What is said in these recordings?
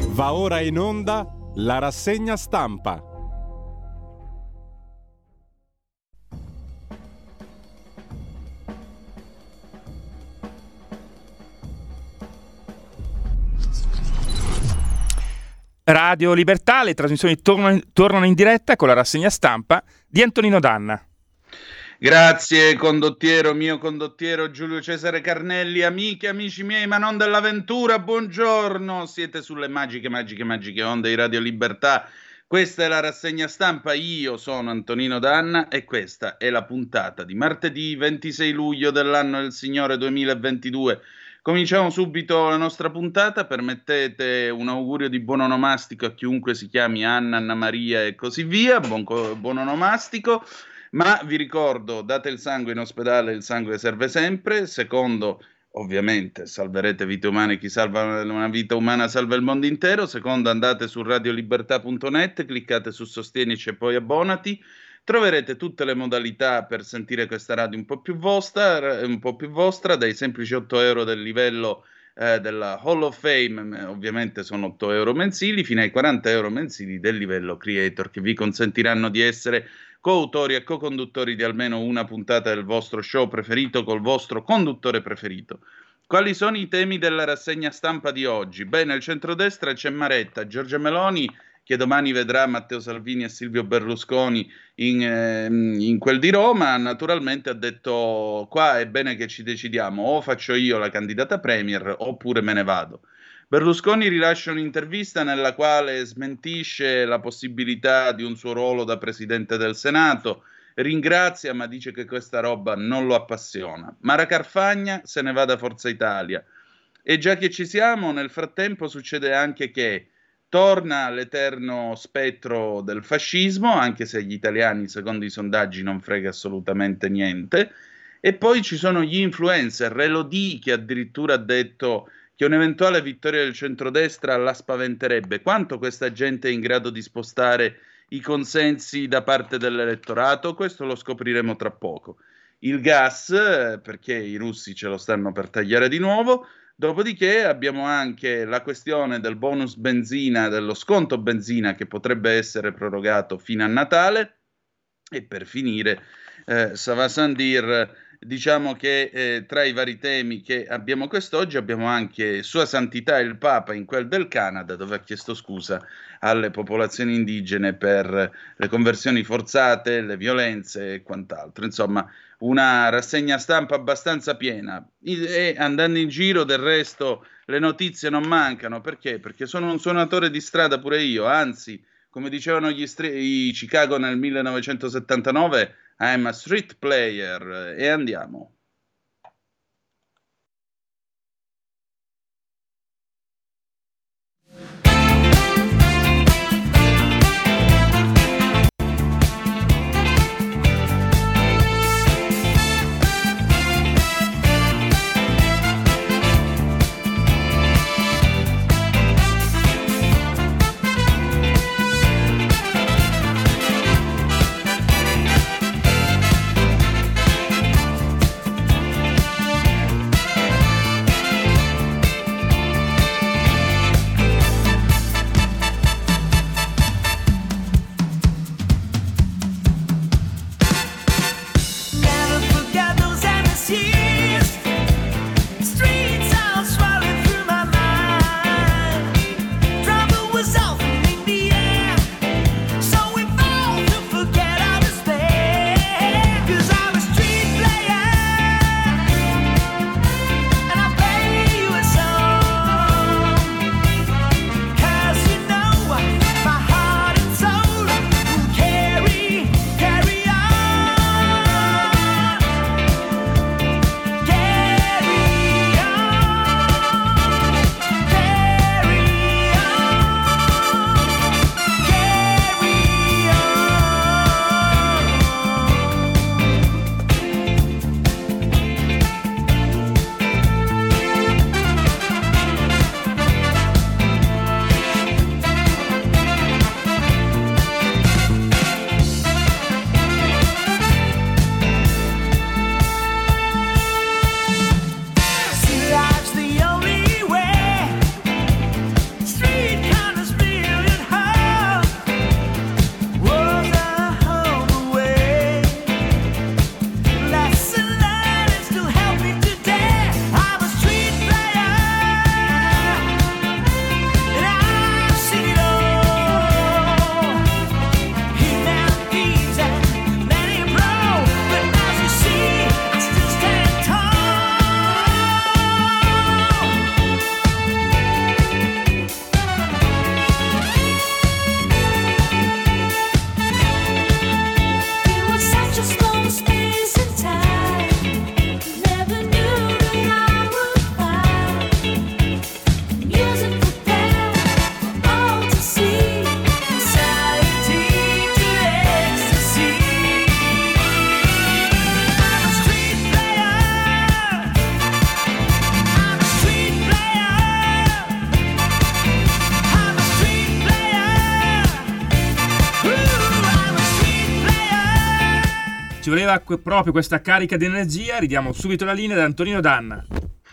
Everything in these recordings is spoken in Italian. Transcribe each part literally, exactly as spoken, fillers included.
Va ora in onda la rassegna stampa. Radio Libertà, le trasmissioni tornano, tornano in diretta con la rassegna stampa di Antonino Danna. Grazie condottiero, mio condottiero Giulio Cesare Carnelli, amiche, amici miei, ma non dell'avventura, buongiorno, siete sulle magiche, magiche, magiche onde di Radio Libertà, questa è la rassegna stampa, io sono Antonino Danna e questa è la puntata di martedì ventisei luglio dell'anno del Signore duemilaventidue. Cominciamo subito la nostra puntata, permettete un augurio di buon onomastico a chiunque si chiami Anna, Anna Maria e così via, buon, buon onomastico, ma vi ricordo, date il sangue in ospedale, il sangue serve sempre, secondo, ovviamente, salverete vite umane, chi salva una vita umana salva il mondo intero, secondo, andate su radiolibertà punto net, cliccate su Sostienici e poi abbonati, troverete tutte le modalità per sentire questa radio un po' più vostra, un po' più vostra dai semplici otto euro del livello eh, della Hall of Fame, ovviamente sono otto euro mensili, fino ai quaranta euro mensili del livello Creator, che vi consentiranno di essere coautori e co-conduttori di almeno una puntata del vostro show preferito col vostro conduttore preferito. Quali sono i temi della rassegna stampa di oggi? Beh, nel centrodestra c'è Maretta, Giorgia Meloni, che domani vedrà Matteo Salvini e Silvio Berlusconi in, eh, in quel di Roma, naturalmente ha detto: qua è bene che ci decidiamo, o faccio io la candidata premier oppure me ne vado. Berlusconi rilascia un'intervista nella quale smentisce la possibilità di un suo ruolo da presidente del Senato, ringrazia ma dice che questa roba non lo appassiona. Mara Carfagna se ne va da Forza Italia. E già che ci siamo, nel frattempo succede anche che torna l'eterno spettro del fascismo, anche se agli italiani, secondo i sondaggi, non frega assolutamente niente. E poi ci sono gli influencer, Elodie, che addirittura ha detto che un'eventuale vittoria del centrodestra la spaventerebbe. Quanto questa gente è in grado di spostare i consensi da parte dell'elettorato? Questo lo scopriremo tra poco. Il gas, perché i russi ce lo stanno per tagliare di nuovo. Dopodiché abbiamo anche la questione del bonus benzina, dello sconto benzina che potrebbe essere prorogato fino a Natale. E per finire, eh, ça va sans dire, diciamo che eh, tra i vari temi che abbiamo quest'oggi abbiamo anche Sua Santità il Papa in quel del Canada, dove ha chiesto scusa alle popolazioni indigene per le conversioni forzate, le violenze e quant'altro. Insomma, una rassegna stampa abbastanza piena. E andando in giro, del resto, le notizie non mancano. Perché? Perché sono un suonatore di strada pure io, anzi, come dicevano gli str- i Chicago nel millenovecentosettantanove, I'm a street player. E andiamo. ci voleva que- proprio questa carica di energia. Ridiamo subito la linea ad Antonino Danna.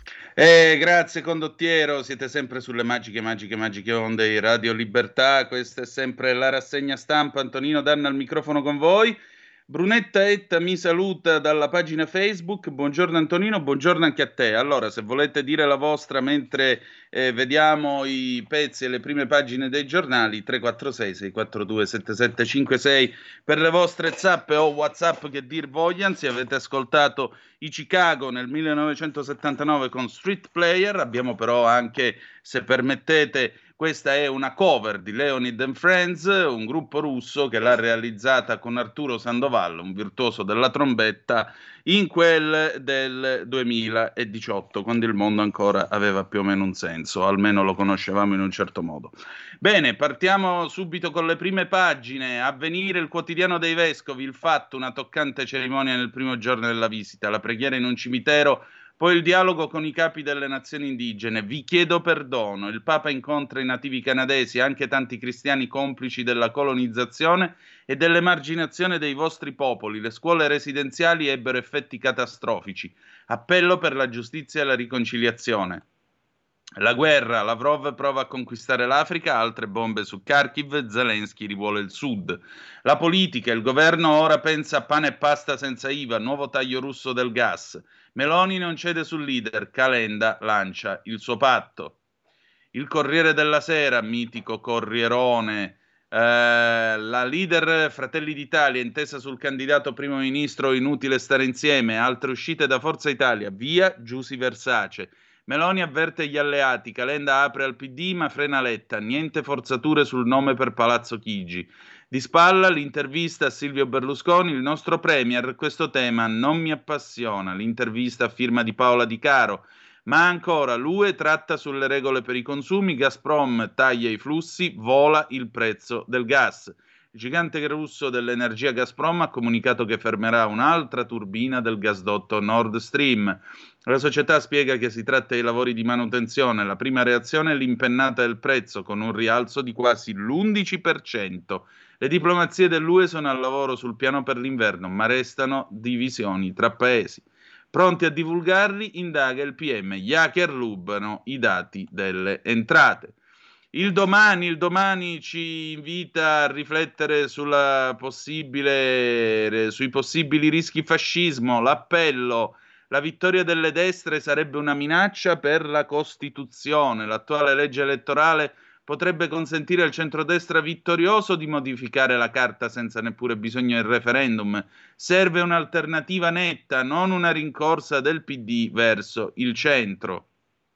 Eh, grazie condottiero, siete sempre sulle magiche, magiche, magiche onde di Radio Libertà. Questa è sempre la rassegna stampa. Antonino Danna al microfono con voi. Brunetta Etta mi saluta dalla pagina Facebook. Buongiorno Antonino, buongiorno anche a te. Allora, se volete dire la vostra mentre eh, vediamo i pezzi e le prime pagine dei giornali, tre quattro sei sei quattro due sette sette cinque sei per le vostre zappe o WhatsApp che dir vogliano. Se avete ascoltato i Chicago nel millenovecentosettantanove con Street Player, abbiamo però anche, se permettete, questa è una cover di Leonid and Friends, un gruppo russo che l'ha realizzata con Arturo Sandoval, un virtuoso della trombetta, in quel del duemiladiciotto, quando il mondo ancora aveva più o meno un senso, almeno lo conoscevamo in un certo modo. Bene, partiamo subito con le prime pagine. Avvenire, il quotidiano dei vescovi, il fatto, una toccante cerimonia nel primo giorno della visita, la preghiera in un cimitero. Poi il dialogo con i capi delle nazioni indigene. Vi chiedo perdono. Il Papa incontra i nativi canadesi, anche tanti cristiani complici della colonizzazione e dell'emarginazione dei vostri popoli. Le scuole residenziali ebbero effetti catastrofici. Appello per la giustizia e la riconciliazione. La guerra, Lavrov prova a conquistare l'Africa, altre bombe su Kharkiv, Zelensky rivuole il sud. La politica, il governo ora pensa a pane e pasta senza I V A, nuovo taglio russo del gas. Meloni non cede sul leader, Calenda lancia il suo patto. Il Corriere della Sera, mitico Corrierone, eh, la leader Fratelli d'Italia, intesa sul candidato primo ministro, inutile stare insieme, altre uscite da Forza Italia, via Giusy Versace. Meloni avverte gli alleati, Calenda apre al P D ma frena Letta, niente forzature sul nome per Palazzo Chigi. Di spalla l'intervista a Silvio Berlusconi, il nostro premier, questo tema non mi appassiona, l'intervista a firma di Paola Di Caro, ma ancora l'U E tratta sulle regole per i consumi, Gazprom taglia i flussi, vola il prezzo del gas. Il gigante russo dell'energia Gazprom ha comunicato che fermerà un'altra turbina del gasdotto Nord Stream. La società spiega che si tratta di lavori di manutenzione. La prima reazione è l'impennata del prezzo, con un rialzo di quasi l'undici per cento. Le diplomazie dell'U E sono al lavoro sul piano per l'inverno, ma restano divisioni tra paesi. Pronti a divulgarli, indaga il P M. Gli hacker rubano i dati delle entrate. Il domani, il domani ci invita a riflettere sulla possibile, sui possibili rischi fascismo, l'appello. La vittoria delle destre sarebbe una minaccia per la Costituzione. L'attuale legge elettorale potrebbe consentire al centrodestra vittorioso di modificare la carta senza neppure bisogno del referendum. Serve un'alternativa netta, non una rincorsa del P D verso il centro.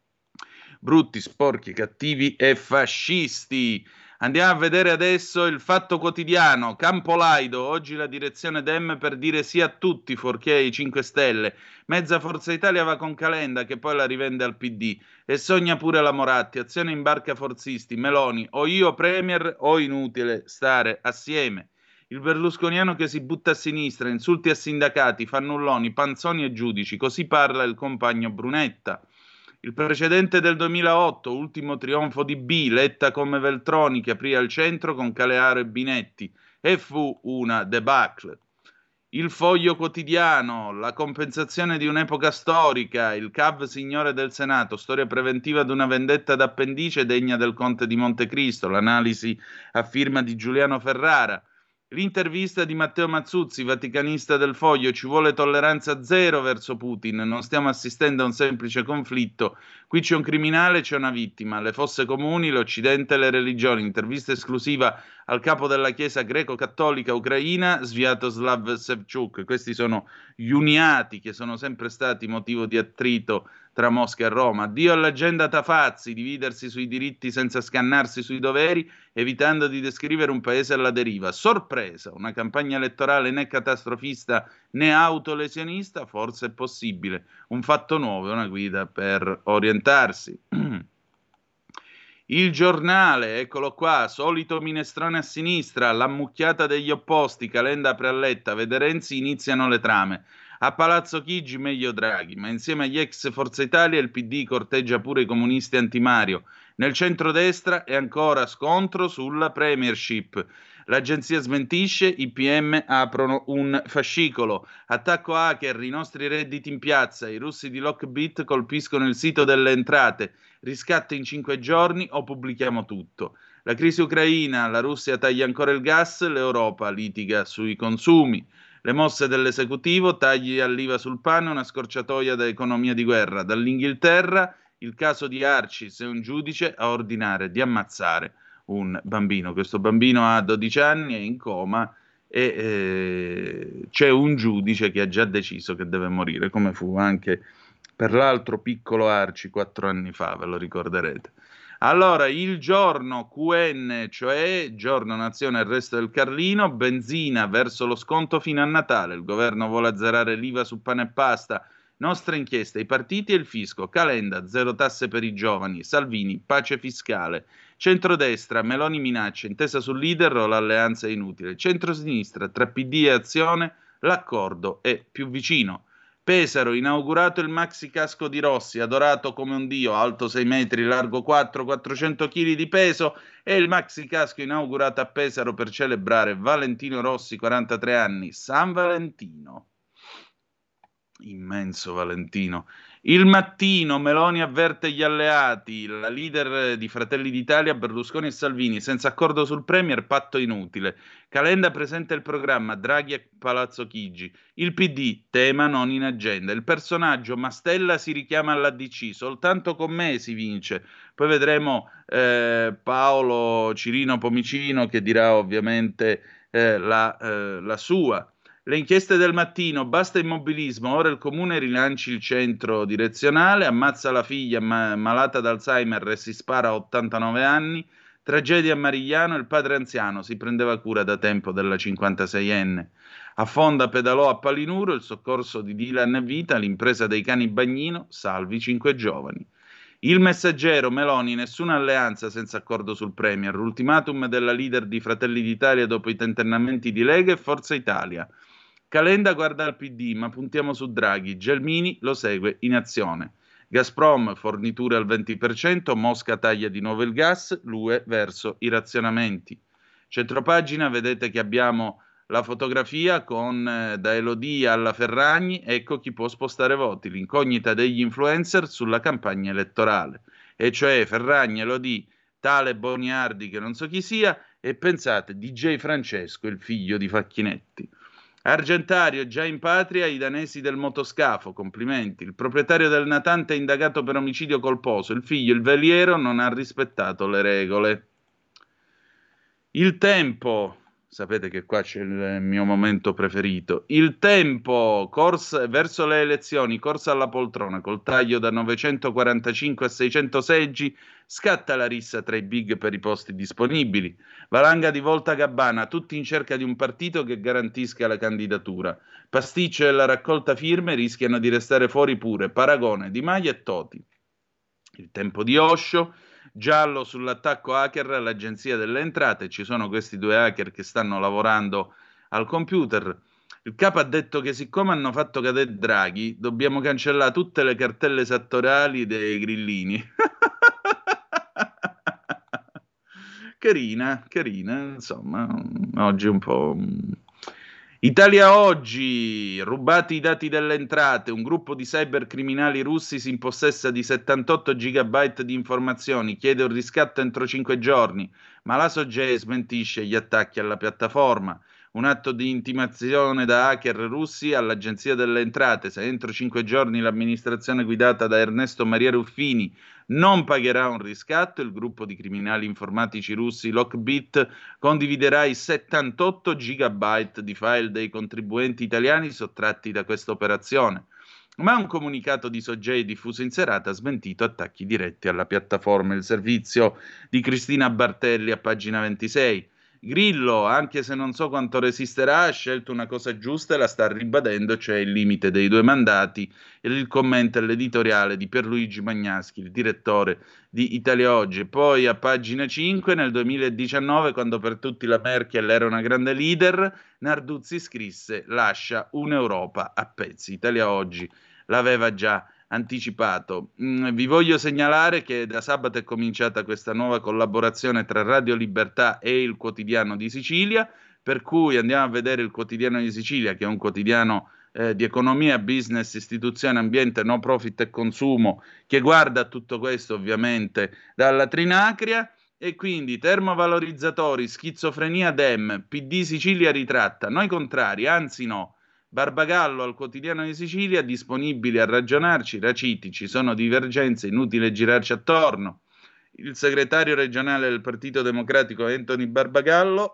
Brutti, sporchi, cattivi e fascisti. Andiamo a vedere adesso il Fatto Quotidiano. Campolaido, oggi la direzione Dem per dire sì a tutti, fuorché ai cinque Stelle. Mezza Forza Italia va con Calenda, che poi la rivende al P D. E sogna pure la Moratti. Azione in barca forzisti. Meloni, o io premier o inutile stare assieme. Il berlusconiano che si butta a sinistra, insulti a sindacati, fannulloni, panzoni e giudici. Così parla il compagno Brunetta. Il precedente del duemilaotto, ultimo trionfo di B, Letta come Veltroni che aprì al centro con Calearo e Binetti, e fu una debacle. Il Foglio Quotidiano, la compensazione di un'epoca storica, il C A V signore del Senato, storia preventiva di una vendetta d'appendice degna del Conte di Montecristo, l'analisi a firma di Giuliano Ferrara. L'intervista di Matteo Mazzuzzi, vaticanista del Foglio, ci vuole tolleranza zero verso Putin, non stiamo assistendo a un semplice conflitto, qui c'è un criminale, c'è una vittima, le fosse comuni, l'Occidente e le religioni, intervista esclusiva al capo della Chiesa greco-cattolica ucraina, Sviatoslav Ševčuk. Questi sono gli uniati che sono sempre stati motivo di attrito tra Mosca e Roma. Addio all'agenda Tafazzi, dividersi sui diritti senza scannarsi sui doveri, evitando di descrivere un paese alla deriva. Sorpresa, una campagna elettorale né catastrofista né autolesionista, forse è possibile. Un fatto nuovo, una guida per orientarsi. Il Giornale, eccolo qua, solito minestrone a sinistra, l'ammucchiata degli opposti, Calenda apre a Letta, vede Renzi, iniziano le trame. A Palazzo Chigi meglio Draghi, ma insieme agli ex Forza Italia il P D corteggia pure i comunisti antimario. Nel centrodestra è ancora scontro sulla premiership. L'agenzia smentisce, i P M aprono un fascicolo. Attacco hacker, i nostri redditi in piazza, i russi di Lockbit colpiscono il sito delle entrate, riscatto in cinque giorni o pubblichiamo tutto. La crisi ucraina, la Russia taglia ancora il gas, l'Europa litiga sui consumi. Le mosse dell'esecutivo, tagli all'I V A sul pane, una scorciatoia da economia di guerra. Dall'Inghilterra, il caso di Arcis e un giudice a ordinare di ammazzare un bambino. Questo bambino ha dodici anni, è in coma e eh, c'è un giudice che ha già deciso che deve morire, come fu anche per l'altro piccolo Arci quattro anni fa, ve lo ricorderete. Allora, il giorno Q N, cioè giorno Nazione e il resto del Carlino, benzina verso lo sconto fino a Natale, il governo vuole azzerare l'I V A su pane e pasta, nostra inchiesta, i partiti e il fisco, Calenda, zero tasse per i giovani, Salvini, pace fiscale, centrodestra, Meloni minaccia, intesa sul leader o l'alleanza è inutile, centrosinistra, tra P D e Azione, l'accordo è più vicino. Pesaro, inaugurato il maxi casco di Rossi, adorato come un dio, alto sei metri, largo quattro, quattrocento chili di peso, è il maxi casco inaugurato a Pesaro per celebrare Valentino Rossi, quarantatré anni, San Valentino. Immenso Valentino. Il Mattino, Meloni avverte gli alleati, la leader di Fratelli d'Italia, Berlusconi e Salvini, senza accordo sul Premier, patto inutile. Calenda presenta il programma, Draghi a Palazzo Chigi. Il P D, tema non in agenda. Il personaggio, Mastella si richiama all'A D C, soltanto con me si vince. Poi vedremo eh, Paolo Cirino Pomicino che dirà ovviamente eh, la, eh, la sua. Le inchieste del Mattino, basta immobilismo, ora il comune rilanci il centro direzionale, ammazza la figlia ma- malata d'Alzheimer e si spara a ottantanove anni, tragedia a Marigliano, il padre anziano si prendeva cura da tempo della cinquantaseienne. Affonda pedalò a Palinuro, il soccorso di Dylan e Vita, l'impresa dei cani Bagnino, salvi cinque giovani. Il Messaggero, Meloni, nessuna alleanza senza accordo sul Premier, ultimatum della leader di Fratelli d'Italia dopo i tentennamenti di Lega e Forza Italia. Calenda guarda al P D, ma puntiamo su Draghi. Gelmini lo segue in azione. Gazprom, forniture al venti per cento, Mosca taglia di nuovo il gas, l'U E verso i razionamenti. Centropagina, vedete che abbiamo la fotografia con eh, da Elodie alla Ferragni, ecco chi può spostare voti, l'incognita degli influencer sulla campagna elettorale. E cioè Ferragni, Elodie, tale Boniardi che non so chi sia, e pensate, D J Francesco, il figlio di Facchinetti. Argentario, già in patria, i danesi del motoscafo, complimenti. Il proprietario del natante è indagato per omicidio colposo. Il figlio, il veliero, non ha rispettato le regole. Il Tempo, sapete che qua c'è il mio momento preferito. Il Tempo, corsa verso le elezioni, corsa alla poltrona, col taglio da novecentoquarantacinque a seicento seggi, scatta la rissa tra i big per i posti disponibili. Valanga di Volta Gabbana, tutti in cerca di un partito che garantisca la candidatura. Pasticcio e la raccolta firme rischiano di restare fuori pure Paragone, Di Maio e Toti. Il Tempo di Osho, giallo sull'attacco hacker all'Agenzia delle Entrate, ci sono questi due hacker che stanno lavorando al computer. Il capo ha detto che siccome hanno fatto cadere Draghi, dobbiamo cancellare tutte le cartelle esattoriali dei grillini. Carina, carina, insomma, oggi un po'... Italia Oggi, rubati i dati delle entrate, un gruppo di cybercriminali russi si impossessa di settantotto gigabyte di informazioni, chiede un riscatto entro cinque giorni, ma la Sogei smentisce gli attacchi alla piattaforma. Un atto di intimazione da hacker russi all'Agenzia delle Entrate. Se entro cinque giorni l'amministrazione guidata da Ernesto Maria Ruffini non pagherà un riscatto, il gruppo di criminali informatici russi Lockbit condividerà i settantotto gigabyte di file dei contribuenti italiani sottratti da questa operazione. Ma un comunicato di Sogei diffuso in serata ha smentito attacchi diretti alla piattaforma. Il servizio di Cristina Bartelli a pagina ventisei. Grillo, anche se non so quanto resisterà, ha scelto una cosa giusta e la sta ribadendo, cioè il limite dei due mandati. Il commento e l'editoriale di Pierluigi Magnaschi, il direttore di Italia Oggi. Poi a pagina cinque, nel duemiladiciannove, quando per tutti la Merkel era una grande leader, Narduzzi scrisse: lascia un'Europa a pezzi. Italia Oggi l'aveva già anticipato. Mm, vi voglio segnalare che da sabato è cominciata questa nuova collaborazione tra Radio Libertà e il Quotidiano di Sicilia, per cui andiamo a vedere il Quotidiano di Sicilia, che è un quotidiano eh, di economia, business, istituzione, ambiente, no profit e consumo, che guarda a tutto questo ovviamente dalla Trinacria. E quindi termovalorizzatori, schizofrenia Dem, P D Sicilia ritratta, noi contrari, anzi no. Barbagallo al Quotidiano di Sicilia, disponibili a ragionarci, raciti, ci sono divergenze, inutile girarci attorno. Il segretario regionale del Partito Democratico Anthony Barbagallo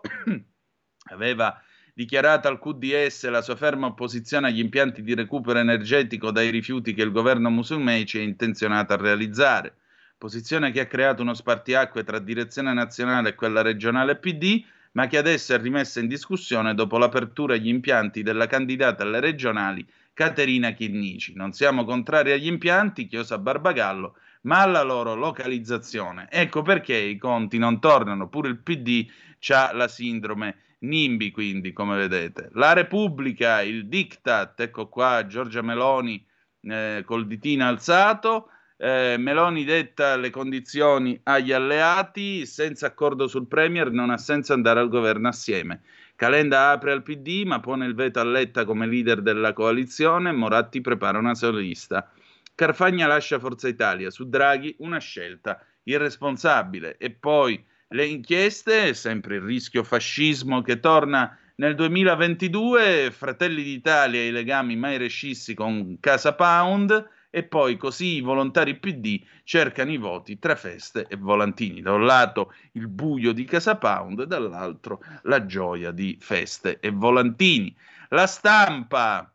aveva dichiarato al Q D S la sua ferma opposizione agli impianti di recupero energetico dai rifiuti che il governo Musumeci è intenzionato a realizzare. Posizione che ha creato uno spartiacque tra direzione nazionale e quella regionale P D, ma che adesso è rimessa in discussione dopo l'apertura agli impianti della candidata alle regionali Caterina Chinnici. Non siamo contrari agli impianti, chiosa Barbagallo, ma alla loro localizzazione. Ecco perché i conti non tornano, pure il P D c'ha la sindrome NIMBY, quindi, come vedete. La Repubblica, il diktat, ecco qua Giorgia Meloni eh, col ditino alzato. Eh, Meloni detta le condizioni agli alleati, senza accordo sul Premier non ha senso andare al governo assieme. Calenda apre al P D ma pone il veto a Letta come leader della coalizione, Moratti prepara una solista. Carfagna lascia Forza Italia, su Draghi una scelta irresponsabile. E poi le inchieste, sempre il rischio fascismo che torna nel duemilaventidue, Fratelli d'Italia e i legami mai rescissi con Casa Pound. E poi così i volontari P D cercano i voti tra feste e volantini. Da un lato il buio di Casa Pound, dall'altro la gioia di feste e volantini. La Stampa,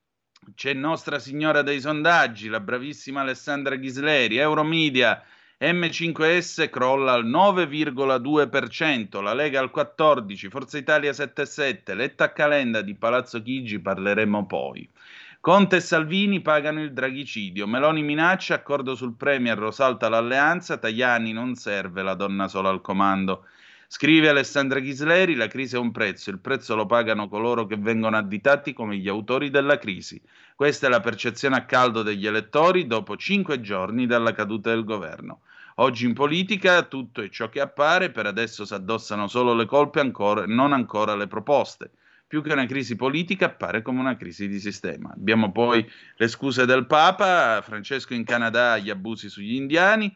c'è Nostra Signora dei sondaggi, la bravissima Alessandra Ghisleri. Euromedia, M cinque S crolla al nove virgola due per cento, la Lega al quattordici per cento, Forza Italia sette virgola sette per cento, Letta a Calenda, di Palazzo Chigi parleremo poi. Conte e Salvini pagano il draghicidio, Meloni minaccia, accordo sul Premier, Rosalta l'alleanza, Tajani non serve la donna sola al comando. Scrive Alessandra Ghisleri, la crisi è un prezzo, il prezzo lo pagano coloro che vengono additati come gli autori della crisi. Questa è la percezione a caldo degli elettori dopo cinque giorni dalla caduta del governo. Oggi in politica tutto è ciò che appare, per adesso si addossano solo le colpe, ancora, non ancora le proposte. Più che una crisi politica appare come una crisi di sistema. Abbiamo poi le scuse del Papa, Francesco in Canada, gli abusi sugli indiani,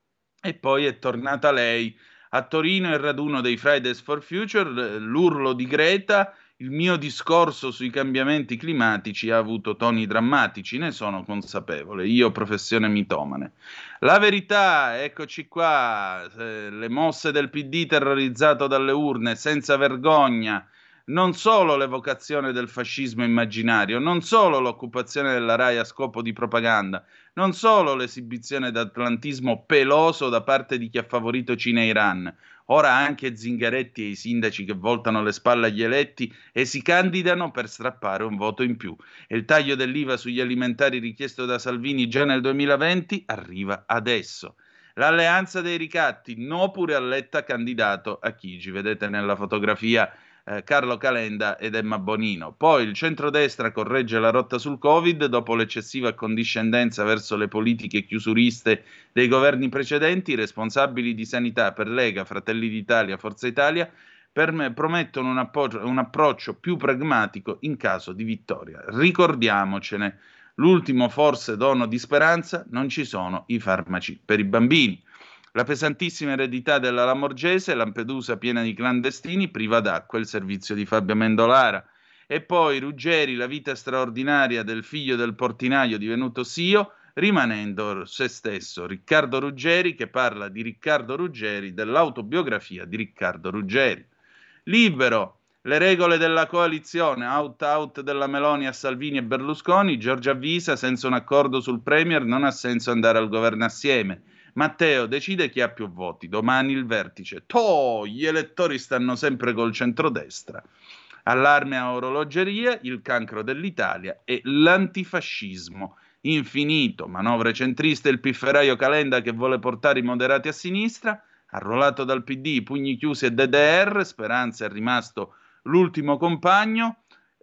e poi è tornata lei. A Torino il raduno dei Fridays for Future, l'urlo di Greta, il mio discorso sui cambiamenti climatici ha avuto toni drammatici, ne sono consapevole, io professione mitomane. La Verità, eccoci qua, eh, le mosse del P D terrorizzato dalle urne, senza vergogna. Non solo l'evocazione del fascismo immaginario, non solo l'occupazione della RAI a scopo di propaganda, non solo l'esibizione d'atlantismo peloso da parte di chi ha favorito Cina e Iran, ora anche Zingaretti e i sindaci che voltano le spalle agli eletti e si candidano per strappare un voto in più. E il taglio dell'I V A sugli alimentari richiesto da Salvini già nel duemilaventi arriva adesso. L'alleanza dei ricatti, no pure a Letta candidato a Chigi, vedete nella fotografia Eh, Carlo Calenda ed Emma Bonino. Poi il centrodestra corregge la rotta sul Covid dopo l'eccessiva condiscendenza verso le politiche chiusuriste dei governi precedenti. I responsabili di sanità per Lega, Fratelli d'Italia, Forza Italia per me promettono un, appoggio, un approccio più pragmatico in caso di vittoria. Ricordiamocene, l'ultimo forse dono di speranza: non ci sono i farmaci per i bambini. La pesantissima eredità della Lamorgese, Lampedusa piena di clandestini, priva d'acqua, il servizio di Fabio Amendolara. E poi Ruggeri, la vita straordinaria del figlio del portinaio divenuto S I O, rimanendo se stesso. Riccardo Ruggeri, che parla di Riccardo Ruggeri, dell'autobiografia di Riccardo Ruggeri. Libero, le regole della coalizione, out out della Meloni a Salvini e Berlusconi, Giorgia avvisa, senza un accordo sul Premier non ha senso andare al governo assieme. Matteo decide chi ha più voti, domani il vertice. Toh, gli elettori stanno sempre col centrodestra. Allarme a orologeria, il cancro dell'Italia e l'antifascismo infinito. Manovre centriste, il pifferaio Calenda che vuole portare i moderati a sinistra, arruolato dal P D, pugni chiusi e D D R, Speranza è rimasto l'ultimo compagno.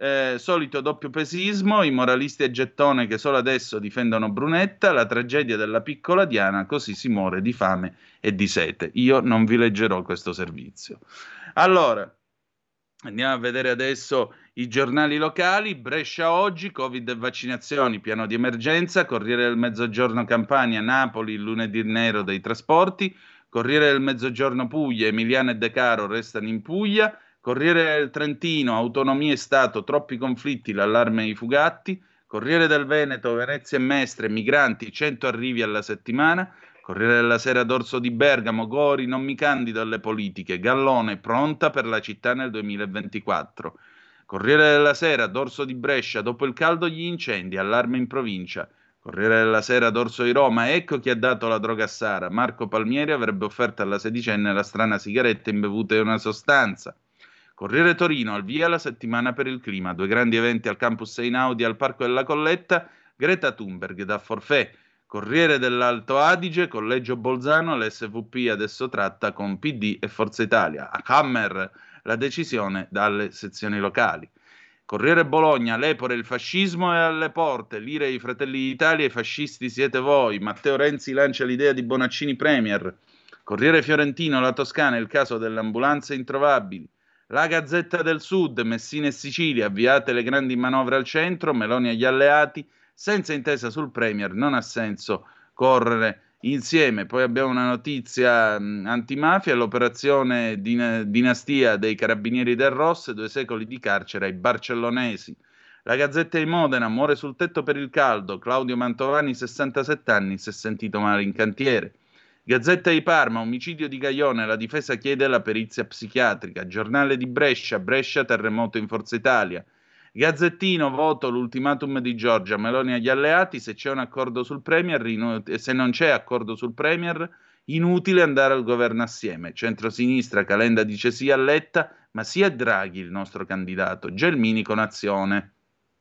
Eh, solito doppio pesismo, i moralisti a gettone che solo adesso difendono Brunetta, la tragedia della piccola Diana, così si muore di fame e di sete. Io non vi leggerò questo servizio. Allora, andiamo a vedere adesso i giornali locali. Brescia oggi, Covid e vaccinazioni, piano di emergenza, Corriere del Mezzogiorno Campania, Napoli, il lunedì nero dei trasporti, Corriere del Mezzogiorno Puglia, Emiliano e De Caro restano in Puglia, Corriere del Trentino, autonomia e Stato, troppi conflitti, l'allarme ai fugatti, Corriere del Veneto, Venezia e Mestre, migranti, cento arrivi alla settimana, Corriere della Sera d'Orso di Bergamo, Gori, non mi candido alle politiche, Gallone, pronta per la città nel duemilaventiquattro. Corriere della Sera d'Orso di Brescia, dopo il caldo gli incendi, allarme in provincia. Corriere della Sera d'Orso di Roma, ecco chi ha dato la droga a Sara. Marco Palmieri avrebbe offerto alla sedicenne la strana sigaretta imbevuta in una sostanza. Corriere Torino, al via la settimana per il clima, due grandi eventi al campus Einaudi al Parco della Colletta, Greta Thunberg da forfait. Corriere dell'Alto Adige, Collegio Bolzano, l'S V P adesso tratta con P D e Forza Italia. A Hammer la decisione dalle sezioni locali. Corriere Bologna, l'Epore, il fascismo è alle porte, l'Ire e i Fratelli d'Italia, i fascisti siete voi. Matteo Renzi lancia l'idea di Bonaccini Premier. Corriere Fiorentino, la Toscana, il caso delle ambulanze introvabili. La Gazzetta del Sud, Messina e Sicilia, avviate le grandi manovre al centro, Meloni agli alleati, senza intesa sul Premier non ha senso correre insieme. Poi abbiamo una notizia mh, antimafia, l'operazione din- dinastia dei carabinieri del Ross, due secoli di carcere ai barcellonesi. La Gazzetta di Modena, muore sul tetto per il caldo, Claudio Mantovani, sessantasette anni, si è sentito male in cantiere. Gazzetta di Parma, omicidio di Gaione, la difesa chiede la perizia psichiatrica. Giornale di Brescia, Brescia, terremoto in Forza Italia. Gazzettino, voto, l'ultimatum di Giorgia, Meloni agli alleati, se c'è un accordo sul Premier, inut- se non c'è accordo sul Premier, inutile andare al governo assieme. Centrosinistra, Calenda dice sì a Letta, ma sì a Draghi il nostro candidato, Gelmini con Azione.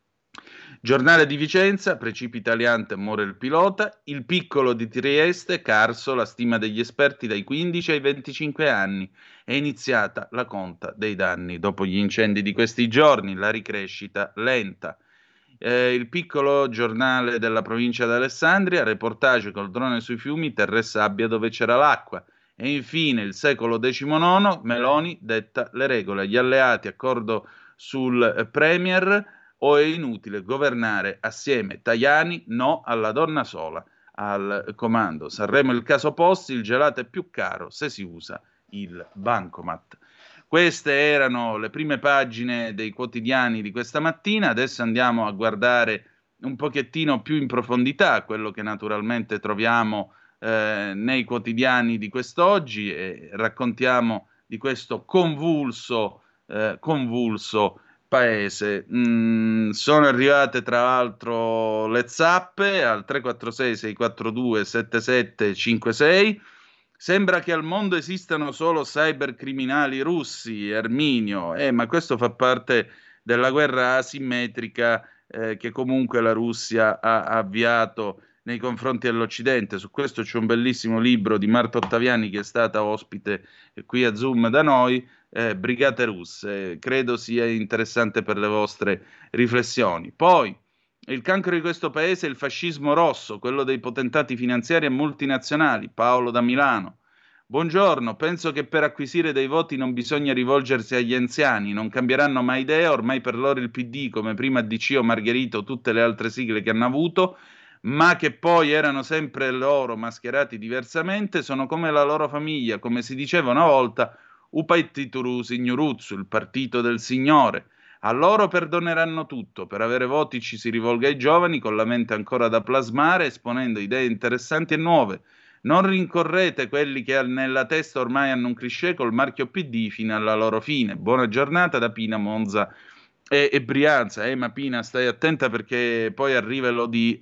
Giornale di Vicenza, precipita Aliante, muore il pilota, il piccolo di Trieste, Carso, la stima degli esperti dai quindici ai venticinque anni. È iniziata la conta dei danni. Dopo gli incendi di questi giorni, la ricrescita lenta. Eh, il piccolo giornale della provincia d'Alessandria, reportage col drone sui fiumi, terra e sabbia dove c'era l'acqua. E infine il secolo diciannove, Meloni detta le regole. Gli alleati, accordo sul Premier, o è inutile governare assieme. Tajani, no alla donna sola al comando. Sanremo il caso Posti, il gelato è più caro se si usa il bancomat. Queste erano le prime pagine dei quotidiani di questa mattina. Adesso andiamo a guardare un pochettino più in profondità quello che naturalmente troviamo eh, nei quotidiani di quest'oggi e raccontiamo di questo convulso, eh, convulso paese. Mm, sono arrivate tra l'altro le zappe al tre quattro sei sei quattro due sette sette cinque sei. Sembra che al mondo esistano solo cybercriminali russi, Erminio, eh, ma questo fa parte della guerra asimmetrica eh, che comunque la Russia ha avviato nei confronti dell'Occidente. Su questo c'è un bellissimo libro di Marta Ottaviani che è stata ospite qui a Zoom da noi, eh, Brigate Russe. Credo sia interessante per le vostre riflessioni. Poi, il cancro di questo paese è il fascismo rosso, quello dei potentati finanziari e multinazionali. Paolo da Milano. Buongiorno, penso che per acquisire dei voti non bisogna rivolgersi agli anziani, non cambieranno mai idea, ormai per loro il P D, come prima D C o Margherita o tutte le altre sigle che hanno avuto, ma che poi erano sempre loro mascherati diversamente, sono come la loro famiglia, come si diceva una volta, Upaitituru Signoruzzu, il partito del Signore. A loro perdoneranno tutto, per avere voti ci si rivolga ai giovani con la mente ancora da plasmare, esponendo idee interessanti e nuove. Non rincorrete quelli che nella testa ormai hanno un cliché col marchio P D fino alla loro fine. Buona giornata da Pina, Monza e, e Brianza. Eh, ma Pina, stai attenta perché poi arriva l'O D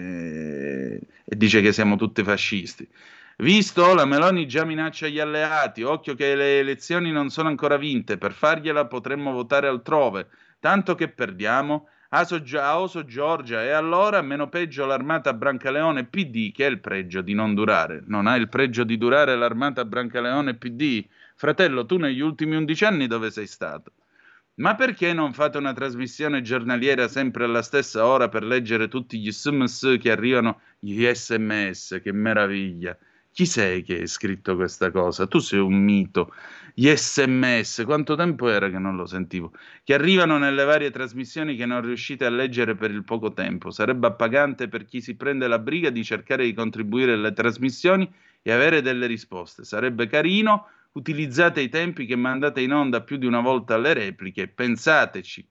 e, e dice che siamo tutti fascisti. Visto, la Meloni già minaccia gli alleati, occhio che le elezioni non sono ancora vinte, per fargliela potremmo votare altrove, tanto che perdiamo. Aso, Oso Giorgia, e allora meno peggio l'armata Brancaleone P D che è il pregio di non durare. Non ha il pregio di durare l'armata Brancaleone P D? Fratello, tu negli ultimi undici anni dove sei stato? Ma perché non fate una trasmissione giornaliera sempre alla stessa ora per leggere tutti gli sms che arrivano, gli sms? Che meraviglia! Chi sei che hai scritto questa cosa? Tu sei un mito. Gli sms, quanto tempo era che non lo sentivo? Che arrivano nelle varie trasmissioni che non riuscite a leggere per il poco tempo. Sarebbe appagante per chi si prende la briga di cercare di contribuire alle trasmissioni e avere delle risposte. Sarebbe carino. Utilizzate i tempi che mandate in onda più di una volta alle repliche, pensateci.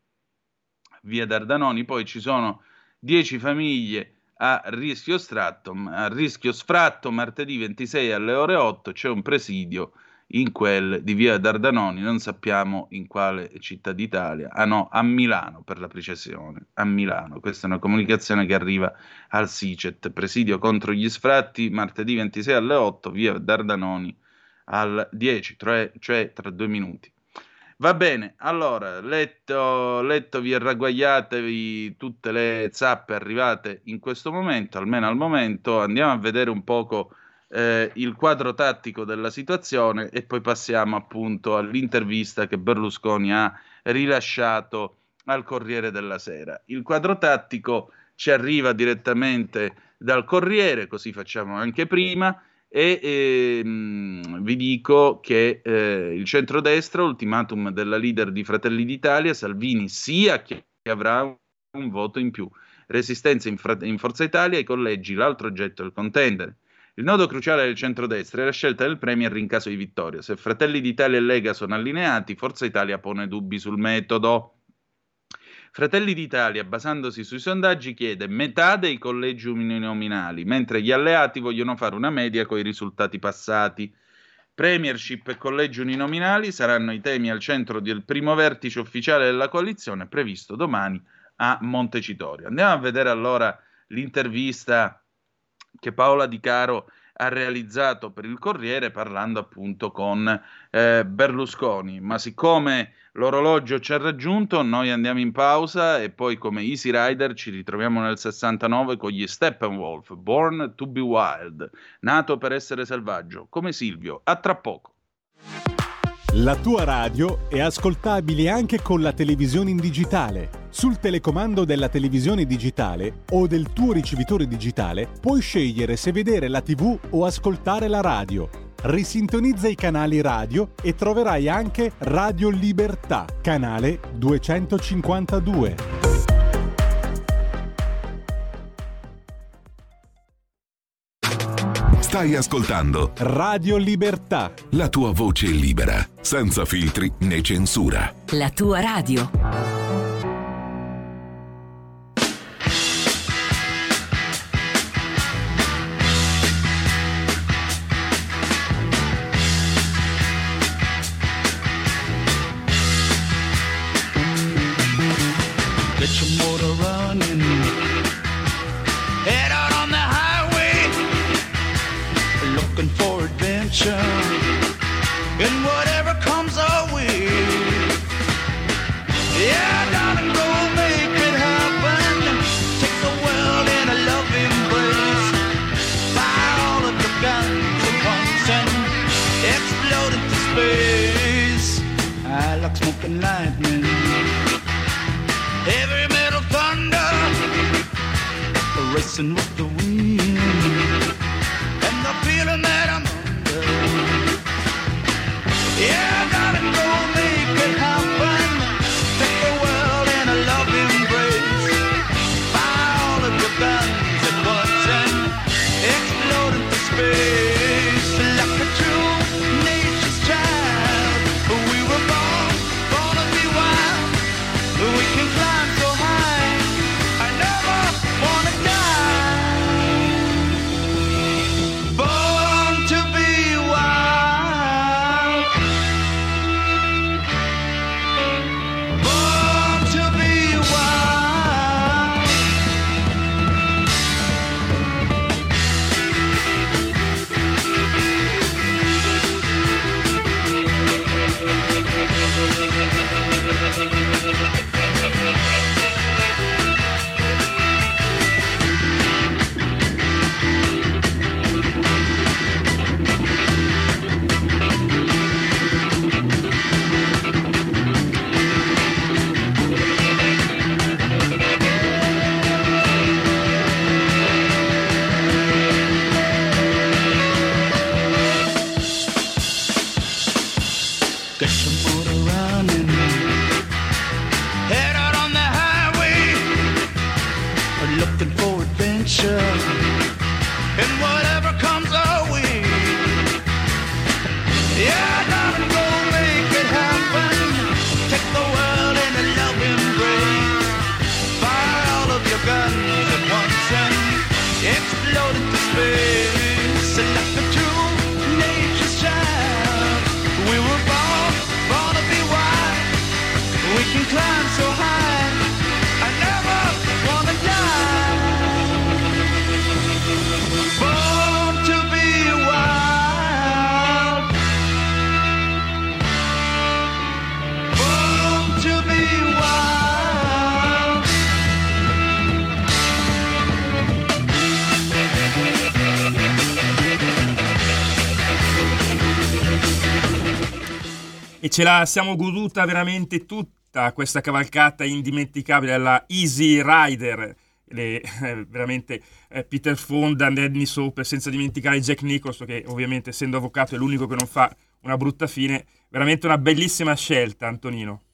Via Dardanoni, poi ci sono dieci famiglie a rischio sfratto, a rischio sfratto martedì ventisei alle ore otto, c'è un presidio in quel di via Dardanoni, non sappiamo in quale città d'Italia, ah no, a Milano per la precisione, a Milano, questa è una comunicazione che arriva al SICET, presidio contro gli sfratti martedì ventisei alle otto, via Dardanoni al dieci, cioè tra due minuti. Va bene, allora, letto, lettovi e ragguagliatevi tutte le zappe arrivate in questo momento, almeno al momento, andiamo a vedere un poco eh, il quadro tattico della situazione e poi passiamo appunto all'intervista che Berlusconi ha rilasciato al Corriere della Sera. Il quadro tattico ci arriva direttamente dal Corriere, così facciamo anche prima. E ehm, vi dico che eh, il centrodestra, ultimatum della leader di Fratelli d'Italia, Salvini sia che avrà un voto in più, resistenza in, fra- in Forza Italia, i collegi l'altro oggetto del contendere. Il nodo cruciale del centrodestra è la scelta del Premier in caso di vittoria. Se Fratelli d'Italia e Lega sono allineati, Forza Italia pone dubbi sul metodo. Fratelli d'Italia, basandosi sui sondaggi, chiede metà dei collegi uninominali, mentre gli alleati vogliono fare una media con i risultati passati. Premiership e collegi uninominali saranno i temi al centro del primo vertice ufficiale della coalizione, previsto domani a Montecitorio. Andiamo a vedere allora l'intervista che Paola Di Caro ha realizzato per il Corriere parlando appunto con eh, Berlusconi, ma siccome l'orologio ci ha raggiunto noi andiamo in pausa e poi come Easy Rider ci ritroviamo nel sessantanove con gli Steppenwolf, Born to be Wild, nato per essere selvaggio, come Silvio. A tra poco. La tua radio è ascoltabile anche con la televisione in digitale. Sul telecomando della televisione digitale o del tuo ricevitore digitale puoi scegliere se vedere la tivù o ascoltare la radio. Risintonizza i canali radio e troverai anche Radio Libertà, canale duecentocinquantadue. Stai ascoltando Radio Libertà, la tua voce libera, senza filtri né censura. La tua radio. Get your motor running. Head out on the highway, looking for adventure, and whatever comes our way. Yeah, darling, go make it happen. Take the world in a loving embrace. Fire all of your guns at once and explode into space. I like smoking lightning, heavy metal thunder, racing with the wind, and the feeling that I'm under. Yeah, darling, go make it happen. Take the world in a loving embrace. Fire all of your guns at once and explode into space. Like a true nature's child, we were born, born to be wild. We can climb so high, I never wanna die. Get your motor running. Head out on the highway, looking for adventure, and whatever comes our way. Yeah, darling, go make it happen. Take the world in a loving embrace. Fire all of your guns at once and explode into space. And like a true nature's child, we were born, born to be wild. We can climb so high, I never wanna die. Born to be wild. Born to be wild. E ce la siamo goduta veramente tutta questa cavalcata indimenticabile alla Easy Rider, le, eh, veramente eh, Peter Fonda, Danny Soper, senza dimenticare Jack Nicholson, che ovviamente essendo avvocato è l'unico che non fa una brutta fine. Veramente una bellissima scelta, Antonino.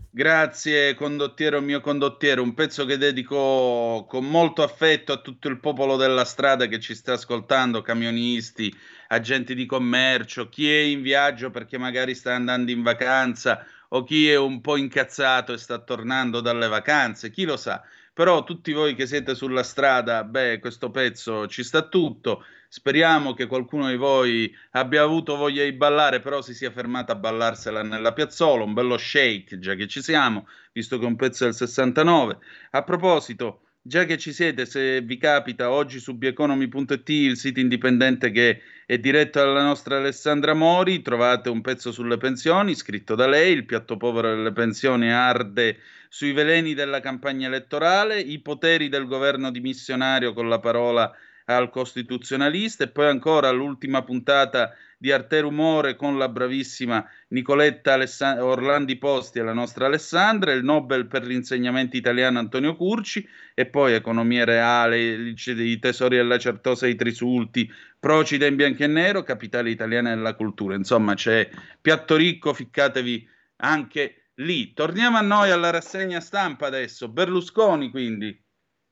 Grazie condottiero, mio condottiero, un pezzo che dedico con molto affetto a tutto il popolo della strada che ci sta ascoltando, camionisti, agenti di commercio, chi è in viaggio perché magari sta andando in vacanza o chi è un po' incazzato e sta tornando dalle vacanze, chi lo sa. Però tutti voi che siete sulla strada, beh, questo pezzo ci sta tutto. Speriamo che qualcuno di voi abbia avuto voglia di ballare, però si sia fermato a ballarsela nella piazzola, un bello shake, già che ci siamo, visto che è un pezzo del sessantanove. A proposito, già che ci siete, se vi capita, oggi su bieconomy punto it, il sito indipendente che è diretto dalla nostra Alessandra Mori, trovate un pezzo sulle pensioni, scritto da lei, il piatto povero delle pensioni arde sui veleni della campagna elettorale, i poteri del governo dimissionario con la parola al costituzionalista, e poi ancora l'ultima puntata di Arte Rumore con la bravissima Nicoletta Alessand- Orlandi Posti e la nostra Alessandra, il Nobel per l'insegnamento italiano Antonio Curci, e poi Economia Reale, i tesori della Certosa e i Trisulti, Procida in bianco e nero, Capitale italiana della cultura. Insomma, c'è piatto ricco, ficcatevi anche lì. Torniamo a noi alla rassegna stampa adesso. Berlusconi, quindi,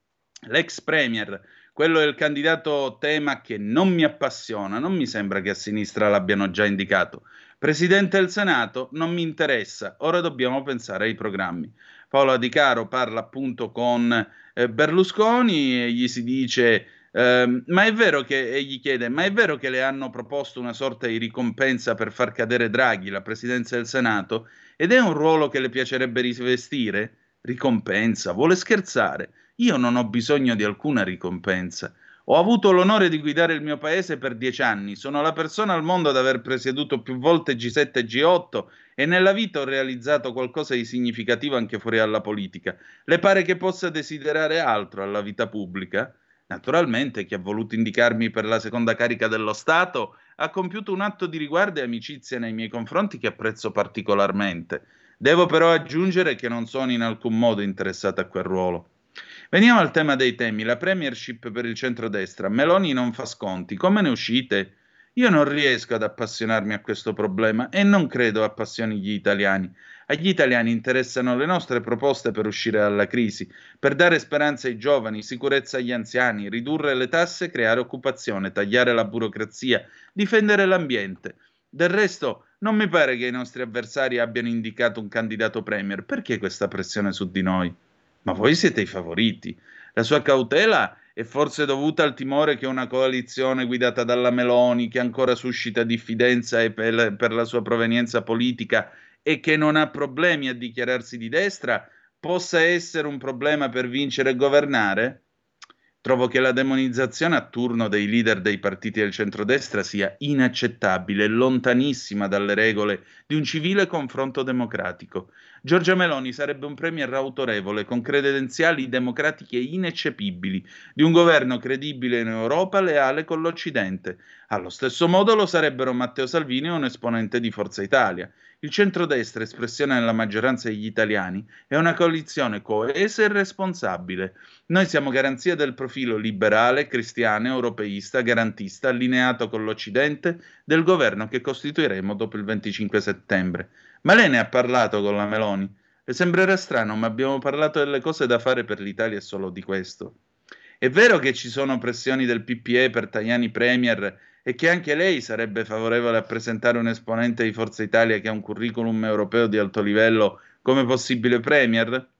l'ex premier. Quello è il candidato tema che non mi appassiona, non mi sembra che a sinistra l'abbiano già indicato. Presidente del Senato, non mi interessa, ora dobbiamo pensare ai programmi. Paola Di Caro parla appunto con eh, Berlusconi e gli si dice, eh, ma è vero che, e gli chiede, ma è vero che le hanno proposto una sorta di ricompensa per far cadere Draghi, la presidenza del Senato, ed è un ruolo che le piacerebbe rivestire? Ricompensa, vuole scherzare? Io non ho bisogno di alcuna ricompensa. Ho avuto l'onore di guidare il mio paese per dieci anni. Sono la persona al mondo ad aver presieduto più volte G sette e G otto e nella vita ho realizzato qualcosa di significativo anche fuori dalla politica. Le pare che possa desiderare altro alla vita pubblica? Naturalmente chi ha voluto indicarmi per la seconda carica dello Stato ha compiuto un atto di riguardo e amicizia nei miei confronti che apprezzo particolarmente. Devo però aggiungere che non sono in alcun modo interessato a quel ruolo. Veniamo al tema dei temi, la premiership per il centrodestra. Meloni non fa sconti, come ne uscite? Io non riesco ad appassionarmi a questo problema e non credo appassioni gli italiani. Agli italiani interessano le nostre proposte per uscire dalla crisi, per dare speranza ai giovani, sicurezza agli anziani, ridurre le tasse, creare occupazione, tagliare la burocrazia, difendere l'ambiente. Del resto, non mi pare che i nostri avversari abbiano indicato un candidato premier. Perché questa pressione su di noi? Ma voi siete i favoriti. La sua cautela è forse dovuta al timore che una coalizione guidata dalla Meloni, che ancora suscita diffidenza e per, per la sua provenienza politica e che non ha problemi a dichiararsi di destra, possa essere un problema per vincere e governare? Trovo che la demonizzazione a turno dei leader dei partiti del centrodestra sia inaccettabile e lontanissima dalle regole di un civile confronto democratico. Giorgia Meloni sarebbe un premier autorevole, con credenziali democratiche ineccepibili, di un governo credibile in Europa, leale con l'Occidente. Allo stesso modo lo sarebbero Matteo Salvini e un esponente di Forza Italia. Il centrodestra, espressione della maggioranza degli italiani, è una coalizione coesa e responsabile. Noi siamo garanzia del profilo liberale, cristiano, europeista, garantista, allineato con l'Occidente, del governo che costituiremo dopo il venticinque settembre. Ma lei ne ha parlato con la Meloni? Le sembrerà strano, ma abbiamo parlato delle cose da fare per l'Italia e solo di questo. È vero che ci sono pressioni del P P E per Tajani premier e che anche lei sarebbe favorevole a presentare un esponente di Forza Italia che ha un curriculum europeo di alto livello come possibile premier?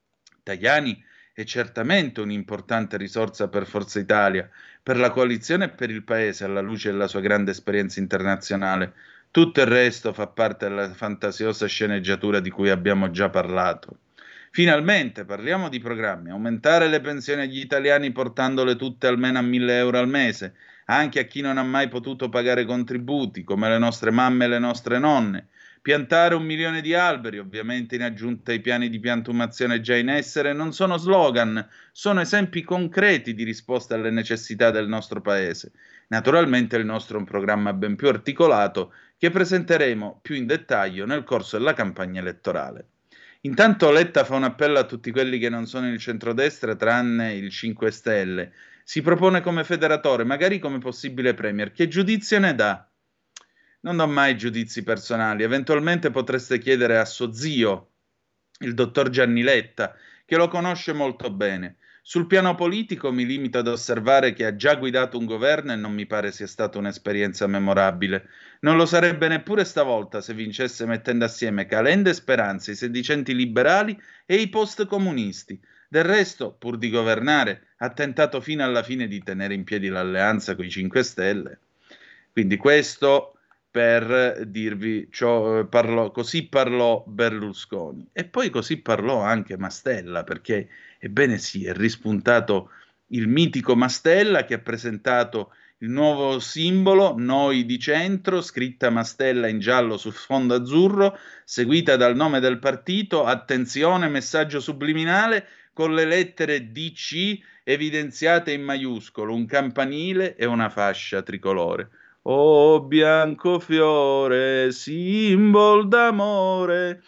Tajani è certamente un'importante risorsa per Forza Italia, per la coalizione e per il Paese, alla luce della sua grande esperienza internazionale. Tutto il resto fa parte della fantasiosa sceneggiatura di cui abbiamo già parlato. Finalmente parliamo di programmi: aumentare le pensioni agli italiani portandole tutte almeno a mille euro al mese, anche a chi non ha mai potuto pagare contributi, come le nostre mamme e le nostre nonne. Piantare un milione di alberi, ovviamente in aggiunta ai piani di piantumazione già in essere, non sono slogan, sono esempi concreti di risposta alle necessità del nostro Paese. Naturalmente il nostro è un programma ben più articolato che presenteremo più in dettaglio nel corso della campagna elettorale. Intanto Letta fa un appello a tutti quelli che non sono il centrodestra, tranne il cinque Stelle. Si propone come federatore, magari come possibile premier. Che giudizio ne dà? Non do mai giudizi personali. Eventualmente potreste chiedere a suo zio, il dottor Gianni Letta, che lo conosce molto bene. Sul piano politico mi limito ad osservare che ha già guidato un governo e non mi pare sia stata un'esperienza memorabile. Non lo sarebbe neppure stavolta se vincesse mettendo assieme Calenda e Speranza, i sedicenti liberali e i post-comunisti. Del resto, pur di governare, ha tentato fino alla fine di tenere in piedi l'alleanza con i cinque Stelle. Quindi questo per dirvi, ciò, parlò, così parlò Berlusconi. E poi così parlò anche Mastella, perché ebbene sì, è rispuntato il mitico Mastella che ha presentato il nuovo simbolo Noi di Centro, scritta Mastella in giallo su sfondo azzurro, seguita dal nome del partito, attenzione, messaggio subliminale, con le lettere D C evidenziate in maiuscolo, un campanile e una fascia tricolore. Oh bianco fiore, simbol d'amore.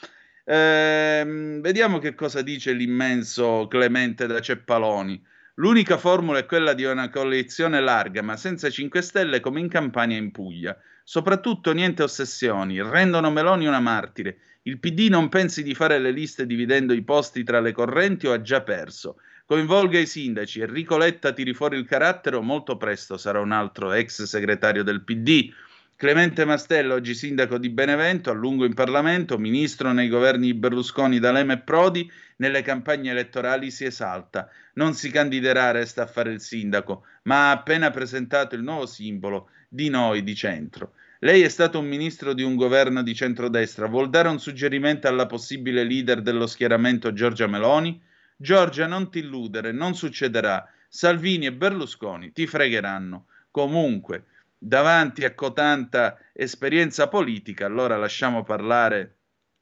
Ehm, vediamo che cosa dice l'immenso Clemente da Ceppaloni. L'unica formula è quella di una coalizione larga, ma senza cinque Stelle come in Campania e in Puglia. Soprattutto niente ossessioni, rendono Meloni una martire. Il P D non pensi di fare le liste dividendo i posti tra le correnti o ha già perso. Coinvolga i sindaci, Enrico Letta tiri fuori il carattere o molto presto sarà un altro ex segretario del P D. Clemente Mastella, oggi sindaco di Benevento, a lungo in Parlamento, ministro nei governi di Berlusconi, D'Alema e Prodi, nelle campagne elettorali si esalta. Non si candiderà, resta a fare il sindaco, ma ha appena presentato il nuovo simbolo di Noi di Centro. Lei è stato un ministro di un governo di centrodestra, vuol dare un suggerimento alla possibile leader dello schieramento Giorgia Meloni? Giorgia, non ti illudere, non succederà. Salvini e Berlusconi ti fregheranno. Comunque, davanti a cotanta esperienza politica, allora lasciamo parlare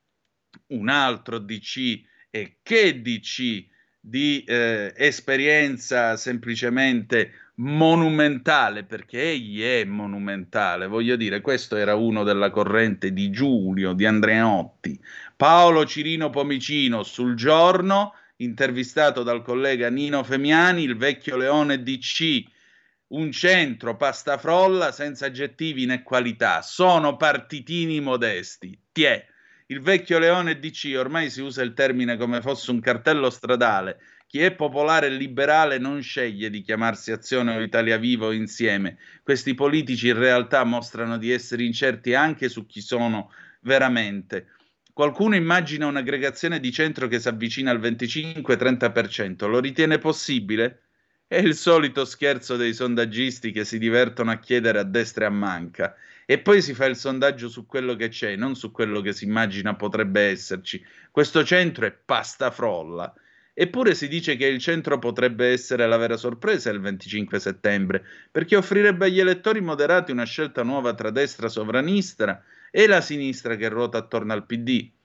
un altro D C, e che D C di eh, esperienza semplicemente monumentale, perché egli è monumentale, voglio dire, questo era uno della corrente di Giulio, di Andreotti. Paolo Cirino Pomicino, sul Giorno, intervistato dal collega Nino Femiani, il vecchio leone D C, un centro pastafrolla senza aggettivi né qualità, sono partitini modesti. Tiè, il vecchio leone D C, ormai si usa il termine come fosse un cartello stradale. Chi è popolare e liberale non sceglie di chiamarsi Azione o Italia Viva o Insieme. Questi politici in realtà mostrano di essere incerti anche su chi sono veramente. Qualcuno immagina un'aggregazione di centro che si avvicina al venticinque trenta per cento. Lo ritiene possibile? È il solito scherzo dei sondaggisti che si divertono a chiedere a destra e a manca. E poi si fa il sondaggio su quello che c'è, non su quello che si immagina potrebbe esserci. Questo centro è pastafrolla. Eppure si dice che il centro potrebbe essere la vera sorpresa il venticinque settembre, perché offrirebbe agli elettori moderati una scelta nuova tra destra sovranista e la sinistra che ruota attorno al P D.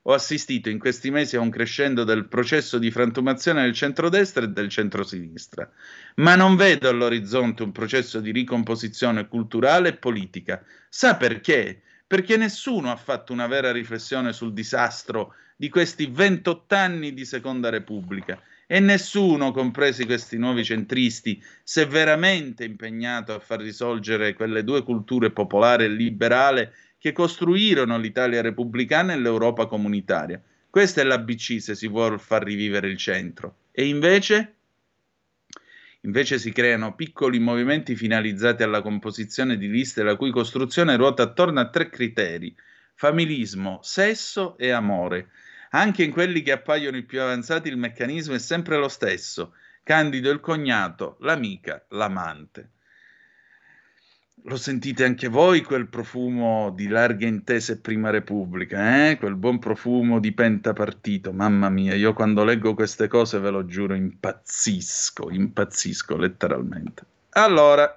ho assistito in questi mesi a un crescendo del processo di frantumazione del centrodestra e del centrosinistra, ma non vedo all'orizzonte un processo di ricomposizione culturale e politica. Sa perché? Perché nessuno ha fatto una vera riflessione sul disastro di questi ventotto anni di Seconda Repubblica e nessuno, compresi questi nuovi centristi, si è veramente impegnato a far risorgere quelle due culture, popolare e liberale, che costruirono l'Italia repubblicana e l'Europa comunitaria. Questa è l'A B C se si vuol far rivivere il centro. E invece? Invece si creano piccoli movimenti finalizzati alla composizione di liste la cui costruzione ruota attorno a tre criteri: familismo, sesso e amore. Anche in quelli che appaiono i più avanzati il meccanismo è sempre lo stesso: candido il cognato, l'amica, l'amante. Lo sentite anche voi quel profumo di larghe intese e Prima Repubblica, eh? Quel buon profumo di pentapartito. Mamma mia, io quando leggo queste cose, ve lo giuro, impazzisco, impazzisco letteralmente. Allora,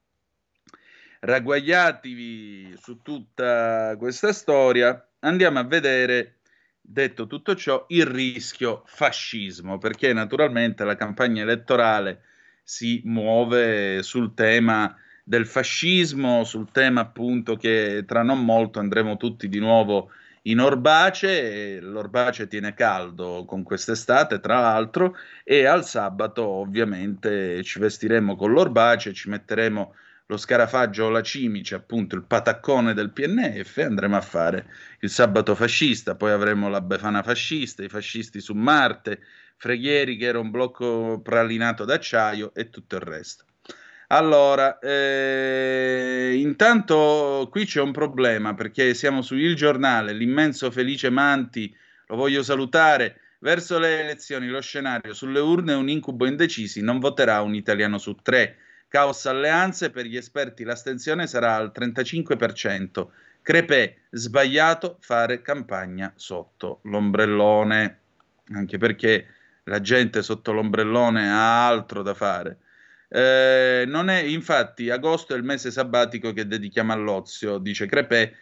ragguagliatevi su tutta questa storia, andiamo a vedere, detto tutto ciò, il rischio fascismo, perché naturalmente la campagna elettorale si muove sul tema del fascismo, sul tema appunto che tra non molto andremo tutti di nuovo in Orbace, e l'Orbace tiene caldo con quest'estate tra l'altro, e al sabato ovviamente ci vestiremo con l'Orbace, ci metteremo lo scarafaggio o la cimice, appunto il pataccone del P N F, e andremo a fare il sabato fascista, poi avremo la Befana fascista, i fascisti su Marte, Freghieri che era un blocco pralinato d'acciaio e tutto il resto. Allora, eh, intanto qui c'è un problema, perché siamo su Il Giornale, l'immenso Felice Manti, lo voglio salutare. Verso le elezioni lo scenario sulle urne è un incubo indecisi, non voterà un italiano su tre. Caos alleanze, per gli esperti l'astensione sarà al trentacinque per cento. Crepè, sbagliato fare campagna sotto l'ombrellone, anche perché la gente sotto l'ombrellone ha altro da fare. Eh, non è, infatti, agosto è il mese sabbatico che dedichiamo all'ozio, dice Crepè.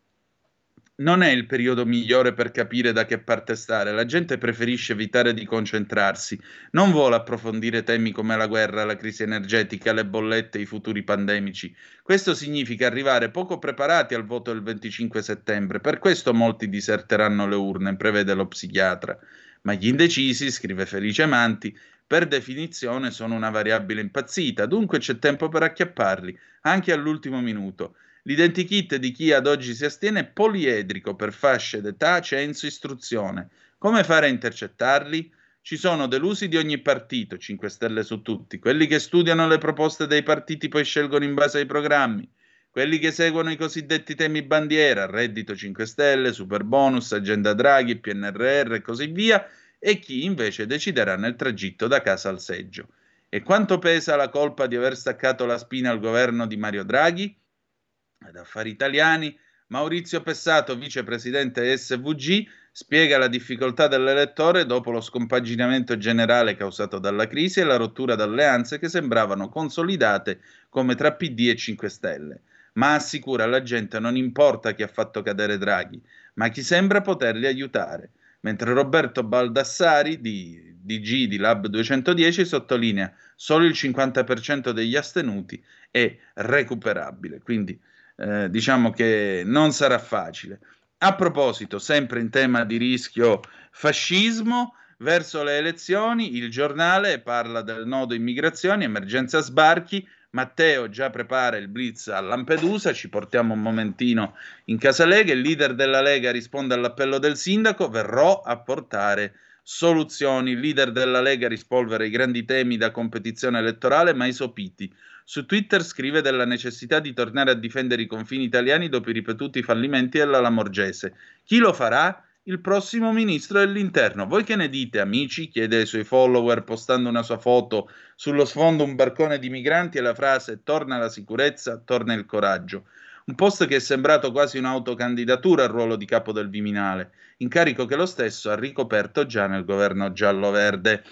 Non è il periodo migliore per capire da che parte stare. La gente preferisce evitare di concentrarsi, non vuole approfondire temi come la guerra, la crisi energetica, le bollette, i futuri pandemici. Questo significa arrivare poco preparati al voto del venticinque settembre. Per questo molti diserteranno le urne, prevede lo psichiatra. Ma gli indecisi, scrive Felice Manti, per definizione sono una variabile impazzita, dunque c'è tempo per acchiapparli, anche all'ultimo minuto. L'identikit di chi ad oggi si astiene è poliedrico per fasce d'età, censo, istruzione. Come fare a intercettarli? Ci sono delusi di ogni partito, cinque Stelle su tutti, quelli che studiano le proposte dei partiti poi scelgono in base ai programmi, quelli che seguono i cosiddetti temi bandiera, reddito cinque Stelle, super bonus, agenda Draghi, P N R R e così via, e chi invece deciderà nel tragitto da casa al seggio. E quanto pesa la colpa di aver staccato la spina al governo di Mario Draghi? Ad Affari Italiani, Maurizio Pessato, vicepresidente S V G, spiega la difficoltà dell'elettore dopo lo scompaginamento generale causato dalla crisi e la rottura d'alleanze che sembravano consolidate come tra P D e cinque Stelle. Ma assicura alla gente non importa chi ha fatto cadere Draghi, ma chi sembra poterli aiutare. Mentre Roberto Baldassari, di D G di Lab duecentodieci, sottolinea solo il cinquanta per cento degli astenuti è recuperabile, quindi eh, diciamo che non sarà facile. A proposito, sempre in tema di rischio fascismo, verso le elezioni, Il Giornale parla del nodo immigrazioni, emergenza sbarchi. Matteo già prepara il blitz a Lampedusa, ci portiamo un momentino in casa Lega, il leader della Lega risponde all'appello del sindaco, verrò a portare soluzioni, il leader della Lega rispolvera i grandi temi da competizione elettorale mai sopiti. Su Twitter scrive della necessità di tornare a difendere i confini italiani dopo i ripetuti fallimenti della Lamorgese. Chi lo farà? Il prossimo ministro dell'interno. Voi che ne dite, amici? Chiede ai suoi follower postando una sua foto, sullo sfondo un barcone di migranti e la frase torna la sicurezza, torna il coraggio. Un post che è sembrato quasi un'autocandidatura al ruolo di capo del Viminale, incarico che lo stesso ha ricoperto già nel governo giallo-verde.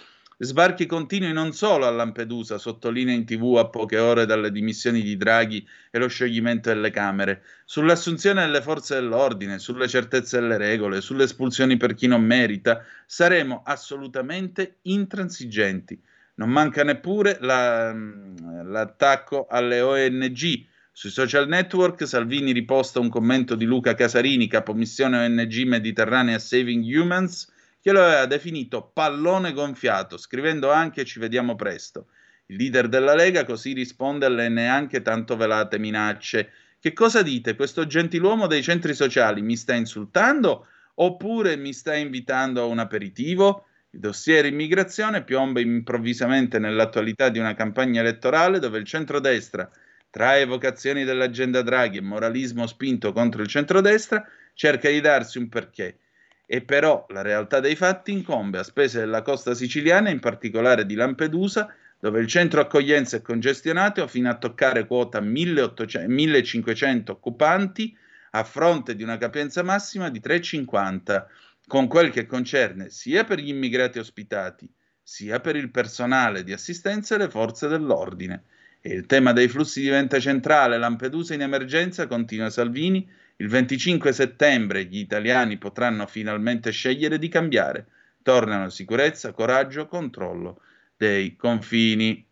Sbarchi continui non solo a Lampedusa, sottolinea in tv a poche ore dalle dimissioni di Draghi e lo scioglimento delle Camere, sull'assunzione delle forze dell'ordine, sulle certezze delle regole, sulle espulsioni per chi non merita, saremo assolutamente intransigenti. Non manca neppure la, l'attacco alle O N G. Sui social network Salvini riposta un commento di Luca Casarini, capomissione O N G Mediterranea Saving Humans, che lo aveva definito pallone gonfiato, scrivendo anche ci vediamo presto. Il leader della Lega così risponde alle neanche tanto velate minacce. Che cosa dite? Questo gentiluomo dei centri sociali mi sta insultando oppure mi sta invitando a un aperitivo? Il dossier immigrazione piomba improvvisamente nell'attualità di una campagna elettorale dove il centrodestra, tra evocazioni dell'agenda Draghi e moralismo spinto contro il centrodestra, cerca di darsi un perché. E però la realtà dei fatti incombe a spese della costa siciliana, in particolare di Lampedusa, dove il centro accoglienza è congestionato fino a toccare quota millecinquecento occupanti a fronte di una capienza massima di trecentocinquanta, con quel che concerne sia per gli immigrati ospitati, sia per il personale di assistenza e le forze dell'ordine. E il tema dei flussi diventa centrale. Lampedusa in emergenza, continua Salvini. Il venticinque settembre gli italiani potranno finalmente scegliere di cambiare. Tornano sicurezza, coraggio, controllo dei confini.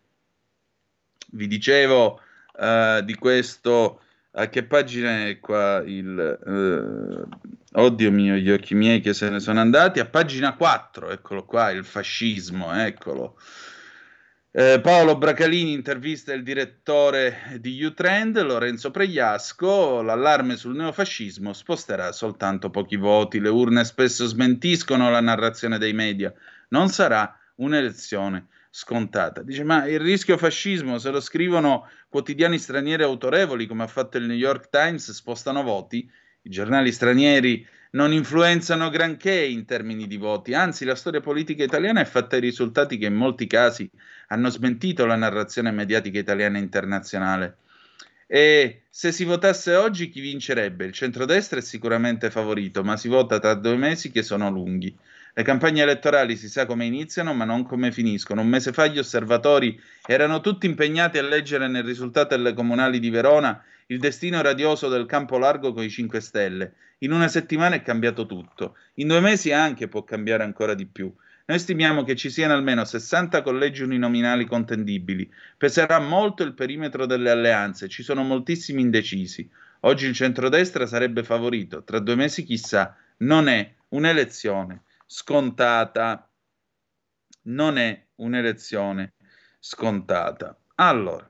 Vi dicevo uh, di questo, a che pagina è qua il... Uh, oddio mio, gli occhi miei che se ne sono andati. A pagina quattro, eccolo qua, il fascismo, eccolo. Eh, Paolo Bracalini intervista il direttore di U-Trend, Lorenzo Pregliasco. L'allarme sul neofascismo sposterà soltanto pochi voti. Le urne spesso smentiscono la narrazione dei media. Non sarà un'elezione scontata. Dice, ma il rischio fascismo, se lo scrivono quotidiani stranieri autorevoli, come ha fatto il New York Times, spostano voti? I giornali stranieri non influenzano granché in termini di voti, anzi la storia politica italiana è fatta di risultati che in molti casi hanno smentito la narrazione mediatica italiana e internazionale. E se si votasse oggi chi vincerebbe? Il centrodestra è sicuramente favorito, ma si vota tra due mesi che sono lunghi. Le campagne elettorali si sa come iniziano, ma non come finiscono. Un mese fa gli osservatori erano tutti impegnati a leggere nel risultato delle comunali di Verona il destino radioso del campo largo con i cinque Stelle. In una settimana è cambiato tutto. In due mesi anche può cambiare ancora di più. Noi stimiamo che ci siano almeno sessanta collegi uninominali contendibili. Peserà molto il perimetro delle alleanze, ci sono moltissimi indecisi. Oggi il centrodestra sarebbe favorito, tra due mesi chissà. Non è un'elezione scontata. Non è un'elezione scontata. Allora,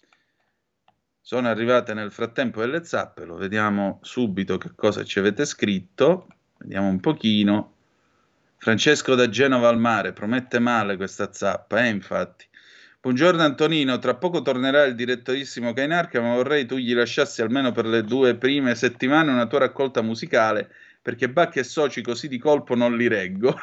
sono arrivate nel frattempo delle zappe, lo vediamo subito che cosa ci avete scritto. Vediamo un pochino. Francesco da Genova al mare, promette male questa zappa, eh, infatti. Buongiorno Antonino, tra poco tornerà il direttorissimo Cainarca, ma vorrei tu gli lasciassi almeno per le due prime settimane una tua raccolta musicale, perché Bacchi e Soci così di colpo non li reggo.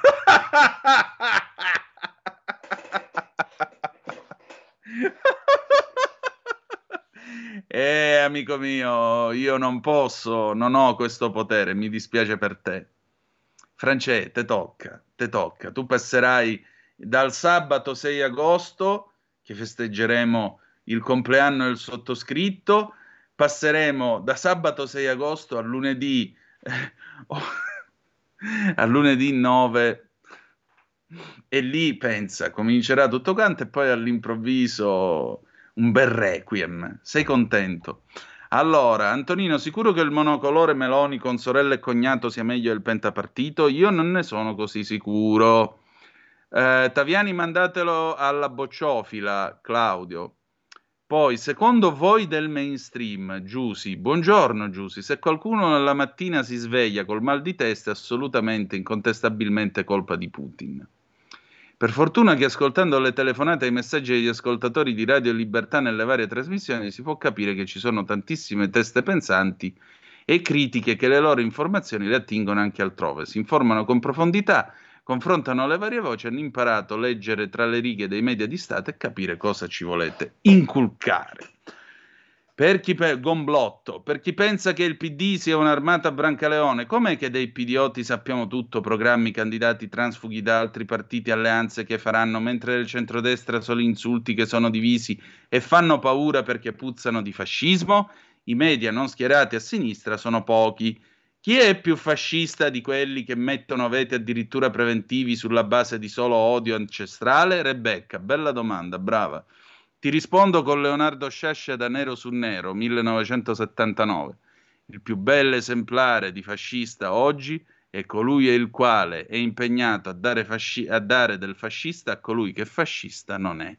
Eh, amico mio, io non posso, non ho questo potere, mi dispiace per te. France, te tocca, te tocca. Tu passerai dal sabato sei agosto, che festeggeremo il compleanno del sottoscritto, passeremo da sabato sei agosto a lunedì, eh, oh, a lunedì nove, e lì, pensa, comincerà tutto quanto e poi all'improvviso un bel requiem. Sei contento? Allora, Antonino, sicuro che il monocolore Meloni con sorella e cognato sia meglio del pentapartito? Io non ne sono così sicuro. Eh, Taviani, mandatelo alla bocciofila, Claudio. Poi, secondo voi del mainstream, Giusy, buongiorno Giusy, se qualcuno la mattina si sveglia col mal di testa è assolutamente, incontestabilmente colpa di Putin. Per fortuna che ascoltando le telefonate e i messaggi degli ascoltatori di Radio Libertà nelle varie trasmissioni si può capire che ci sono tantissime teste pensanti e critiche che le loro informazioni le attingono anche altrove. Si informano con profondità, confrontano le varie voci, hanno imparato a leggere tra le righe dei media di Stato e capire cosa ci volete inculcare. Per chi pe- Gomblotto, per chi pensa che il P D sia un'armata Brancaleone, com'è che dei pidioti sappiamo tutto, programmi, candidati, transfughi da altri partiti, alleanze che faranno, mentre nel centrodestra solo insulti che sono divisi e fanno paura perché puzzano di fascismo? I media non schierati a sinistra sono pochi. Chi è più fascista di quelli che mettono veti addirittura preventivi sulla base di solo odio ancestrale? Rebecca, bella domanda, brava. Ti rispondo con Leonardo Sciascia da Nero su Nero, millenovecentosettantanove. Il più bello esemplare di fascista oggi è colui il quale è impegnato a dare, fasci- a dare del fascista a colui che fascista non è.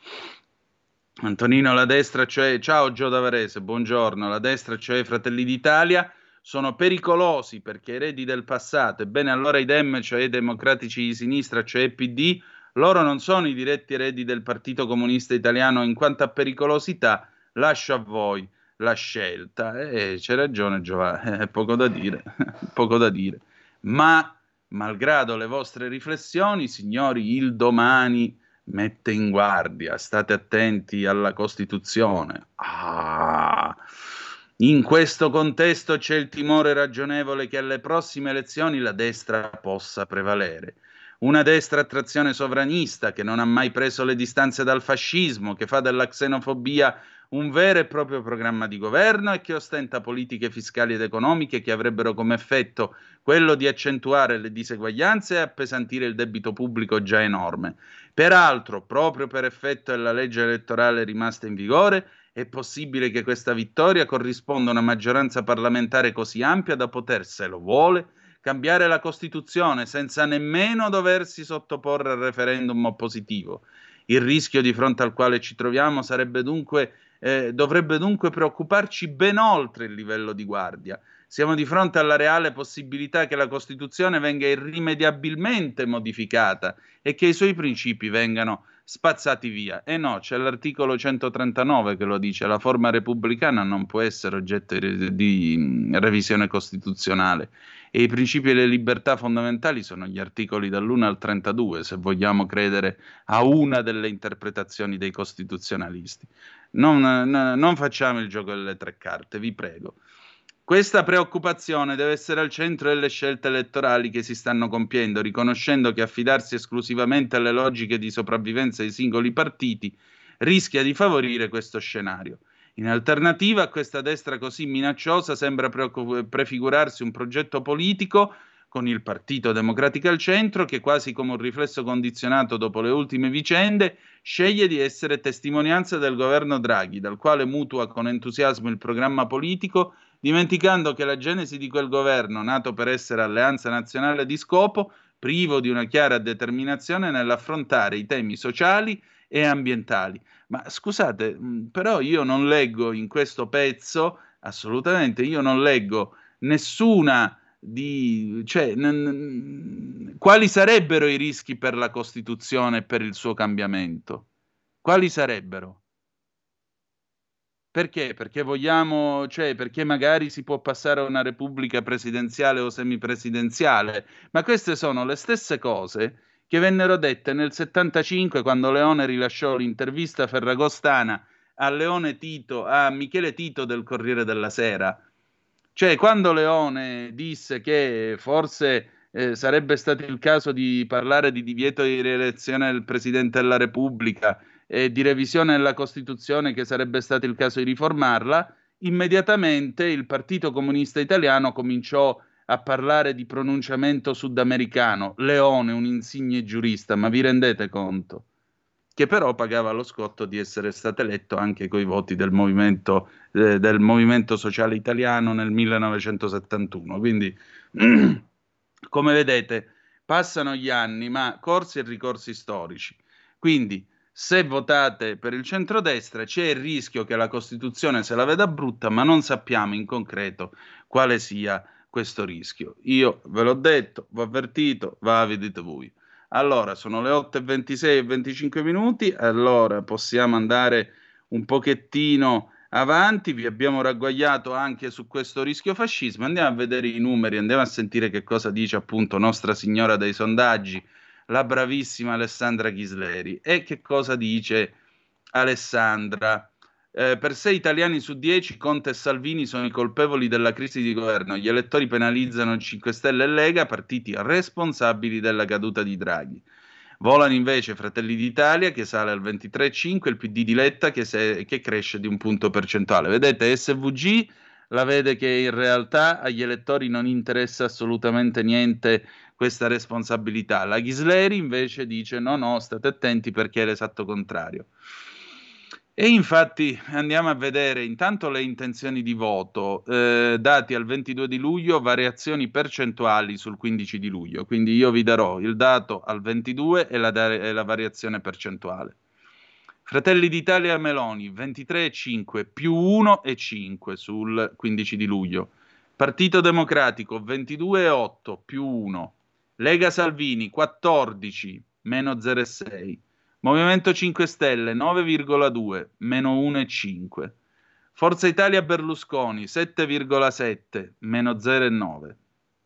Antonino, la destra, cioè, ciao Gio Davarese, buongiorno, la destra, cioè Fratelli d'Italia, sono pericolosi perché eredi del passato, ebbene allora i Dem, cioè i democratici di sinistra, cioè P D, loro non sono i diretti eredi del Partito Comunista Italiano, in quanto a pericolosità lascio a voi la scelta. E eh, c'è ragione Giovanni, è poco da dire, poco da dire. Ma, malgrado le vostre riflessioni, signori, il domani mette in guardia, state attenti alla Costituzione. Ah, in questo contesto c'è il timore ragionevole che alle prossime elezioni la destra possa prevalere. Una destra a trazione sovranista che non ha mai preso le distanze dal fascismo, che fa della xenofobia un vero e proprio programma di governo e che ostenta politiche fiscali ed economiche che avrebbero come effetto quello di accentuare le diseguaglianze e appesantire il debito pubblico già enorme. Peraltro, proprio per effetto della legge elettorale rimasta in vigore, è possibile che questa vittoria corrisponda a una maggioranza parlamentare così ampia da poter, se lo vuole, cambiare la Costituzione senza nemmeno doversi sottoporre al referendum oppositivo. Il rischio di fronte al quale ci troviamo sarebbe dunque, eh, dovrebbe dunque preoccuparci ben oltre il livello di guardia. Siamo di fronte alla reale possibilità che la Costituzione venga irrimediabilmente modificata e che i suoi principi vengano spazzati via. E no, c'è l'articolo centotrentanove che lo dice, la forma repubblicana non può essere oggetto di, di revisione costituzionale e i principi e le libertà fondamentali sono gli articoli dall'uno al trentadue, se vogliamo credere a una delle interpretazioni dei costituzionalisti. Non, no, non facciamo il gioco delle tre carte, vi prego. Questa preoccupazione deve essere al centro delle scelte elettorali che si stanno compiendo, riconoscendo che affidarsi esclusivamente alle logiche di sopravvivenza dei singoli partiti rischia di favorire questo scenario. In alternativa a questa destra così minacciosa sembra preoccup- prefigurarsi un progetto politico con il Partito Democratico al centro che, quasi come un riflesso condizionato dopo le ultime vicende, sceglie di essere testimonianza del governo Draghi, dal quale mutua con entusiasmo il programma politico, dimenticando che la genesi di quel governo, nato per essere alleanza nazionale di scopo, privo di una chiara determinazione nell'affrontare i temi sociali e ambientali. Ma scusate, però io non leggo in questo pezzo, assolutamente, io non leggo nessuna di, cioè, n- quali sarebbero i rischi per la Costituzione e per il suo cambiamento? Quali sarebbero? Perché? Perché vogliamo, cioè, perché magari si può passare a una repubblica presidenziale o semipresidenziale, ma queste sono le stesse cose che vennero dette nel settantacinque quando Leone rilasciò l'intervista ferragostana a Leone Tito, a Michele Tito del Corriere della Sera. Cioè, quando Leone disse che forse eh, sarebbe stato il caso di parlare di divieto di rielezione del Presidente della Repubblica e di revisione della Costituzione, che sarebbe stato il caso di riformarla, immediatamente il Partito Comunista Italiano cominciò a parlare di pronunciamento sudamericano. Leone, un insigne giurista, ma vi rendete conto? Che però pagava lo scotto di essere stato eletto anche coi voti del movimento, eh, del movimento sociale italiano nel millenovecentosettantuno. Quindi, come vedete, passano gli anni, ma corsi e ricorsi storici. Quindi, se votate per il centrodestra, c'è il rischio che la Costituzione se la veda brutta, ma non sappiamo in concreto quale sia questo rischio. Io ve l'ho detto, vi ho avvertito, va, vedete voi. Allora, sono le otto e ventisei e venticinque minuti, allora possiamo andare un pochettino avanti, vi abbiamo ragguagliato anche su questo rischio fascismo, andiamo a vedere i numeri, andiamo a sentire che cosa dice appunto Nostra Signora dei sondaggi, la bravissima Alessandra Ghisleri. E che cosa dice Alessandra? Eh, per sei italiani su dieci Conte e Salvini sono i colpevoli della crisi di governo. Gli elettori penalizzano cinque Stelle e Lega, partiti responsabili della caduta di Draghi. Volano invece Fratelli d'Italia, che sale al ventitré virgola cinque, il P D di Letta che, se, che cresce di un punto percentuale. Vedete, S V G la vede che in realtà agli elettori non interessa assolutamente niente questa responsabilità. La Ghisleri invece dice no, no, state attenti perché è l'esatto contrario. E infatti andiamo a vedere intanto le intenzioni di voto, eh, dati al ventidue di luglio, variazioni percentuali sul quindici di luglio, quindi io vi darò il dato al ventidue e la, e la variazione percentuale. Fratelli d'Italia Meloni, ventitré virgola cinque più uno virgola cinque sul quindici di luglio. Partito Democratico, ventidue virgola otto più uno. Lega Salvini, quattordici meno zero virgola sei. Movimento cinque Stelle nove virgola due meno uno virgola cinque. Forza Italia Berlusconi sette virgola sette meno zero virgola nove.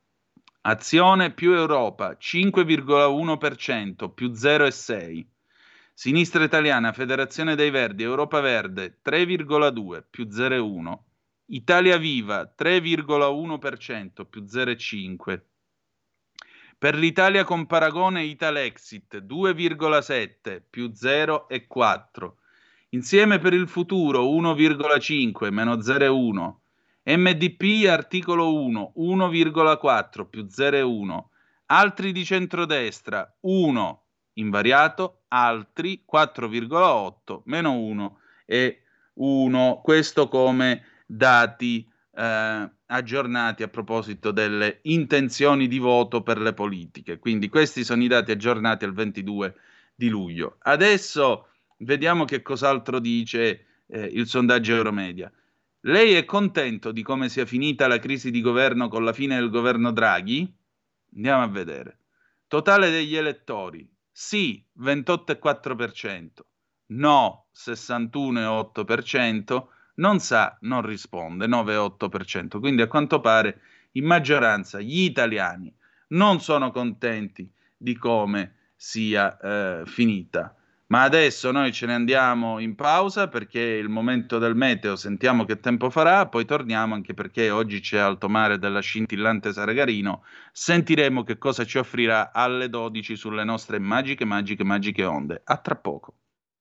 Azione più Europa cinque virgola uno per cento più zero virgola sei. Sinistra Italiana Federazione dei Verdi Europa Verde tre virgola due più zero virgola uno. Italia Viva tre virgola uno per cento più zero virgola cinque. Per l'Italia con paragone Italexit due virgola sette più zero virgola quattro. Insieme per il futuro uno virgola cinque meno zero virgola uno. M D P articolo uno uno virgola quattro più zero virgola uno. Altri di centrodestra uno invariato, altri quattro virgola otto meno uno e uno. Questo come dati eh, aggiornati a proposito delle intenzioni di voto per le politiche. Quindi questi sono i dati aggiornati al ventidue di luglio. Adesso vediamo che cos'altro dice eh, il sondaggio Euromedia. Lei è contento di come sia finita la crisi di governo con la fine del governo Draghi? Andiamo a vedere. Totale degli elettori. Sì, ventotto virgola quattro per cento. No, sessantuno virgola otto per cento. Non sa, non risponde, nove virgola otto per cento. Quindi a quanto pare in maggioranza gli italiani non sono contenti di come sia eh, finita. Ma adesso noi ce ne andiamo in pausa perché è il momento del meteo, sentiamo che tempo farà, poi torniamo anche perché oggi c'è alto mare della scintillante Saragarino, sentiremo che cosa ci offrirà alle dodici sulle nostre magiche, magiche, magiche onde. A tra poco.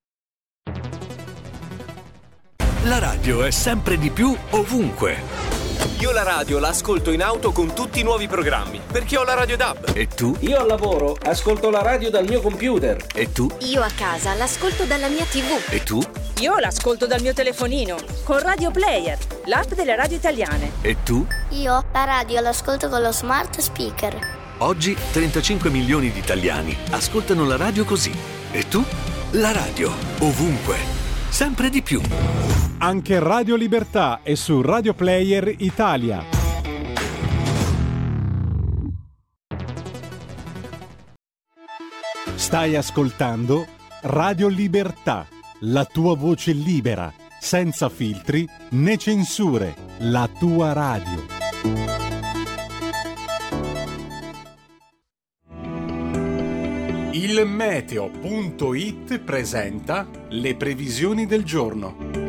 La radio è sempre di più ovunque. Io la radio la ascolto in auto con tutti i nuovi programmi, perché ho la Radio D A B. E tu? Io al lavoro ascolto la radio dal mio computer. E tu? Io a casa l'ascolto dalla mia tivù. E tu? Io l'ascolto dal mio telefonino, con Radio Player, l'app delle radio italiane. E tu? Io la radio l'ascolto con lo smart speaker. Oggi trentacinque milioni di italiani ascoltano la radio così. E tu? La radio, ovunque, sempre di più. Anche Radio Libertà è su Radio Player Italia. Stai ascoltando Radio Libertà, la tua voce libera, senza filtri né censure, la tua radio. Il meteo punto it presenta le previsioni del giorno.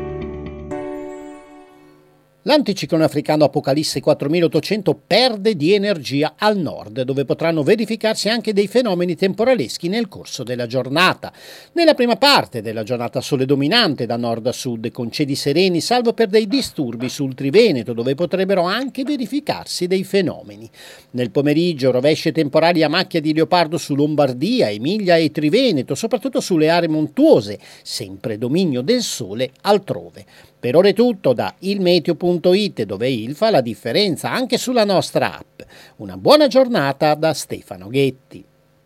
L'anticiclone africano Apocalisse quattromilaottocento perde di energia al nord, dove potranno verificarsi anche dei fenomeni temporaleschi nel corso della giornata. Nella prima parte della giornata sole dominante da nord a sud, con cieli sereni, salvo per dei disturbi sul Triveneto, dove potrebbero anche verificarsi dei fenomeni. Nel pomeriggio rovesce temporali a macchia di leopardo su Lombardia, Emilia e Triveneto, soprattutto sulle aree montuose, sempre dominio del sole altrove. Per ora è tutto da ilmeteo punto it, dove il fa la differenza anche sulla nostra app. Una buona giornata da Stefano Ghetti.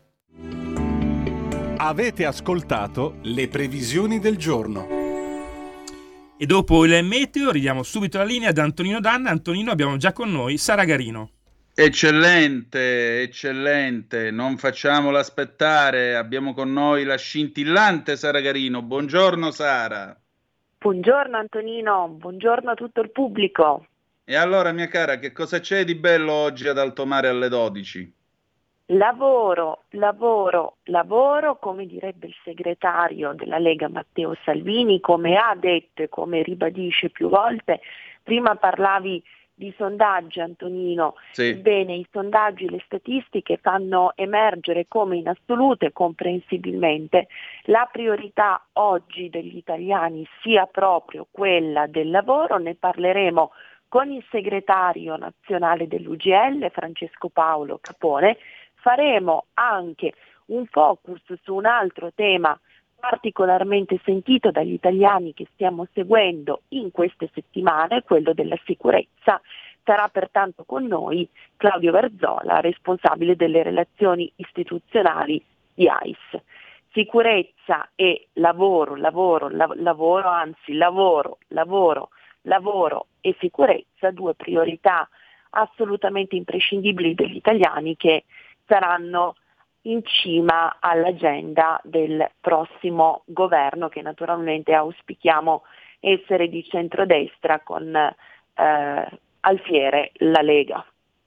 Avete ascoltato le previsioni del giorno. E dopo il meteo ridiamo subito la linea ad Antonino Danna. Antonino, abbiamo già con noi Saragarino. Eccellente, eccellente, non facciamola aspettare, abbiamo con noi la scintillante Saragarino. Buongiorno Sara. Buongiorno Antonino, buongiorno a tutto il pubblico. E allora mia cara, che cosa c'è di bello oggi ad Alto Mare alle dodici? Lavoro, lavoro, lavoro, come direbbe il segretario della Lega Matteo Salvini, come ha detto e come ribadisce più volte. Prima parlavi di sondaggi, Antonino. Sì. Ebbene, i sondaggi, le statistiche fanno emergere come in assoluto e comprensibilmente la priorità oggi degli italiani sia proprio quella del lavoro. Ne parleremo con il segretario nazionale dell'U G L, Francesco Paolo Capone. Faremo anche un focus su un altro tema particolarmente sentito dagli italiani che stiamo seguendo in queste settimane, quello della sicurezza. Sarà pertanto con noi Claudio Verzola, responsabile delle relazioni istituzionali di A I S. Sicurezza e lavoro, lavoro, lav- lavoro, anzi lavoro, lavoro, lavoro e sicurezza, due priorità assolutamente imprescindibili degli italiani che saranno in cima all'agenda del prossimo governo, che naturalmente auspichiamo essere di centrodestra con eh, alfiere la Lega.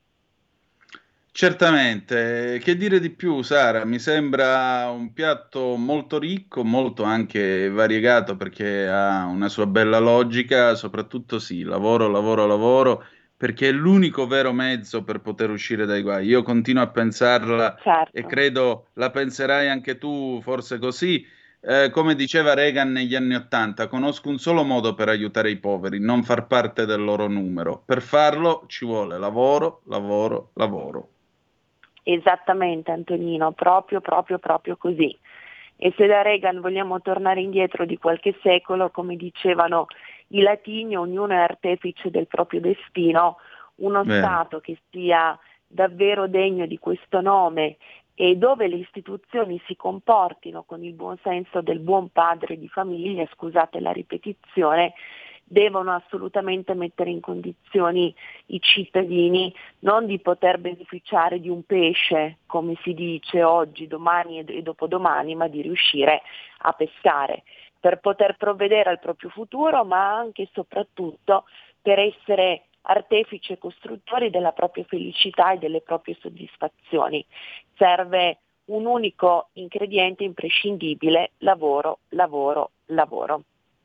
Certamente, che dire di più, Sara? Mi sembra un piatto molto ricco, molto anche variegato, perché ha una sua bella logica, soprattutto sì, lavoro, lavoro, lavoro, perché è l'unico vero mezzo per poter uscire dai guai. Io continuo a pensarla, certo. E credo la penserai anche tu, forse così, eh, come diceva Reagan negli anni Ottanta: conosco un solo modo per aiutare i poveri, non far parte del loro numero. Per farlo ci vuole lavoro, lavoro, lavoro. Esattamente, Antonino, proprio, proprio, proprio così. E se da Reagan vogliamo tornare indietro di qualche secolo, come dicevano i latini, ognuno è artefice del proprio destino, uno Beh. Stato che sia davvero degno di questo nome e dove le istituzioni si comportino con il buon senso del buon padre di famiglia, scusate la ripetizione, devono assolutamente mettere in condizioni i cittadini non di poter beneficiare di un pesce, come si dice oggi, domani e dopodomani, ma di riuscire a pescare, per poter provvedere al proprio futuro, ma anche e soprattutto per essere artefici e costruttori della propria felicità e delle proprie soddisfazioni. Serve un unico ingrediente imprescindibile: lavoro, lavoro, lavoro.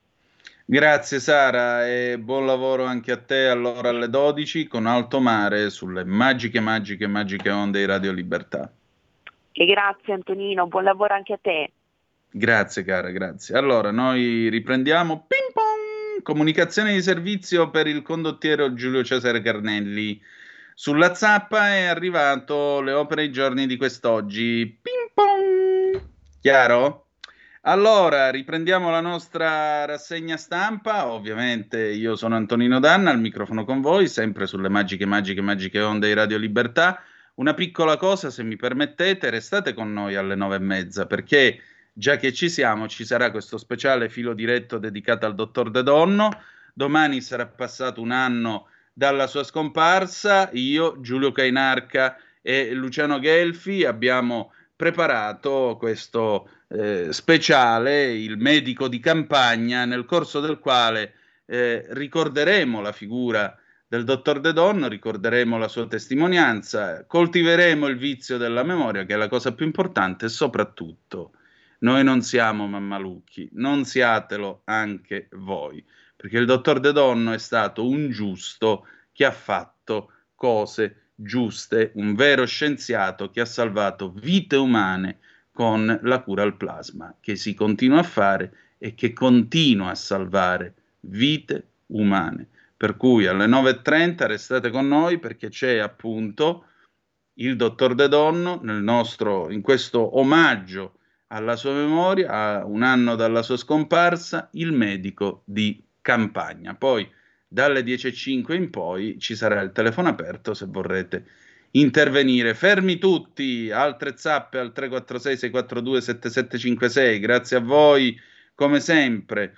Grazie Sara e buon lavoro anche a te. Allora alle dodici con Alto Mare sulle magiche, magiche, magiche onde di Radio Libertà. E grazie Antonino, buon lavoro anche a te. Grazie cara, grazie. Allora noi riprendiamo. Ping pong! Comunicazione di servizio per il condottiero Giulio Cesare Carnelli. Sulla zappa è arrivato le opere e i giorni di quest'oggi. Ping pong! Chiaro? Allora, riprendiamo la nostra rassegna stampa. Ovviamente io sono Antonino Danna, al microfono con voi, sempre sulle magiche, magiche, magiche onde di Radio Libertà. Una piccola cosa, se mi permettete, restate con noi alle nove e mezza, perché già che ci siamo, ci sarà questo speciale filo diretto dedicato al dottor De Donno. Domani sarà passato un anno dalla sua scomparsa. Io, Giulio Cainarca e Luciano Gelfi abbiamo preparato questo eh, speciale, il medico di campagna, nel corso del quale eh, ricorderemo la figura del dottor De Donno, ricorderemo la sua testimonianza, coltiveremo il vizio della memoria, che è la cosa più importante, e soprattutto noi non siamo mammalucchi, non siatelo anche voi, perché il dottor De Donno è stato un giusto che ha fatto cose giuste, un vero scienziato che ha salvato vite umane con la cura al plasma, che si continua a fare e che continua a salvare vite umane. Per cui alle nove e trenta restate con noi, perché c'è appunto il dottor De Donno nel nostro, in questo omaggio alla sua memoria, a un anno dalla sua scomparsa, il medico di campagna. Poi dalle dieci e cinque in poi ci sarà il telefono aperto se vorrete intervenire. Fermi tutti, altre zappe al tre quattro sei sei quattro due sette sette cinque sei. Grazie a voi come sempre.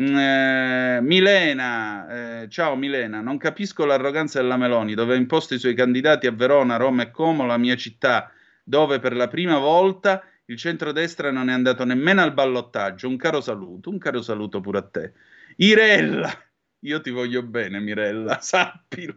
Eh, Milena, eh, ciao Milena, non capisco l'arroganza della Meloni, dove ha imposto i suoi candidati a Verona, Roma e Como, la mia città, dove per la prima volta il centrodestra non è andato nemmeno al ballottaggio. Un caro saluto, un caro saluto pure a te. Irella, io ti voglio bene Mirella, sappilo.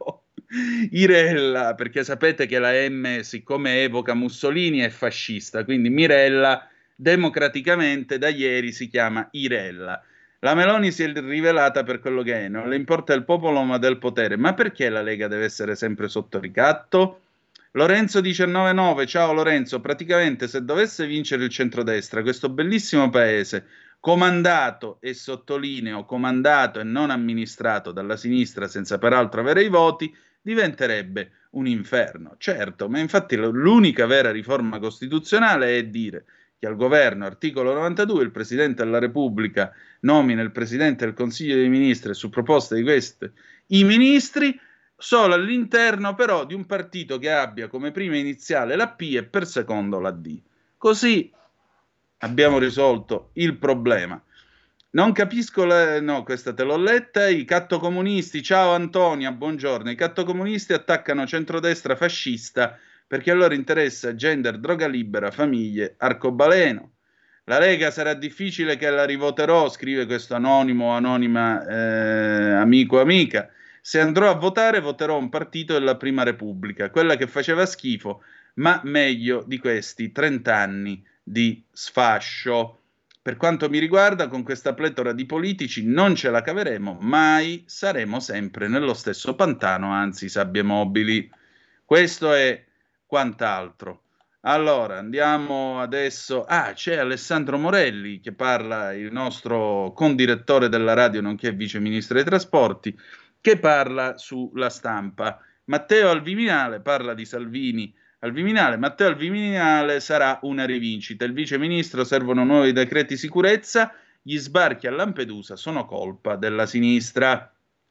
Irella, perché sapete che la M, siccome evoca Mussolini, è fascista, quindi Mirella democraticamente da ieri si chiama Irella. La Meloni si è rivelata per quello che è, non le importa il popolo ma del potere. Ma perché la Lega deve essere sempre sotto ricatto? Lorenzo diciannove nove, ciao Lorenzo, praticamente se dovesse vincere il centrodestra, questo bellissimo paese, comandato, e sottolineo comandato e non amministrato dalla sinistra senza peraltro avere i voti, diventerebbe un inferno. Certo, ma infatti l'unica vera riforma costituzionale è dire che al governo, articolo novantadue, il Presidente della Repubblica nomina il Presidente del Consiglio dei Ministri su proposta di questi i ministri, solo all'interno però di un partito che abbia come prima iniziale la P e per secondo la D. Così abbiamo risolto il problema. Non capisco, la... no, questa te l'ho letta, i cattocomunisti, ciao Antonia, buongiorno, i cattocomunisti attaccano centrodestra fascista perché a loro interessa gender, droga libera, famiglie, arcobaleno. La Lega sarà difficile che la rivoterò, scrive questo anonimo, anonima, eh, amico, amica. Se andrò a votare, voterò un partito della Prima Repubblica, quella che faceva schifo, ma meglio di questi trent'anni di sfascio. Per quanto mi riguarda, con questa pletora di politici non ce la caveremo, mai saremo sempre nello stesso pantano, anzi sabbie mobili. Questo è quant'altro. Allora, andiamo adesso... Ah, c'è Alessandro Morelli che parla, il nostro condirettore della radio, nonché vice ministro dei trasporti, che parla sulla Stampa. Matteo al Viminale parla di Salvini al Viminale. Matteo al Viminale sarà una rivincita. Il vice ministro, servono nuovi decreti sicurezza, gli sbarchi a Lampedusa sono colpa della sinistra.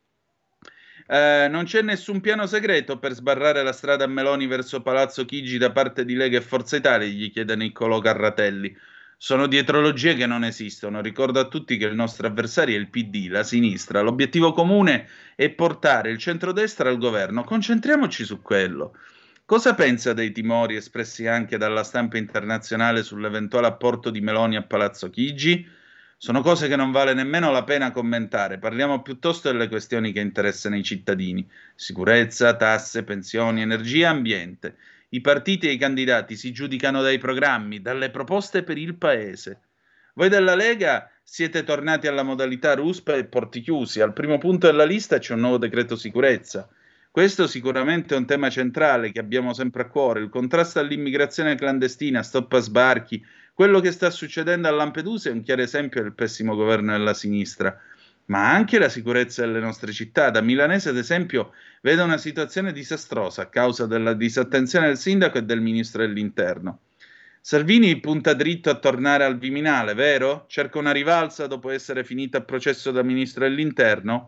Eh, non c'è nessun piano segreto per sbarrare la strada a Meloni verso Palazzo Chigi da parte di Lega e Forza Italia, gli chiede Niccolò Carratelli. Sono dietrologie che non esistono. Ricordo a tutti che il nostro avversario è il P D, la sinistra. L'obiettivo comune è portare il centrodestra al governo. Concentriamoci su quello. Cosa pensa dei timori espressi anche dalla stampa internazionale sull'eventuale apporto di Meloni a Palazzo Chigi? Sono cose che non vale nemmeno la pena commentare. Parliamo piuttosto delle questioni che interessano i cittadini. Sicurezza, tasse, pensioni, energia, ambiente. I partiti e i candidati si giudicano dai programmi, dalle proposte per il paese. Voi della Lega siete tornati alla modalità ruspa e porti chiusi. Al primo punto della lista c'è un nuovo decreto sicurezza. Questo sicuramente è un tema centrale che abbiamo sempre a cuore, il contrasto all'immigrazione clandestina, stop a sbarchi. Quello che sta succedendo a Lampedusa è un chiaro esempio del pessimo governo della sinistra, ma anche la sicurezza delle nostre città. Da milanese, ad esempio, vedo una situazione disastrosa a causa della disattenzione del sindaco e del ministro dell'interno. Salvini punta dritto a tornare al Viminale, vero? Cerca una rivalsa dopo essere finita a processo da ministro dell'interno?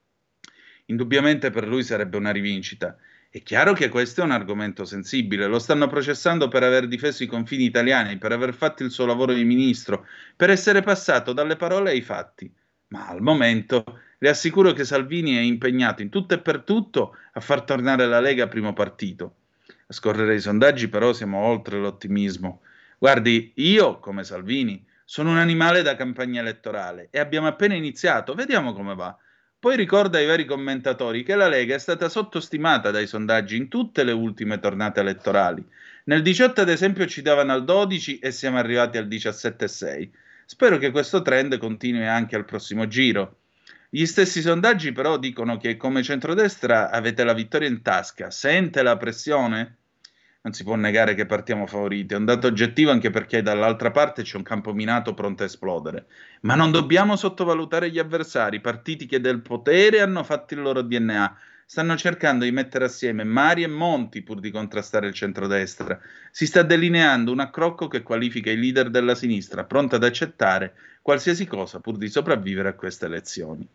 Indubbiamente per lui sarebbe una rivincita. È chiaro che questo è un argomento sensibile, lo stanno processando per aver difeso i confini italiani, per aver fatto il suo lavoro di ministro, per essere passato dalle parole ai fatti. Ma al momento le assicuro che Salvini è impegnato in tutto e per tutto a far tornare la Lega primo partito. A scorrere i sondaggi però siamo oltre l'ottimismo. Guardi, io come Salvini sono un animale da campagna elettorale e abbiamo appena iniziato, vediamo come va. Poi ricorda ai vari commentatori che la Lega è stata sottostimata dai sondaggi in tutte le ultime tornate elettorali. Nel diciotto, ad esempio, ci davano al dodici e siamo arrivati al diciassette virgola sei. Spero che questo trend continui anche al prossimo giro. Gli stessi sondaggi però dicono che come centrodestra avete la vittoria in tasca. Sente la pressione? Non si può negare che partiamo favoriti, è un dato oggettivo anche perché dall'altra parte c'è un campo minato pronto a esplodere. Ma non dobbiamo sottovalutare gli avversari, partiti che del potere hanno fatto il loro D N A, stanno cercando di mettere assieme mari e monti pur di contrastare il centrodestra. Si sta delineando un accrocco che qualifica i leader della sinistra, pronta ad accettare qualsiasi cosa pur di sopravvivere a queste elezioni.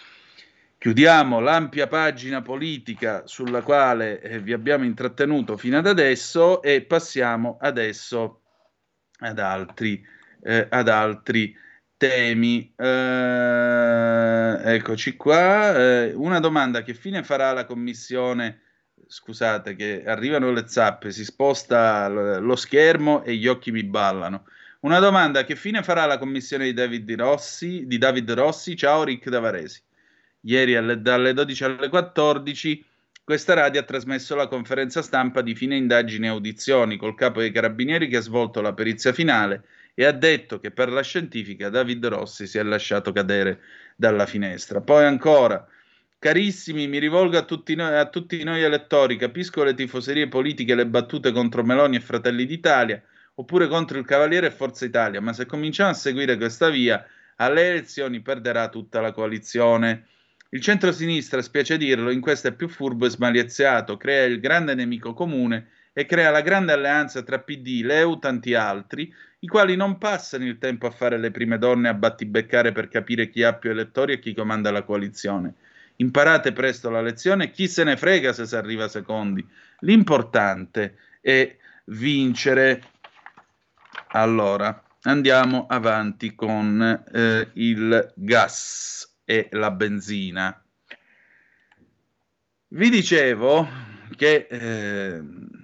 Chiudiamo l'ampia pagina politica sulla quale eh, vi abbiamo intrattenuto fino ad adesso e passiamo adesso ad altri, eh, ad altri temi. Eh, eccoci qua. Eh, una domanda: che fine farà la commissione? Scusate che arrivano le zappe, si sposta l- lo schermo e gli occhi mi ballano. Una domanda: che fine farà la commissione di David Rossi? Di David Rossi? Ciao Rick da Varesi. Ieri alle, dalle dodici alle quattordici questa radio ha trasmesso la conferenza stampa di fine indagini e audizioni col capo dei carabinieri che ha svolto la perizia finale e ha detto che per la scientifica David Rossi si è lasciato cadere dalla finestra. Poi ancora, carissimi, mi rivolgo a tutti noi, a tutti noi elettori, capisco le tifoserie politiche e le battute contro Meloni e Fratelli d'Italia, oppure contro il Cavaliere e Forza Italia, ma se cominciamo a seguire questa via, alle elezioni perderà tutta la coalizione. Il centro-sinistra, spiace dirlo, in questo è più furbo e smaliziato, crea il grande nemico comune e crea la grande alleanza tra P D, L E U, tanti altri, i quali non passano il tempo a fare le prime donne a battibeccare per capire chi ha più elettori e chi comanda la coalizione. Imparate presto la lezione, chi se ne frega se si arriva secondi. L'importante è vincere. Allora, andiamo avanti con eh, il gas e la benzina. Vi dicevo che eh,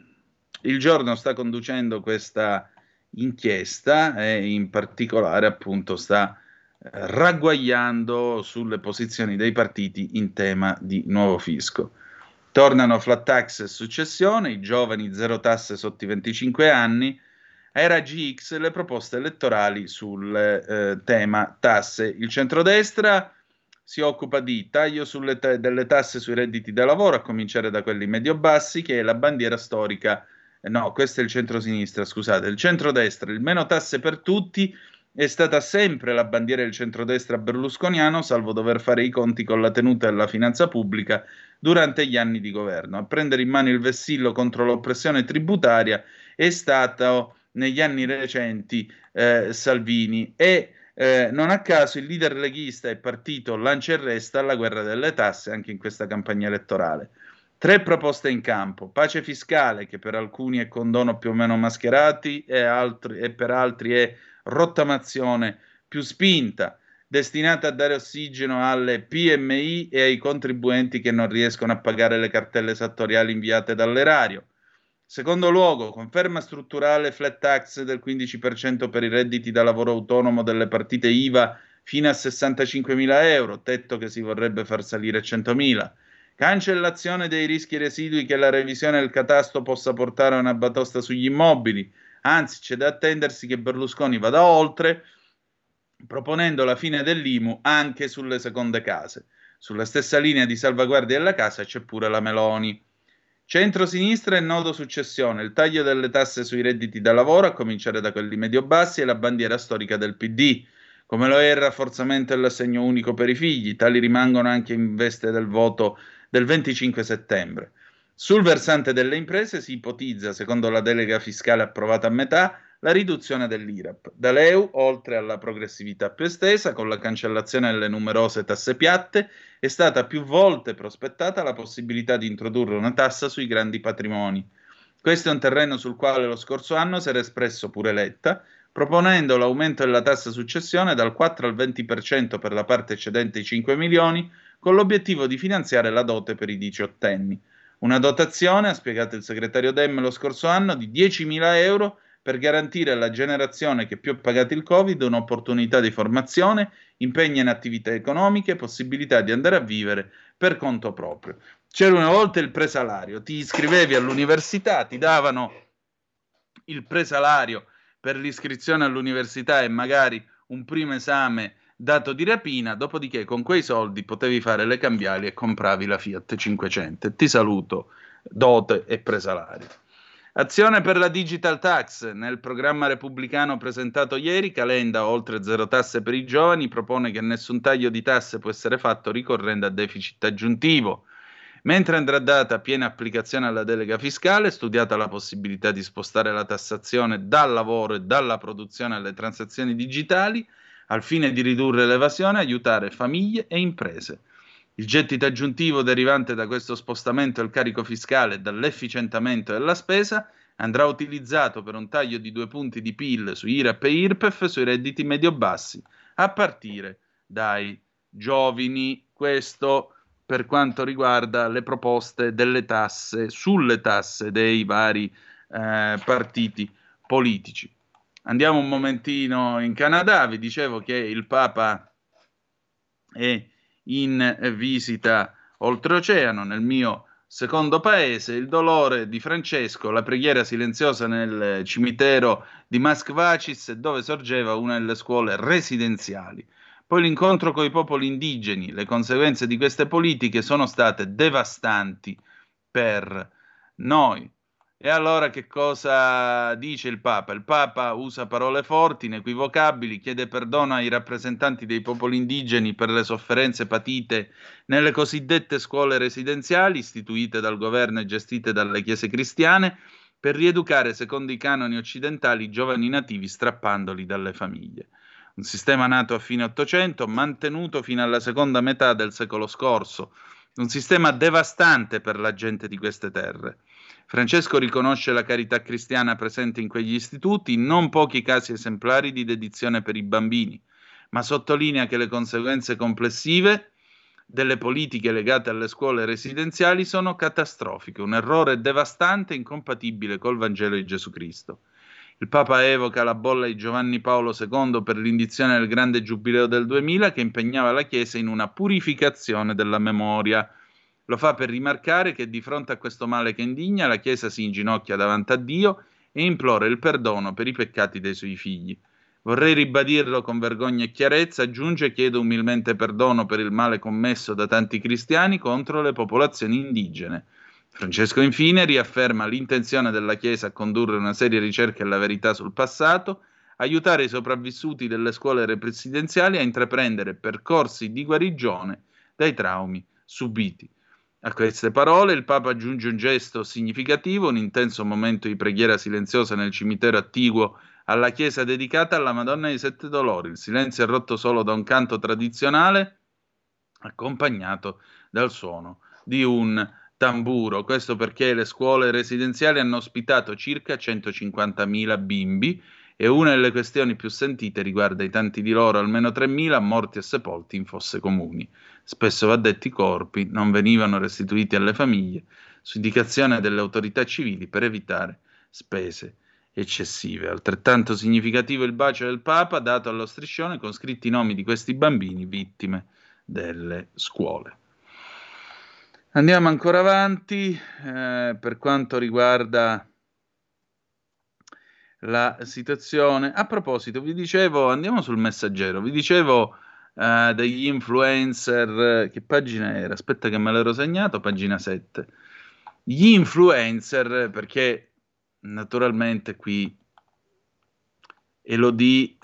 il Giorno sta conducendo questa inchiesta e in particolare appunto sta eh, ragguagliando sulle posizioni dei partiti in tema di nuovo fisco. Tornano flat tax e successione, i giovani zero tasse sotto i venticinque anni, era G X le proposte elettorali sul eh, tema tasse. Il centrodestra si occupa di taglio sulle ta- delle tasse sui redditi da lavoro, a cominciare da quelli medio-bassi, che è la bandiera storica. Eh, no, questo è il centrosinistra, scusate. Il centrodestra, il meno tasse per tutti, è stata sempre la bandiera del centrodestra berlusconiano, salvo dover fare i conti con la tenuta della finanza pubblica durante gli anni di governo. A prendere in mano il vessillo contro l'oppressione tributaria è stato negli anni recenti eh, Salvini e eh, non a caso il leader leghista e partito lancia e resta alla guerra delle tasse anche in questa campagna elettorale. Tre proposte in campo: pace fiscale, che per alcuni è condono più o meno mascherati e, altri, e per altri è rottamazione più spinta, destinata a dare ossigeno alle P M I e ai contribuenti che non riescono a pagare le cartelle esattoriali inviate dall'erario. Secondo luogo, conferma strutturale flat tax del quindici per cento per i redditi da lavoro autonomo delle partite I V A fino a sessantacinquemila euro, tetto che si vorrebbe far salire a centomila. Cancellazione dei rischi residui che la revisione del catasto possa portare a una batosta sugli immobili. Anzi, c'è da attendersi che Berlusconi vada oltre, proponendo la fine dell'I M U anche sulle seconde case. Sulla stessa linea di salvaguardia della casa c'è pure la Meloni. Centro-sinistra e nodo successione, il taglio delle tasse sui redditi da lavoro, a cominciare da quelli medio-bassi, è la bandiera storica del P D, come lo è il rafforzamento dell'assegno unico per i figli, tali rimangono anche in veste del voto del venticinque settembre. Sul versante delle imprese si ipotizza, secondo la delega fiscale approvata a metà, la riduzione dell'I R A P. Dall'E U, oltre alla progressività più estesa, con la cancellazione delle numerose tasse piatte, è stata più volte prospettata la possibilità di introdurre una tassa sui grandi patrimoni. Questo è un terreno sul quale lo scorso anno si era espresso pure Letta, proponendo l'aumento della tassa successione dal quattro al venti per cento per la parte eccedente i cinque milioni, con l'obiettivo di finanziare la dote per i diciottenni. Una dotazione, ha spiegato il segretario Dem lo scorso anno, di diecimila euro per garantire alla generazione che più ha pagato il Covid un'opportunità di formazione, impegno in attività economiche, possibilità di andare a vivere per conto proprio. C'era una volta il presalario, ti iscrivevi all'università, ti davano il presalario per l'iscrizione all'università e magari un primo esame dato di rapina, dopodiché con quei soldi potevi fare le cambiali e compravi la Fiat cinquecento. Ti saluto, dote e presalario. Azione per la digital tax. Nel programma repubblicano presentato ieri, Calenda, oltre zero tasse per i giovani, propone che nessun taglio di tasse può essere fatto ricorrendo a deficit aggiuntivo. Mentre andrà data piena applicazione alla delega fiscale, studiata la possibilità di spostare la tassazione dal lavoro e dalla produzione alle transazioni digitali, al fine di ridurre l'evasione e aiutare famiglie e imprese. Il gettito aggiuntivo derivante da questo spostamento del carico fiscale e dall'efficientamento della spesa andrà utilizzato per un taglio di due punti di P I L su I R A P e I R P E F sui redditi medio-bassi, a partire dai giovani. Questo per quanto riguarda le proposte delle tasse, sulle tasse dei vari eh, partiti politici. Andiamo un momentino in Canada. Vi dicevo che il Papa è in visita oltreoceano. Nel mio Secondo paese, il dolore di Francesco, la preghiera silenziosa nel cimitero di Maskvacis, dove sorgeva una delle scuole residenziali. Poi l'incontro con i popoli indigeni. Le conseguenze di queste politiche sono state devastanti per noi. E allora che cosa dice il Papa? Il Papa usa parole forti, inequivocabili, chiede perdono ai rappresentanti dei popoli indigeni per le sofferenze patite nelle cosiddette scuole residenziali istituite dal governo e gestite dalle chiese cristiane per rieducare secondo i canoni occidentali i giovani nativi strappandoli dalle famiglie. Un sistema nato a fine Ottocento, mantenuto fino alla seconda metà del secolo scorso, un sistema devastante per la gente di queste terre. Francesco riconosce la carità cristiana presente in quegli istituti, non pochi casi esemplari di dedizione per i bambini, ma sottolinea che le conseguenze complessive delle politiche legate alle scuole residenziali sono catastrofiche, un errore devastante e incompatibile col Vangelo di Gesù Cristo. Il Papa evoca la bolla di Giovanni Paolo secondo per l'indizione del grande giubileo del duemila che impegnava la Chiesa in una purificazione della memoria. Lo fa per rimarcare che di fronte a questo male che indigna la Chiesa si inginocchia davanti a Dio e implora il perdono per i peccati dei suoi figli. Vorrei ribadirlo con vergogna e chiarezza, aggiunge: chiedo umilmente perdono per il male commesso da tanti cristiani contro le popolazioni indigene. Francesco infine riafferma l'intenzione della Chiesa a condurre una seria ricerca alla verità sul passato, aiutare i sopravvissuti delle scuole residenziali a intraprendere percorsi di guarigione dai traumi subiti. A queste parole il Papa aggiunge un gesto significativo, un intenso momento di preghiera silenziosa nel cimitero attiguo alla chiesa dedicata alla Madonna dei Sette Dolori. Il silenzio è rotto solo da un canto tradizionale accompagnato dal suono di un tamburo. Questo perché le scuole residenziali hanno ospitato circa centocinquantamila bimbi e una delle questioni più sentite riguarda i tanti di loro, almeno tremila, morti e sepolti in fosse comuni. Spesso, va detto, i corpi non venivano restituiti alle famiglie su indicazione delle autorità civili per evitare spese eccessive. Altrettanto significativo il bacio del Papa dato allo striscione con scritti i nomi di questi bambini vittime delle scuole. Andiamo ancora avanti eh, per quanto riguarda la situazione. A proposito, vi dicevo, andiamo sul Messaggero, vi dicevo uh, degli influencer, che pagina era? Aspetta che me l'ero segnato, pagina sette. Gli influencer, perché naturalmente qui Elodie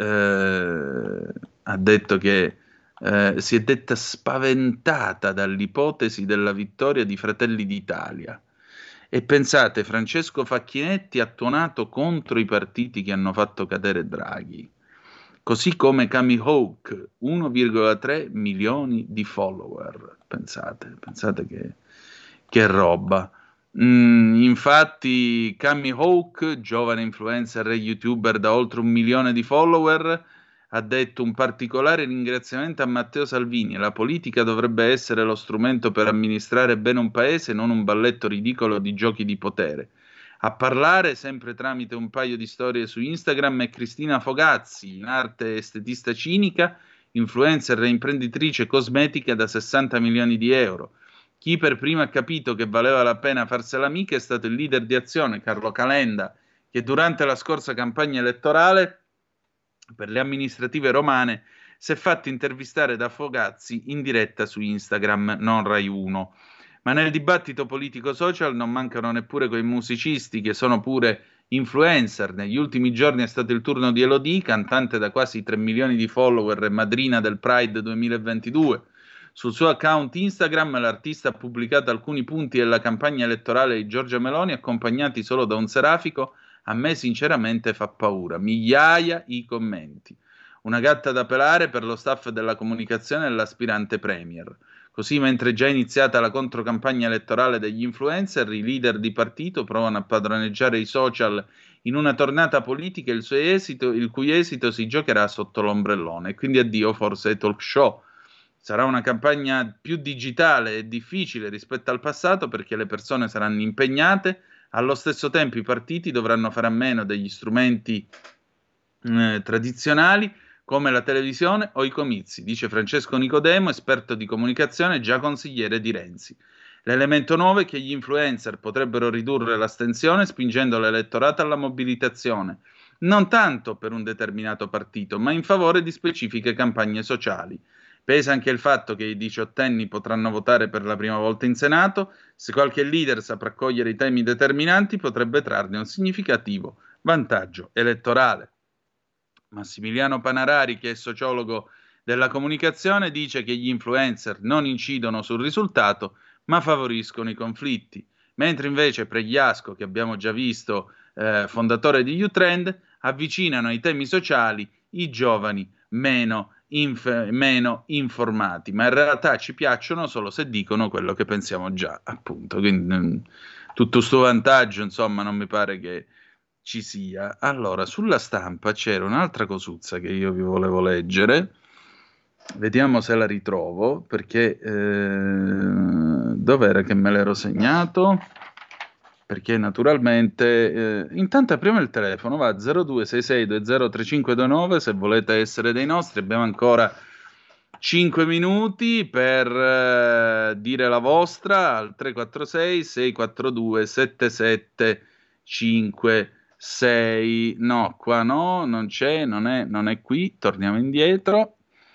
eh, ha detto che eh, si è detta spaventata dall'ipotesi della vittoria di Fratelli d'Italia. E pensate, Francesco Facchinetti ha tuonato contro i partiti che hanno fatto cadere Draghi, così come Cami Hawk, uno virgola tre milioni di follower. Pensate, pensate che, che roba. Mm, infatti Cami Hawk, giovane influencer e youtuber da oltre un milione di follower, ha detto: un particolare ringraziamento a Matteo Salvini. La politica dovrebbe essere lo strumento per amministrare bene un paese, non un balletto ridicolo di giochi di potere. A parlare, sempre tramite un paio di storie su Instagram, è Cristina Fogazzi, in arte estetista cinica, influencer e imprenditrice cosmetica da sessanta milioni di euro. Chi per primo ha capito che valeva la pena farsela amica è stato il leader di Azione, Carlo Calenda, che durante la scorsa campagna elettorale per le amministrative romane si è fatto intervistare da Fogazzi in diretta su Instagram, non Rai uno. Ma nel dibattito politico-social non mancano neppure quei musicisti che sono pure influencer. Negli ultimi giorni è stato il turno di Elodie, cantante da quasi tre milioni di follower e madrina del Pride duemilaventidue. Sul suo account Instagram l'artista ha pubblicato alcuni punti della campagna elettorale di Giorgia Meloni, accompagnati solo da un serafico. A me sinceramente fa paura. Migliaia i commenti. Una gatta da pelare per lo staff della comunicazione dell'aspirante premier. Così, mentre è già iniziata la controcampagna elettorale degli influencer, i leader di partito provano a padroneggiare i social in una tornata politica il, suo esito, il cui esito si giocherà sotto l'ombrellone. E quindi addio forse ai talk show. Sarà una campagna più digitale e difficile rispetto al passato perché le persone saranno impegnate. Allo stesso tempo i partiti dovranno fare a meno degli strumenti eh, tradizionali come la televisione o i comizi, dice Francesco Nicodemo, esperto di comunicazione e già consigliere di Renzi. L'elemento nuovo è che gli influencer potrebbero ridurre l'astensione spingendo l'elettorato alla mobilitazione, non tanto per un determinato partito, ma in favore di specifiche campagne sociali. Pesa anche il fatto che i diciottenni potranno votare per la prima volta in Senato. Se qualche leader saprà cogliere i temi determinanti, potrebbe trarne un significativo vantaggio elettorale. Massimiliano Panarari, che è sociologo della comunicazione, dice che gli influencer non incidono sul risultato, ma favoriscono i conflitti. Mentre invece Pregliasco, che abbiamo già visto, eh, fondatore di Utrend, avvicinano ai temi sociali i giovani meno Inf- meno informati, ma in realtà ci piacciono solo se dicono quello che pensiamo già, appunto. Quindi mh, tutto sto vantaggio, insomma, non mi pare che ci sia. Allora, sulla Stampa c'era un'altra cosuzza che io vi volevo leggere, vediamo se la ritrovo, perché eh, dov'era che me l'ero segnato? Perché naturalmente, eh, intanto prima il telefono va a zero due sei sei due zero tre cinque due nove se volete essere dei nostri, abbiamo ancora cinque minuti per eh, dire la vostra al tre quattro sei sei quattro due sette sette cinque sei, no, qua no, non c'è, non è, non è qui, torniamo indietro.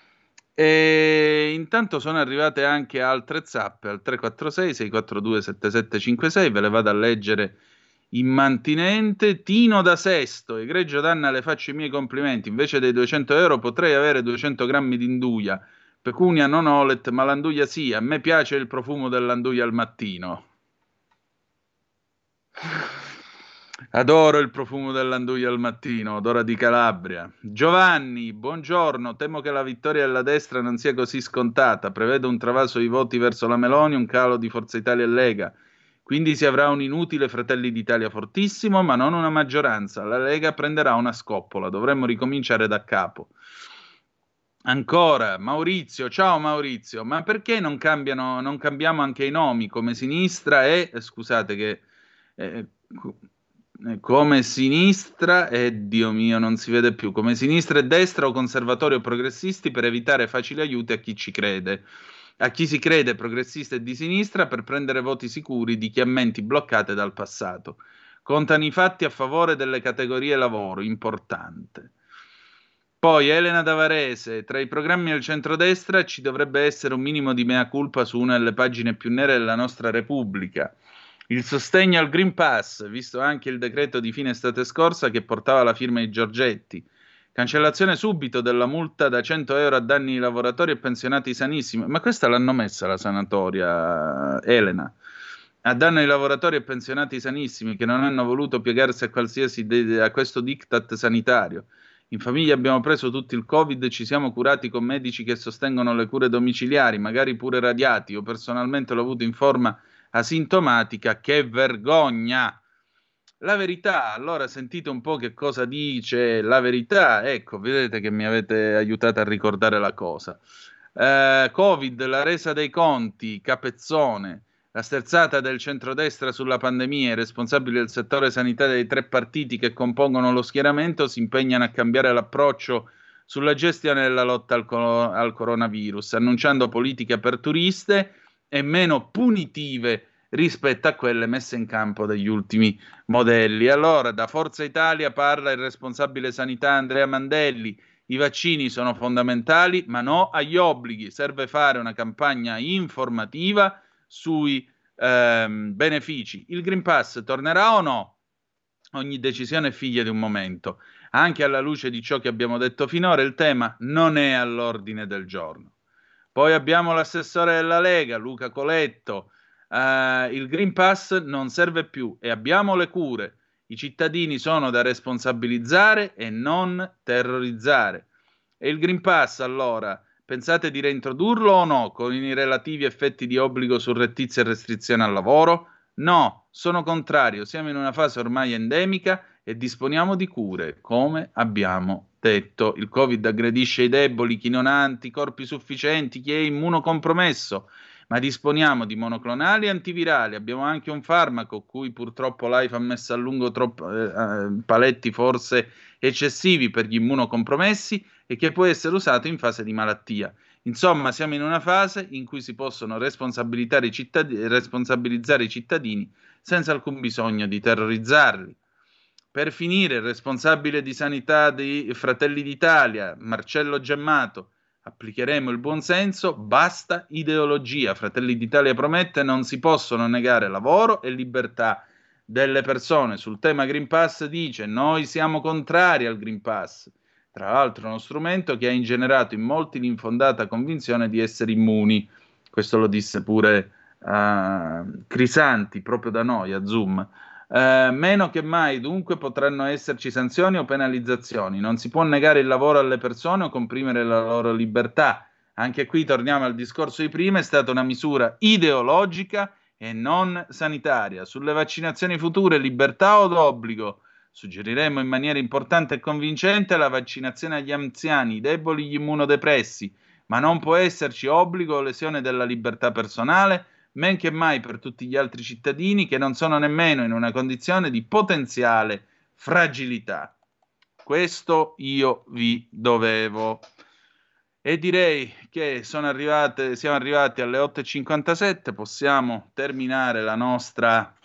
E intanto sono arrivate anche altre zappe al tre quattro sei sei quattro due sette sette cinque sei, ve le vado a leggere immantinente. Tino da Sesto: egregio Danna, le faccio i miei complimenti, invece dei duecento euro potrei avere duecento grammi di induia, pecunia non olet ma l'anduia sì, a me piace il profumo dell'anduia al mattino. Adoro il profumo dell'anduia al mattino, odora di Calabria. Giovanni, buongiorno, temo che la vittoria della destra non sia così scontata, prevedo un travaso di voti verso la Meloni, un calo di Forza Italia e Lega, quindi si avrà un inutile Fratelli d'Italia fortissimo, ma non una maggioranza, la Lega prenderà una scoppola, dovremmo ricominciare da capo. Ancora, Maurizio, ciao Maurizio, ma perché non cambiano, non cambiamo anche i nomi come sinistra e, eh, scusate che... Eh, come sinistra e eh, Dio mio non si vede più, come sinistra e destra o conservatori o progressisti per evitare facili aiuti a chi ci crede, a chi si crede progressista e di sinistra per prendere voti sicuri di chi ha menti bloccate dal passato. Contano i fatti a favore delle categorie lavoro, importante. Poi Elena Davarese, tra i programmi del centrodestra ci dovrebbe essere un minimo di mea culpa su una delle pagine più nere della nostra Repubblica. Il sostegno al Green Pass, visto anche il decreto di fine estate scorsa che portava la firma di Giorgetti. Cancellazione subito della multa da cento euro a danni di lavoratori e pensionati sanissimi. Ma questa l'hanno messa la sanatoria, Elena. A danno di lavoratori e pensionati sanissimi che non hanno voluto piegarsi a qualsiasi de- a questo diktat sanitario. In famiglia abbiamo preso tutto il Covid, ci siamo curati con medici che sostengono le cure domiciliari, magari pure radiati. Io personalmente l'ho avuto in forma asintomatica, che vergogna. La verità, allora sentite un po' che cosa dice la verità, ecco, vedete che mi avete aiutato a ricordare la cosa. Eh, Covid, la resa dei conti, Capezzone, la sterzata del centrodestra sulla pandemia, i responsabili del settore sanitario dei tre partiti che compongono lo schieramento si impegnano a cambiare l'approccio sulla gestione della lotta al, co- al coronavirus, annunciando politiche aperturiste e meno punitive rispetto a quelle messe in campo dagli ultimi modelli. Allora, da Forza Italia parla il responsabile sanità Andrea Mandelli. I vaccini sono fondamentali, ma no agli obblighi. Serve fare una campagna informativa sui ehm, benefici. Il Green Pass tornerà o no? Ogni decisione è figlia di un momento. Anche alla luce di ciò che abbiamo detto finora, il tema non è all'ordine del giorno. Poi abbiamo l'assessore della Lega, Luca Coletto. Uh, il Green Pass non serve più e abbiamo le cure. I cittadini sono da responsabilizzare e non terrorizzare. E il Green Pass, allora, pensate di reintrodurlo o no, con i relativi effetti di obbligo surrettizia e restrizione al lavoro? No, sono contrario. Siamo in una fase ormai endemica e disponiamo di cure, come abbiamo detto. Il Covid aggredisce i deboli, chi non ha anticorpi sufficienti, chi è immunocompromesso, ma disponiamo di monoclonali e antivirali. Abbiamo anche un farmaco, cui purtroppo l'AIFA ha messo a lungo troppo, eh, paletti forse eccessivi per gli immunocompromessi e che può essere usato in fase di malattia. Insomma, siamo in una fase in cui si possono responsabilizzare i cittadini, responsabilizzare i cittadini senza alcun bisogno di terrorizzarli. Per finire, il responsabile di sanità di Fratelli d'Italia, Marcello Gemmato: applicheremo il buonsenso, basta ideologia. Fratelli d'Italia promette: non si possono negare lavoro e libertà delle persone. Sul tema Green Pass dice: noi siamo contrari al Green Pass. Tra l'altro uno strumento che ha ingenerato in molti l'infondata convinzione di essere immuni. Questo lo disse pure uh, Crisanti, proprio da noi, a Zoom. Uh, meno che mai, dunque, potranno esserci sanzioni o penalizzazioni. Non si può negare il lavoro alle persone o comprimere la loro libertà. Anche qui torniamo al discorso di prima, è stata una misura ideologica e non sanitaria. Sulle vaccinazioni future, libertà o d'obbligo? Suggeriremo in maniera importante e convincente la vaccinazione agli anziani, i deboli, gli immunodepressi, ma non può esserci obbligo o lesione della libertà personale, men che mai per tutti gli altri cittadini che non sono nemmeno in una condizione di potenziale fragilità. Questo io vi dovevo. E direi che sono arrivate, siamo arrivati alle otto e cinquantasette, possiamo terminare la nostra,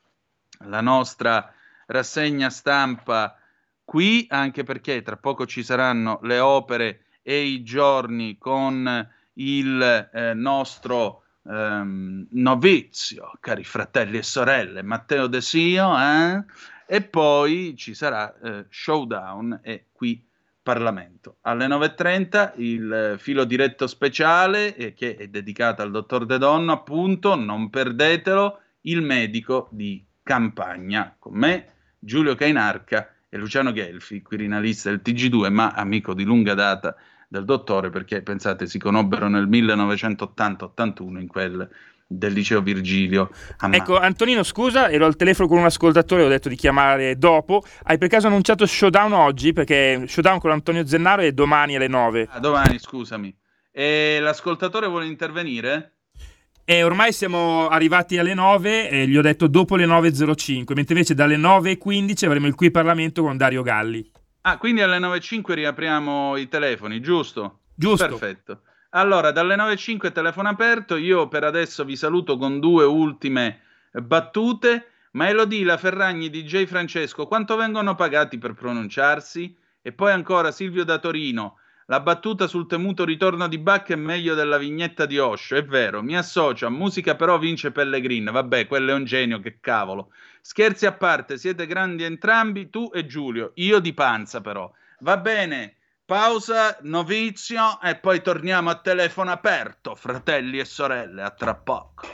la nostra rassegna stampa qui, anche perché tra poco ci saranno le opere e i giorni con il eh, nostro ehm, novizio, cari fratelli e sorelle, Matteo De Sio, eh? E poi ci sarà eh, Showdown e qui Parlamento. Alle nove e trenta il filo diretto speciale eh, che è dedicato al dottor De Donno, appunto, non perdetelo, il medico di campagna, con me, Giulio Cainarca e Luciano Gelfi, quirinalista del T G due, ma amico di lunga data del dottore, perché pensate si conobbero nel millenovecentottanta ottantuno in quel del liceo Virgilio a Mantova. Ecco, Antonino, scusa, ero al telefono con un ascoltatore, ho detto di chiamare dopo. Hai per caso annunciato Showdown oggi? Perché Showdown con Antonio Zennaro è domani alle nove. Ah, domani, scusami. E l'ascoltatore vuole intervenire? E ormai siamo arrivati alle nove e gli ho detto dopo le nove e zero cinque, mentre invece dalle nove e quindici avremo il Qui Parlamento con Dario Galli. Ah, quindi alle nove e cinque riapriamo i telefoni, giusto? Giusto. Perfetto. Allora, dalle nove e cinque telefono aperto, io per adesso vi saluto con due ultime battute. Ma Elodie, la Ferragni, D J Francesco, quanto vengono pagati per pronunciarsi? E poi ancora Silvio da Torino, la battuta sul temuto ritorno di Bach è meglio della vignetta di Osho, è vero, mi associo, a musica però vince Pellegrin, vabbè, quello è un genio, che cavolo. Scherzi a parte, siete grandi entrambi, tu e Giulio, io di panza però. Va bene, pausa, novizio e poi torniamo a telefono aperto, fratelli e sorelle, a tra poco.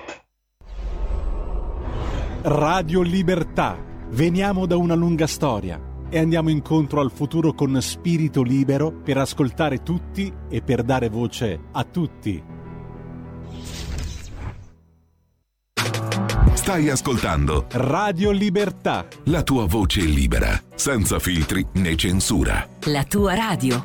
Radio Libertà, veniamo da una lunga storia e andiamo incontro al futuro con spirito libero per ascoltare tutti e per dare voce a tutti. Stai ascoltando Radio Libertà, la tua voce libera, senza filtri né censura. La tua radio.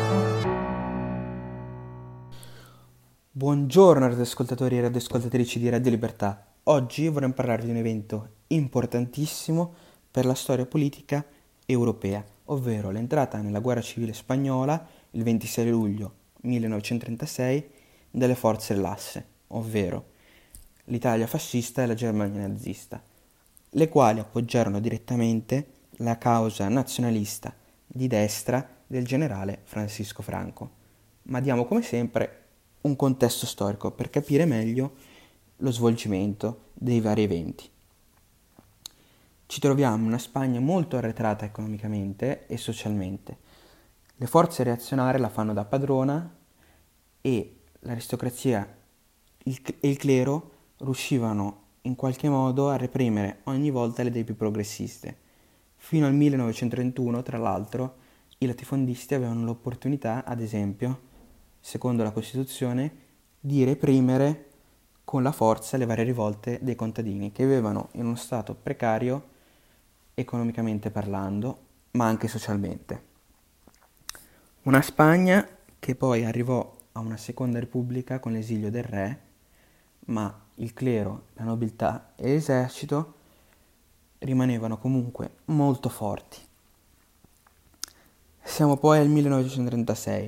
Buongiorno radioascoltatori e radioascoltatrici di Radio Libertà. Oggi vorremmo parlarvi di un evento importantissimo per la storia politica europea, ovvero l'entrata nella guerra civile spagnola il ventisei luglio millenovecentotrentasei delle forze dell'Asse, ovvero l'Italia fascista e la Germania nazista, le quali appoggiarono direttamente la causa nazionalista di destra del generale Francisco Franco. Ma diamo come sempre un contesto storico per capire meglio lo svolgimento dei vari eventi. Ci troviamo in una Spagna molto arretrata economicamente e socialmente. Le forze reazionarie la fanno da padrona e l'aristocrazia e il clero riuscivano in qualche modo a reprimere ogni volta le idee più progressiste. Fino al millenovecentotrentuno, tra l'altro, i latifondisti avevano l'opportunità, ad esempio, secondo la Costituzione, di reprimere con la forza le varie rivolte dei contadini che vivevano in uno stato precario economicamente parlando, ma anche socialmente. Una Spagna che poi arrivò a una seconda repubblica con l'esilio del re, ma il clero, la nobiltà e l'esercito rimanevano comunque molto forti. Siamo poi al millenovecentotrentasei,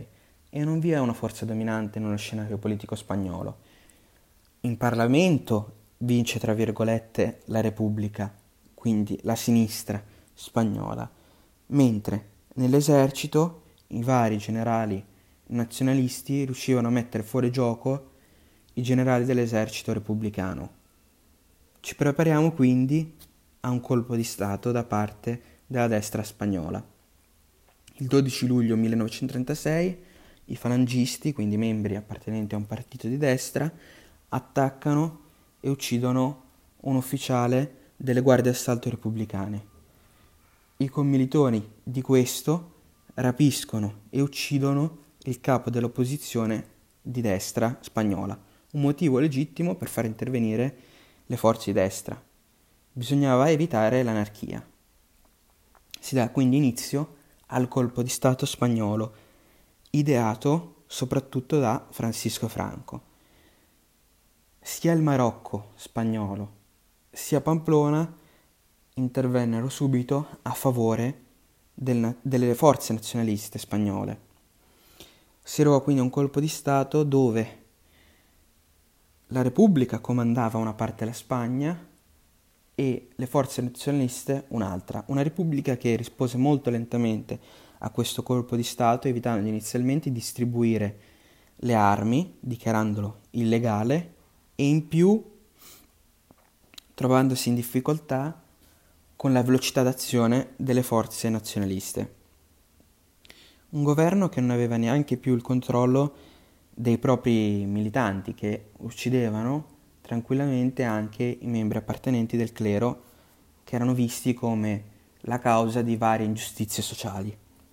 e non vi è una forza dominante nello scenario politico spagnolo. In Parlamento vince, tra virgolette, la Repubblica, quindi la sinistra spagnola, mentre nell'esercito i vari generali nazionalisti riuscivano a mettere fuori gioco i generali dell'esercito repubblicano. Ci prepariamo quindi a un colpo di stato da parte della destra spagnola. Il dodici luglio millenovecentotrentasei i falangisti, quindi membri appartenenti a un partito di destra, attaccano e uccidono un ufficiale delle guardie d'assalto repubblicane. I commilitoni di questo rapiscono e uccidono il capo dell'opposizione di destra spagnola, un motivo legittimo per far intervenire le forze di destra. Bisognava evitare l'anarchia. Si dà quindi inizio al colpo di Stato spagnolo, ideato soprattutto da Francisco Franco. Sia il Marocco spagnolo sia Pamplona intervennero subito a favore del, delle forze nazionaliste spagnole. Si eroga quindi un colpo di Stato dove la Repubblica comandava una parte della Spagna e le forze nazionaliste un'altra. Una Repubblica che rispose molto lentamente a questo colpo di Stato, evitando inizialmente di distribuire le armi, dichiarandolo illegale, e in più trovandosi in difficoltà con la velocità d'azione delle forze nazionaliste. Un governo che non aveva neanche più il controllo dei propri militanti, che uccidevano tranquillamente anche i membri appartenenti del clero, che erano visti come la causa di varie ingiustizie sociali.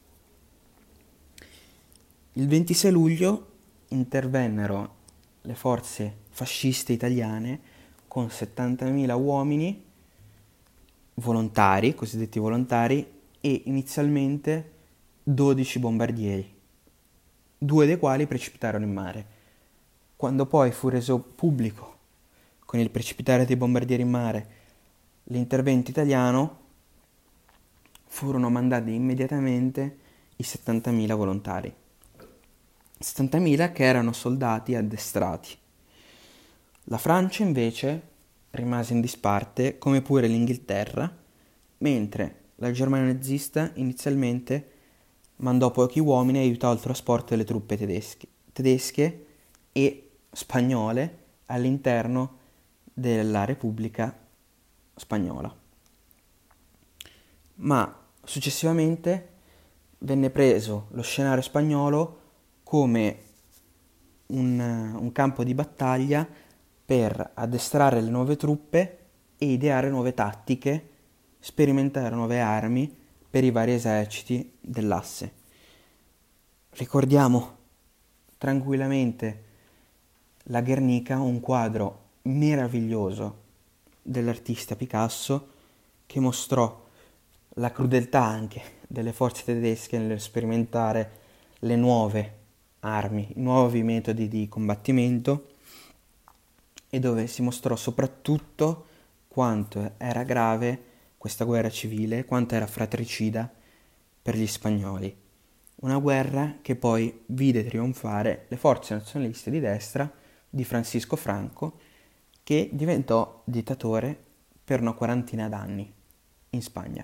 Il ventisei luglio intervennero le forze fasciste italiane con settantamila uomini volontari, cosiddetti volontari, e inizialmente dodici bombardieri, due dei quali precipitarono in mare. Quando poi fu reso pubblico, con il precipitare dei bombardieri in mare, l'intervento italiano, furono mandati immediatamente i settantamila volontari. settantamila che erano soldati addestrati. La Francia invece rimase in disparte, come pure l'Inghilterra, mentre la Germania nazista inizialmente mandò pochi uomini e aiutò il trasporto delle truppe tedesche, tedesche e spagnole all'interno della Repubblica Spagnola. Ma successivamente venne preso lo scenario spagnolo come un, un campo di battaglia per addestrare le nuove truppe e ideare nuove tattiche, sperimentare nuove armi per i vari eserciti dell'asse. Ricordiamo tranquillamente la Guernica, un quadro meraviglioso dell'artista Picasso che mostrò la crudeltà anche delle forze tedesche nel sperimentare le nuove armi, i nuovi metodi di combattimento, e dove si mostrò soprattutto quanto era grave questa guerra civile, quanto era fratricida per gli spagnoli. Una guerra che poi vide trionfare le forze nazionaliste di destra di Francisco Franco, che diventò dittatore per una quarantina d'anni in Spagna.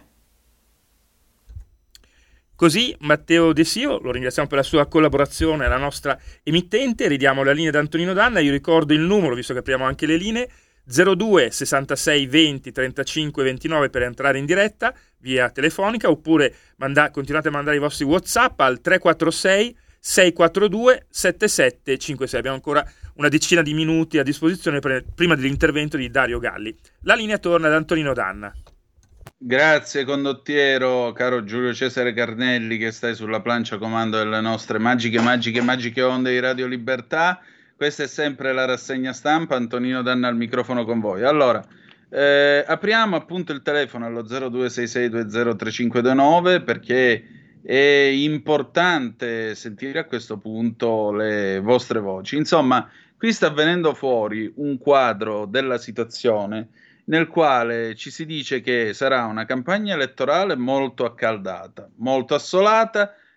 Così Matteo De Sio, lo ringraziamo per la sua collaborazione alla nostra emittente, ridiamo la linea da Antonino Danna. Io ricordo il numero, visto che apriamo anche le linee, zero due sessantasei venti trentacinque ventinove per entrare in diretta via telefonica, oppure manda- continuate a mandare i vostri WhatsApp al tre quattro sei sei quattro due sette sette cinque sei. Abbiamo ancora una decina di minuti a disposizione per, prima dell'intervento di Dario Galli. La linea torna ad Antonino Danna. Grazie condottiero, caro Giulio Cesare Carnelli, che stai sulla plancia comando delle nostre magiche, magiche, magiche onde di Radio Libertà. Questa è sempre la rassegna stampa, Antonino Danna al microfono con voi. Allora, eh, apriamo appunto il telefono allo zero due sei sei due zero tre cinque due nove, perché è importante sentire a questo punto le vostre voci. Insomma, qui sta venendo fuori un quadro della situazione nel quale ci si dice che sarà una campagna elettorale molto accaldata, molto assolata,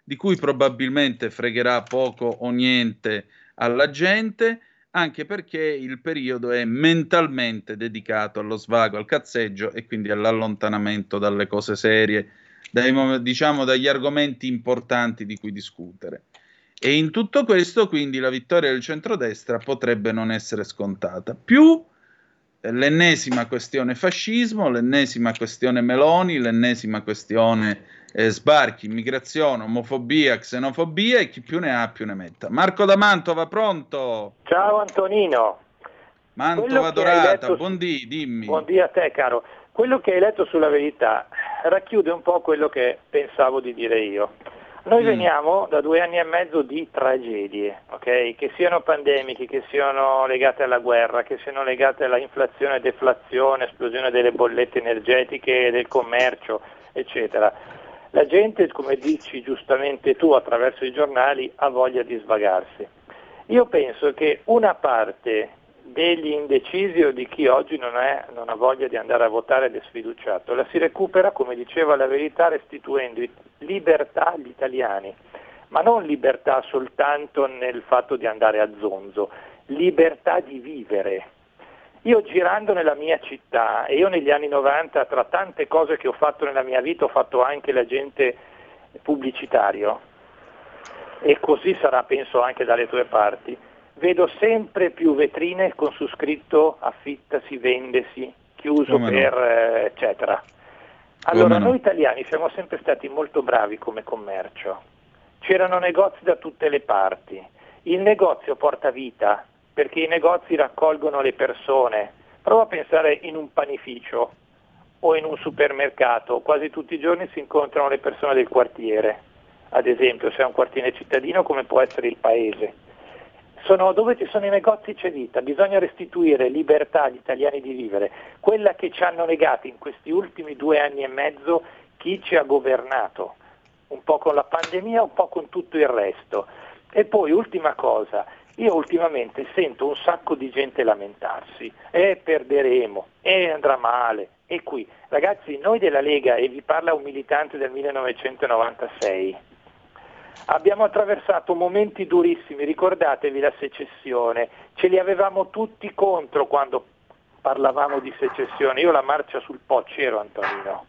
di cui probabilmente fregherà poco o niente alla gente, anche perché il periodo è mentalmente dedicato allo svago, al cazzeggio e quindi all'allontanamento dalle cose serie, dai, diciamo dagli argomenti importanti di cui discutere. E in tutto questo, quindi, la vittoria del centrodestra potrebbe non essere scontata. Più l'ennesima questione fascismo, l'ennesima questione Meloni, l'ennesima questione eh, sbarchi, immigrazione, omofobia, xenofobia e chi più ne ha più ne metta. Marco da Mantova, pronto? Ciao Antonino. Mantova Dorata, buondì, dimmi. Buondì a te, caro. Quello che hai letto sulla Verità racchiude un po' quello che pensavo di dire io. Noi mm. veniamo da due anni e mezzo di tragedie, ok? Che siano pandemiche, che siano legate alla guerra, che siano legate alla inflazione, deflazione, esplosione delle bollette energetiche, del commercio, eccetera. La gente, come dici giustamente tu attraverso i giornali, ha voglia di svagarsi. Io penso che una parte degli indecisi o di chi oggi non, è, non ha voglia di andare a votare ed è sfiduciato la si recupera, come diceva la Verità, restituendo libertà agli italiani, ma non libertà soltanto nel fatto di andare a zonzo, libertà di vivere. Io girando nella mia città, e io negli anni novanta, tra tante cose che ho fatto nella mia vita, ho fatto anche l'agente pubblicitario, e così sarà penso anche dalle tue parti, vedo sempre più vetrine con su scritto affittasi, vendesi, chiuso come per no. eh, eccetera. Allora no. Noi italiani siamo sempre stati molto bravi come commercio, c'erano negozi da tutte le parti, il negozio porta vita perché i negozi raccolgono le persone. Prova a pensare in un panificio o in un supermercato, quasi tutti i giorni si incontrano le persone del quartiere, ad esempio se è un quartiere cittadino come può essere il paese. Sono, dove ci sono i negozi c'è vita, bisogna restituire libertà agli italiani di vivere, quella che ci hanno negato in questi ultimi due anni e mezzo chi ci ha governato, un po' con la pandemia, un po' con tutto il resto. E poi ultima cosa, io ultimamente sento un sacco di gente lamentarsi, e perderemo, e andrà male, e qui. Ragazzi, noi della Lega, e vi parla un militante del millenovecentonovantasei, abbiamo attraversato momenti durissimi, ricordatevi la secessione, ce li avevamo tutti contro quando parlavamo di secessione, io la marcia sul Po c'ero, Antonino,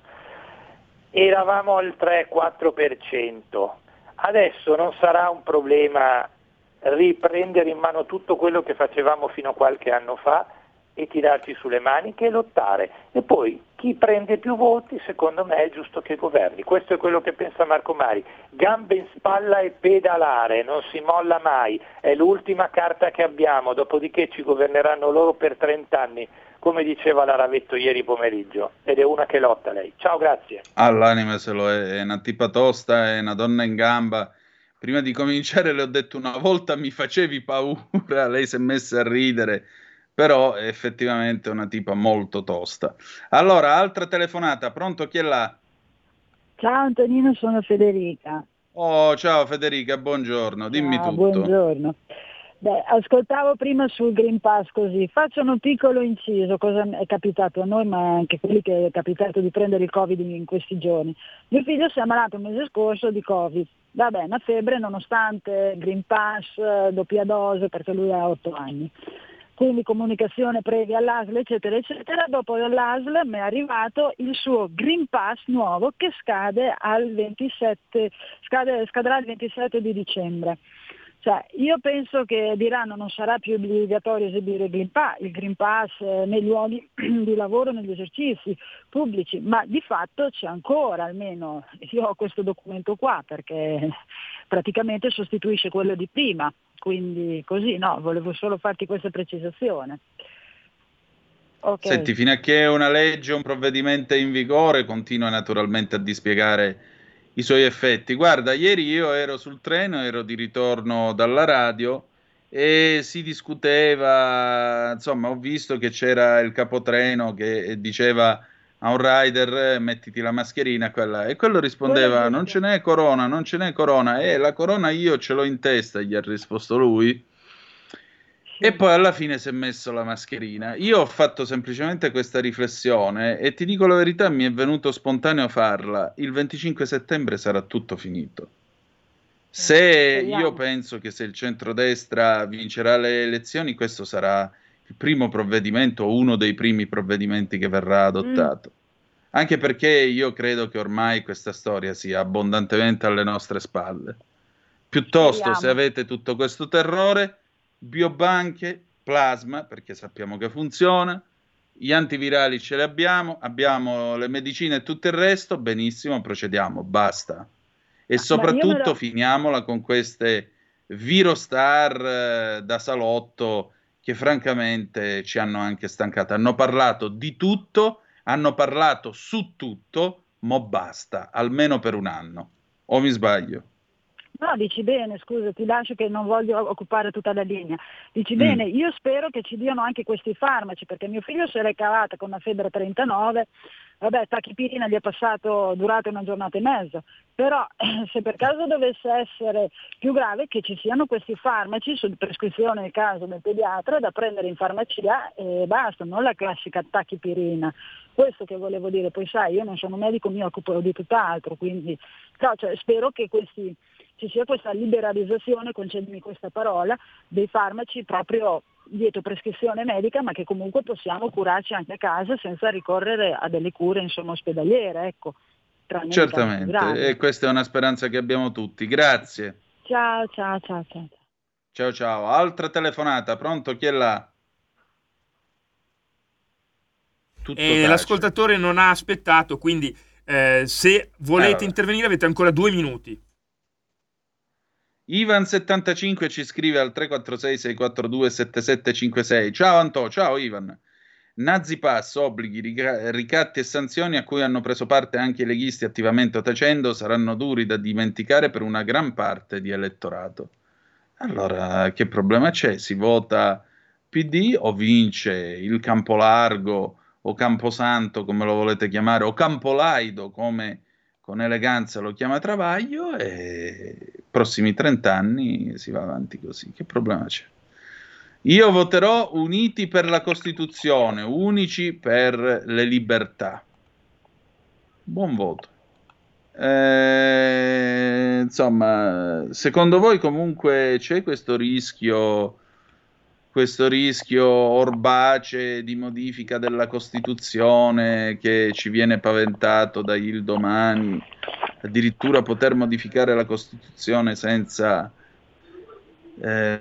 eravamo al tre quattro per cento, adesso non sarà un problema riprendere in mano tutto quello che facevamo fino a qualche anno fa e tirarci sulle maniche e lottare, e poi chi prende più voti secondo me è giusto che governi. Questo è quello che pensa Marco Mari, gambe in spalla e pedalare, non si molla mai, è l'ultima carta che abbiamo, dopodiché ci governeranno loro per trent'anni, come diceva la Ravetto ieri pomeriggio, ed è una che lotta lei. Ciao, grazie. All'anima se lo è, è una tipa tosta, è una donna in gamba. Prima di cominciare le ho detto una volta mi facevi paura, lei si è messa a ridere, però è effettivamente una tipa molto tosta. Allora, altra telefonata, pronto, chi è là? Ciao Antonino, sono Federica. Oh, ciao Federica, buongiorno, dimmi ciao, tutto. Buongiorno. Beh, ascoltavo prima sul Green Pass così, faccio un piccolo inciso, cosa è capitato a noi ma anche quelli che è capitato di prendere il Covid in questi giorni. Mio figlio si è ammalato il mese scorso di Covid, vabbè, una febbre nonostante Green Pass, doppia dose perché lui ha otto anni. Quindi comunicazione previa all'A S L eccetera eccetera, dopo l'A S L mi è arrivato il suo Green Pass nuovo che scade al ventisette, scade, scadrà il ventisette di dicembre. Cioè, io penso che diranno non sarà più obbligatorio esibire il Green Pass, il Green Pass eh, nei luoghi di lavoro, negli esercizi pubblici, ma di fatto c'è ancora, almeno io ho questo documento qua perché praticamente sostituisce quello di prima, quindi così, no, volevo solo farti questa precisazione. Okay. Senti, fino a che una legge o un provvedimento è in vigore continua naturalmente a dispiegare i suoi effetti. Guarda, ieri io ero sul treno, ero di ritorno dalla radio e si discuteva, insomma, ho visto che c'era il capotreno che diceva a un rider mettiti la mascherina, quella, e quello rispondeva non ce n'è corona, non ce n'è corona, e la corona io ce l'ho in testa, gli ha risposto lui. E poi alla fine si è messo la mascherina. Io ho fatto semplicemente questa riflessione e ti dico la verità, mi è venuto spontaneo farla. Il venticinque settembre sarà tutto finito. Se speriamo. io penso che se il centrodestra vincerà le elezioni, questo sarà il primo provvedimento o uno dei primi provvedimenti che verrà adottato. Mm. Anche perché io credo che ormai questa storia sia abbondantemente alle nostre spalle. Piuttosto, Speriamo. se avete tutto questo terrore, biobanche, plasma, perché sappiamo che funziona, gli antivirali ce li abbiamo, abbiamo le medicine e tutto il resto, benissimo, procediamo, basta. E soprattutto lo... finiamola con queste virostar eh, da salotto che francamente ci hanno anche stancato. Hanno parlato di tutto, hanno parlato su tutto, mo basta, almeno per un anno. O mi sbaglio? No, dici bene, scusa, ti lascio che non voglio occupare tutta la linea. Dici Mm. bene, io spero che ci diano anche questi farmaci, perché mio figlio se l'è cavata con una febbre trentanove, vabbè, tachipirina gli è passato durante una giornata e mezza, però eh, se per caso dovesse essere più grave, che ci siano questi farmaci su prescrizione nel caso del pediatra da prendere in farmacia e basta, non la classica tachipirina. Questo che volevo dire, poi sai, io non sono medico, mi occupo di tutt'altro, quindi no, cioè, spero che questi ci sia questa liberalizzazione, concedimi questa parola, dei farmaci proprio dietro prescrizione medica, ma che comunque possiamo curarci anche a casa senza ricorrere a delle cure insomma ospedaliere, ecco. tranne nei casi più Certamente, gravi. e questa è una speranza che abbiamo tutti. Grazie. Ciao, ciao, ciao, ciao. Ciao ciao. Altra telefonata, pronto? Chi è là? Tutto E tace. l'ascoltatore non ha aspettato, quindi eh, se volete Allora. intervenire avete ancora due minuti. Ivan settantacinque ci scrive al tre quattro sei sei quattro due sette sette cinque sei. Ciao Anto, ciao Ivan. Nazi Pass, obblighi, rica- ricatti e sanzioni a cui hanno preso parte anche i leghisti attivamente o tacendo saranno duri da dimenticare per una gran parte di elettorato. Allora, che problema c'è? Si vota P D o vince il Campolargo o Camposanto, come lo volete chiamare, o Campolaido, come con eleganza lo chiama Travaglio, e prossimi trenta anni si va avanti così. Che problema c'è? Io voterò uniti per la Costituzione, unici per le libertà. Buon voto. Eh, insomma, secondo voi comunque c'è questo rischio, questo rischio orbace di modifica della Costituzione che ci viene paventato da Il Domani, addirittura poter modificare la Costituzione senza eh,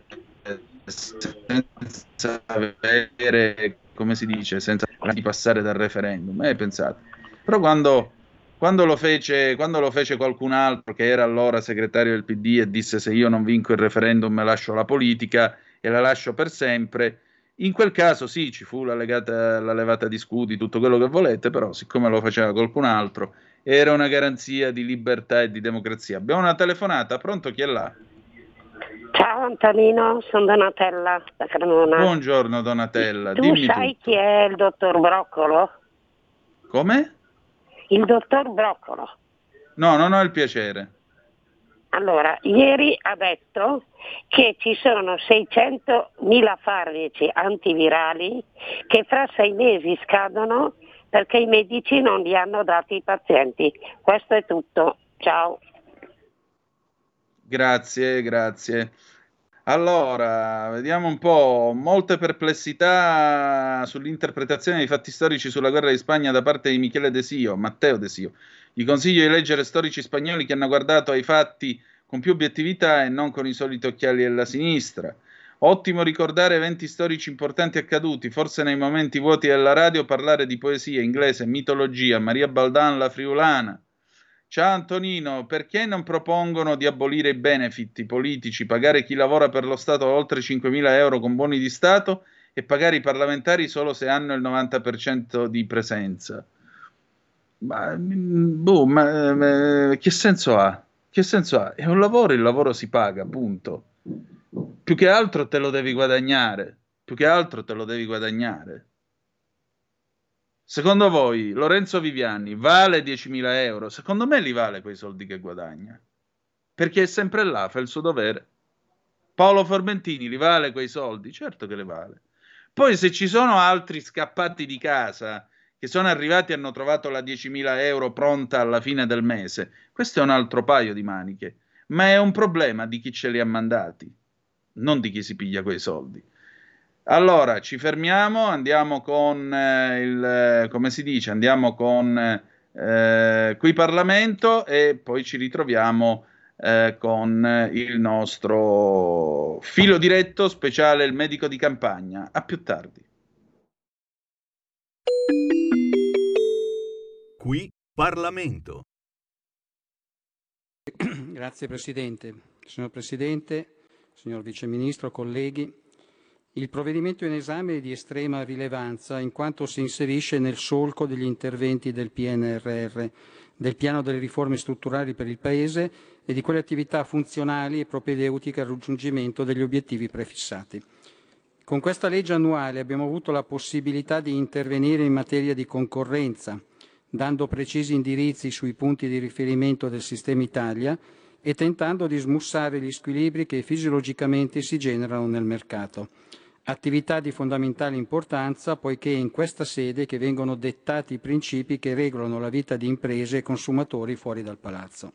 senza avere, come si dice, senza di passare dal referendum. Eh, pensate. Però quando, quando lo fece, quando lo fece qualcun altro che era allora segretario del P D e disse: se io non vinco il referendum me lascio la politica e la lascio per sempre, in quel caso sì, ci fu la, legata, la levata di scudi, tutto quello che volete, però siccome lo faceva qualcun altro era una garanzia di libertà e di democrazia. Abbiamo una telefonata, pronto? Chi è là? Ciao Antonino, sono Donatella da Cremona. Buongiorno Donatella, Tu dimmi sai tutto. chi è il dottor Broccolo? Come? Il dottor Broccolo. No, non ho il piacere. Allora, ieri ha detto che ci sono seicentomila farmaci antivirali che fra sei mesi scadono perché i medici non li hanno dati ai pazienti. Questo è tutto. Ciao. Grazie, grazie. Allora, vediamo un po'. Molte perplessità sull'interpretazione dei fatti storici sulla guerra di Spagna da parte di Michele De Sio, Matteo De Sio. Gli consiglio di leggere storici spagnoli che hanno guardato ai fatti con più obiettività e non con i soliti occhiali della sinistra. Ottimo ricordare eventi storici importanti accaduti, forse nei momenti vuoti della radio parlare di poesia inglese, mitologia, Maria Baldan, la friulana. Ciao Antonino, perché non propongono di abolire i benefit i politici, pagare chi lavora per lo Stato oltre cinquemila euro con buoni di Stato e pagare i parlamentari solo se hanno il novanta per cento di presenza? Ma, boh, ma, ma che senso ha? Che senso ha? È un lavoro, il lavoro si paga, punto. Più che altro te lo devi guadagnare, più che altro te lo devi guadagnare. Secondo voi Lorenzo Viviani vale diecimila euro? Secondo me li vale quei soldi che guadagna, perché è sempre là, fa il suo dovere. Paolo Formentini li vale quei soldi? Certo che li vale. Poi se ci sono altri scappati di casa che sono arrivati e hanno trovato la diecimila euro pronta alla fine del mese, questo è un altro paio di maniche. ma è un problema di chi ce li ha mandati, non di chi si piglia quei soldi. Allora, ci fermiamo, andiamo con eh, il, come si dice, andiamo con eh, qui Parlamento e poi ci ritroviamo eh, con il nostro filo diretto speciale, il medico di campagna. A più tardi. Qui Parlamento. Grazie Presidente. Signor Presidente, signor Vice Ministro, colleghi, il provvedimento in esame è di estrema rilevanza in quanto si inserisce nel solco degli interventi del P N R R, del Piano delle riforme strutturali per il Paese e di quelle attività funzionali e propedeutiche al raggiungimento degli obiettivi prefissati. Con questa legge annuale abbiamo avuto la possibilità di intervenire in materia di concorrenza, dando precisi indirizzi sui punti di riferimento del sistema Italia e tentando di smussare gli squilibri che fisiologicamente si generano nel mercato. Attività di fondamentale importanza poiché è in questa sede che vengono dettati i principi che regolano la vita di imprese e consumatori fuori dal palazzo.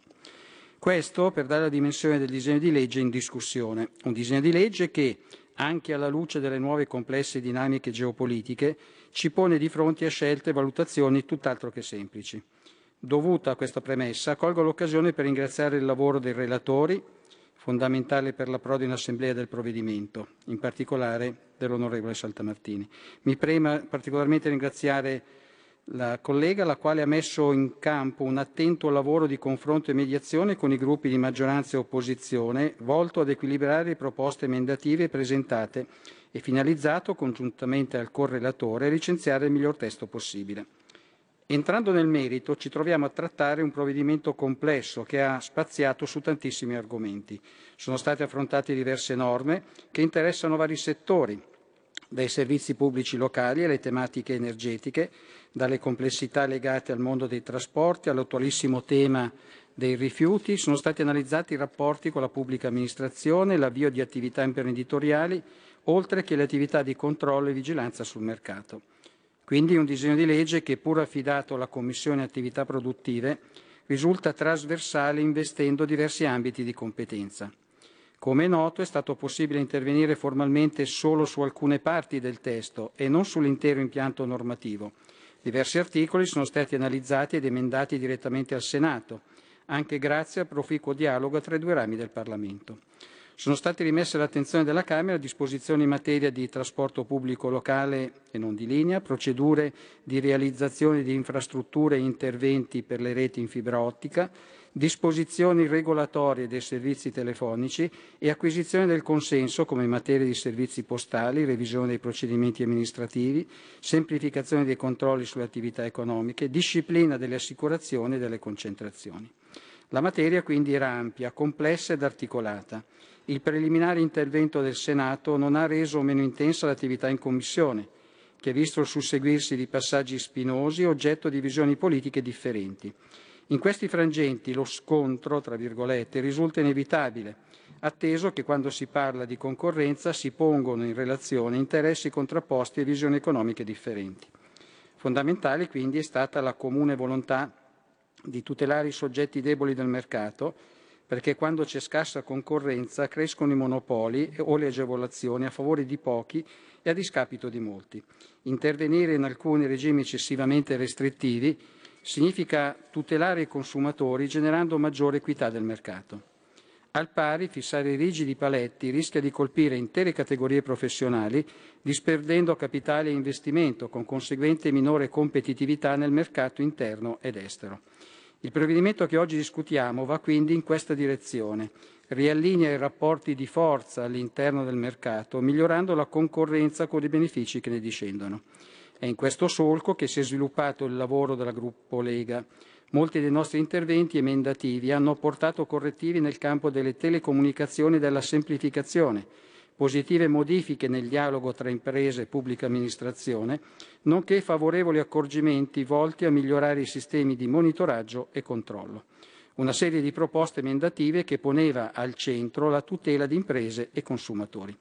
Questo per dare la dimensione del disegno di legge in discussione, un disegno di legge che, anche alla luce delle nuove complesse dinamiche geopolitiche, ci pone di fronte a scelte e valutazioni tutt'altro che semplici. Dovuta a questa premessa, colgo l'occasione per ringraziare il lavoro dei relatori, fondamentale per l'approdo in assemblea del provvedimento, in particolare dell'onorevole Saltamartini. Mi preme particolarmente ringraziare la collega, la quale ha messo in campo un attento lavoro di confronto e mediazione con i gruppi di maggioranza e opposizione, volto ad equilibrare le proposte emendative presentate e finalizzato, congiuntamente al correlatore, a licenziare il miglior testo possibile. Entrando nel merito, ci troviamo a trattare un provvedimento complesso che ha spaziato su tantissimi argomenti. Sono state affrontate diverse norme che interessano vari settori, dai servizi pubblici locali alle tematiche energetiche, dalle complessità legate al mondo dei trasporti all'attualissimo tema dei rifiuti. Sono stati analizzati i rapporti con la pubblica amministrazione, l'avvio di attività imprenditoriali, oltre che le attività di controllo e vigilanza sul mercato. Quindi un disegno di legge che, pur affidato alla Commissione Attività Produttive, risulta trasversale investendo diversi ambiti di competenza. Come è noto, è stato possibile intervenire formalmente solo su alcune parti del testo e non sull'intero impianto normativo. Diversi articoli sono stati analizzati ed emendati direttamente al Senato, anche grazie al proficuo dialogo tra i due rami del Parlamento. Sono state rimesse all'attenzione della Camera disposizioni in materia di trasporto pubblico locale e non di linea, procedure di realizzazione di infrastrutture e interventi per le reti in fibra ottica, disposizioni regolatorie dei servizi telefonici e acquisizione del consenso come in materia di servizi postali, revisione dei procedimenti amministrativi, semplificazione dei controlli sulle attività economiche, disciplina delle assicurazioni e delle concentrazioni. La materia quindi era ampia, complessa ed articolata. Il preliminare intervento del Senato non ha reso meno intensa l'attività in Commissione, che ha visto il susseguirsi di passaggi spinosi oggetto di visioni politiche differenti. In questi frangenti lo scontro, tra virgolette, risulta inevitabile, atteso che quando si parla di concorrenza si pongono in relazione interessi contrapposti e visioni economiche differenti. Fondamentale quindi è stata la comune volontà di tutelare i soggetti deboli del mercato, perché quando c'è scarsa concorrenza crescono i monopoli o le agevolazioni a favore di pochi e a discapito di molti. Intervenire in alcuni regimi eccessivamente restrittivi significa tutelare i consumatori generando maggiore equità del mercato. Al pari, fissare rigidi paletti rischia di colpire intere categorie professionali, disperdendo capitale e investimento, con conseguente minore competitività nel mercato interno ed estero. Il provvedimento che oggi discutiamo va quindi in questa direzione, riallinea i rapporti di forza all'interno del mercato, migliorando la concorrenza con i benefici che ne discendono. È in questo solco che si è sviluppato il lavoro del gruppo Lega. Molti dei nostri interventi emendativi hanno portato correttivi nel campo delle telecomunicazioni e della semplificazione, positive modifiche nel dialogo tra imprese e pubblica amministrazione, nonché favorevoli accorgimenti volti a migliorare i sistemi di monitoraggio e controllo. Una serie di proposte emendative che poneva al centro la tutela di imprese e consumatori.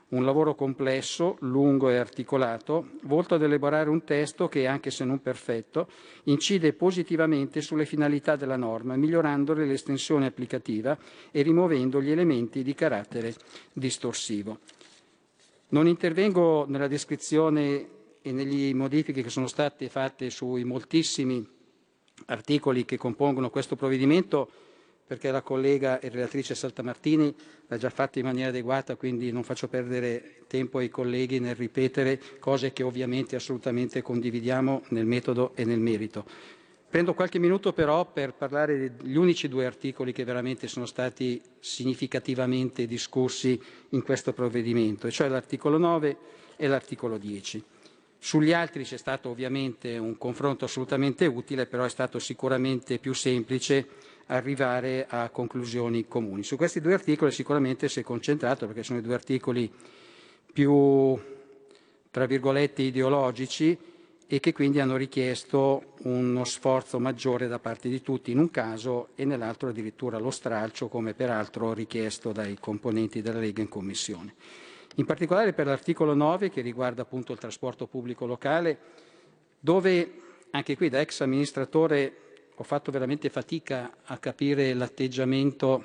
Un lavoro complesso, lungo e articolato, volto ad elaborare un testo che, anche se non perfetto, incide positivamente sulle finalità della norma, migliorandone l'estensione applicativa e rimuovendo gli elementi di carattere distorsivo. Non intervengo nella descrizione e negli modifiche che sono state fatte sui moltissimi articoli che compongono questo provvedimento, perché la collega e relatrice Saltamartini l'ha già fatto in maniera adeguata, quindi non faccio perdere tempo ai colleghi nel ripetere cose che ovviamente assolutamente condividiamo nel metodo e nel merito. Prendo qualche minuto però per parlare degli unici due articoli che veramente sono stati significativamente discussi in questo provvedimento, e cioè l'articolo nove e l'articolo dieci. Sugli altri c'è stato ovviamente un confronto assolutamente utile, però è stato sicuramente più semplice arrivare a conclusioni comuni. Su questi due articoli sicuramente si è concentrato, perché sono i due articoli più, tra virgolette, ideologici e che quindi hanno richiesto uno sforzo maggiore da parte di tutti in un caso e nell'altro addirittura lo stralcio, come peraltro richiesto dai componenti della Lega in Commissione. In particolare per l'articolo nove, che riguarda appunto il trasporto pubblico locale, dove anche qui da ex amministratore ho fatto veramente fatica a capire l'atteggiamento,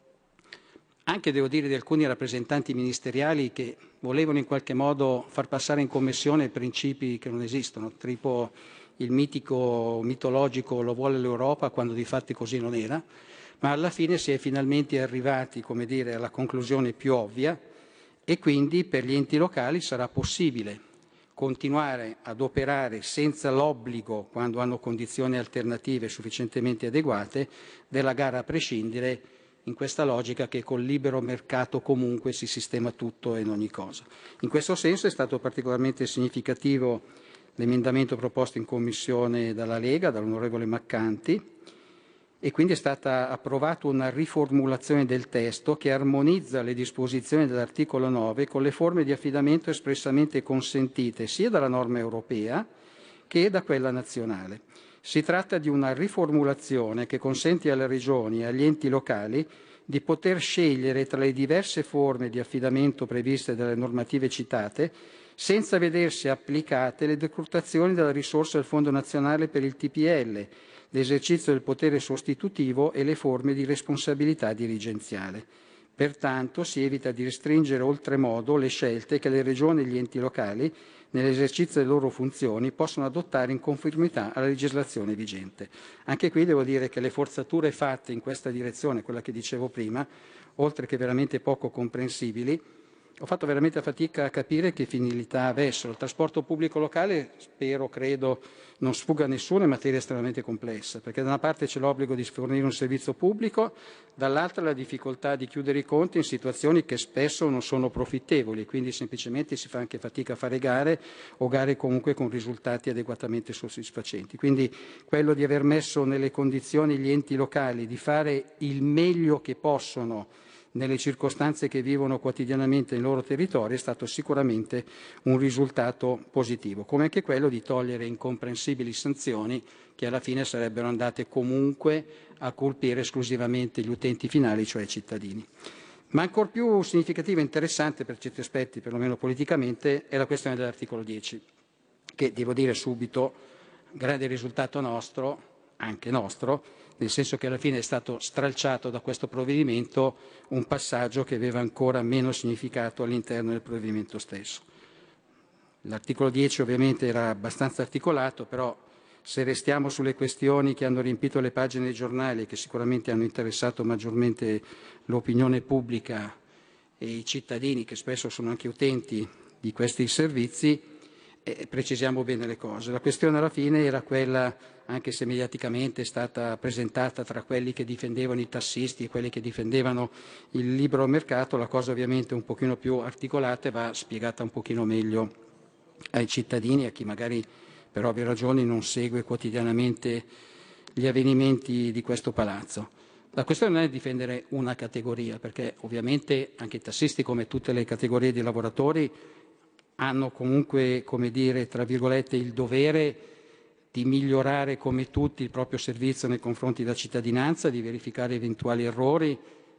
anche devo dire di alcuni rappresentanti ministeriali che volevano in qualche modo far passare in commissione principi che non esistono, tipo il mitico, mitologico lo vuole l'Europa, quando di fatti così non era, ma alla fine si è finalmente arrivati, come dire, alla conclusione più ovvia, e quindi per gli enti locali sarà possibile continuare ad operare senza l'obbligo, quando hanno condizioni alternative sufficientemente adeguate, della gara a prescindere, in questa logica che col libero mercato comunque si sistema tutto e in ogni cosa. In questo senso è stato particolarmente significativo l'emendamento proposto in Commissione dalla Lega, dall'onorevole Maccanti, e quindi è stata approvata una riformulazione del testo che armonizza le disposizioni dell'articolo nove con le forme di affidamento espressamente consentite sia dalla norma europea che da quella nazionale. Si tratta di una riformulazione che consente alle regioni e agli enti locali di poter scegliere tra le diverse forme di affidamento previste dalle normative citate, senza vedersi applicate le decurtazioni della risorsa del Fondo nazionale per il T P L, l'esercizio del potere sostitutivo e le forme di responsabilità dirigenziale. Pertanto si evita di restringere oltremodo le scelte che le regioni e gli enti locali, nell'esercizio delle loro funzioni, possono adottare in conformità alla legislazione vigente. Anche qui devo dire che le forzature fatte in questa direzione, quella che dicevo prima, oltre che veramente poco comprensibili, ho fatto veramente fatica a capire che finalità avessero. Il trasporto pubblico locale, spero, credo, non sfugga a nessuno, è materia estremamente complessa, perché da una parte c'è l'obbligo di fornire un servizio pubblico, dall'altra la difficoltà di chiudere i conti in situazioni che spesso non sono profittevoli, quindi semplicemente si fa anche fatica a fare gare o gare comunque con risultati adeguatamente soddisfacenti. Quindi quello di aver messo nelle condizioni gli enti locali di fare il meglio che possono nelle circostanze che vivono quotidianamente nei loro territori è stato sicuramente un risultato positivo, come anche quello di togliere incomprensibili sanzioni che alla fine sarebbero andate comunque a colpire esclusivamente gli utenti finali, cioè i cittadini. Ma ancor più significativa e interessante per certi aspetti, perlomeno politicamente, è la questione dell'articolo dieci, che devo dire subito, grande risultato nostro, anche nostro, nel senso che alla fine è stato stralciato da questo provvedimento un passaggio che aveva ancora meno significato all'interno del provvedimento stesso. L'articolo dieci ovviamente era abbastanza articolato, però se restiamo sulle questioni che hanno riempito le pagine dei giornali e che sicuramente hanno interessato maggiormente l'opinione pubblica e i cittadini, che spesso sono anche utenti di questi servizi, eh, precisiamo bene le cose. La questione alla fine era quella, anche se mediaticamente è stata presentata tra quelli che difendevano i tassisti e quelli che difendevano il libero mercato, la cosa ovviamente è un pochino più articolata e va spiegata un pochino meglio ai cittadini, a chi magari per ovvie ragioni non segue quotidianamente gli avvenimenti di questo palazzo. La questione non è difendere una categoria, perché ovviamente anche i tassisti, come tutte le categorie di lavoratori, hanno comunque, come dire, tra virgolette, il dovere di migliorare come tutti il proprio servizio nei confronti della cittadinanza, di verificare eventuali errori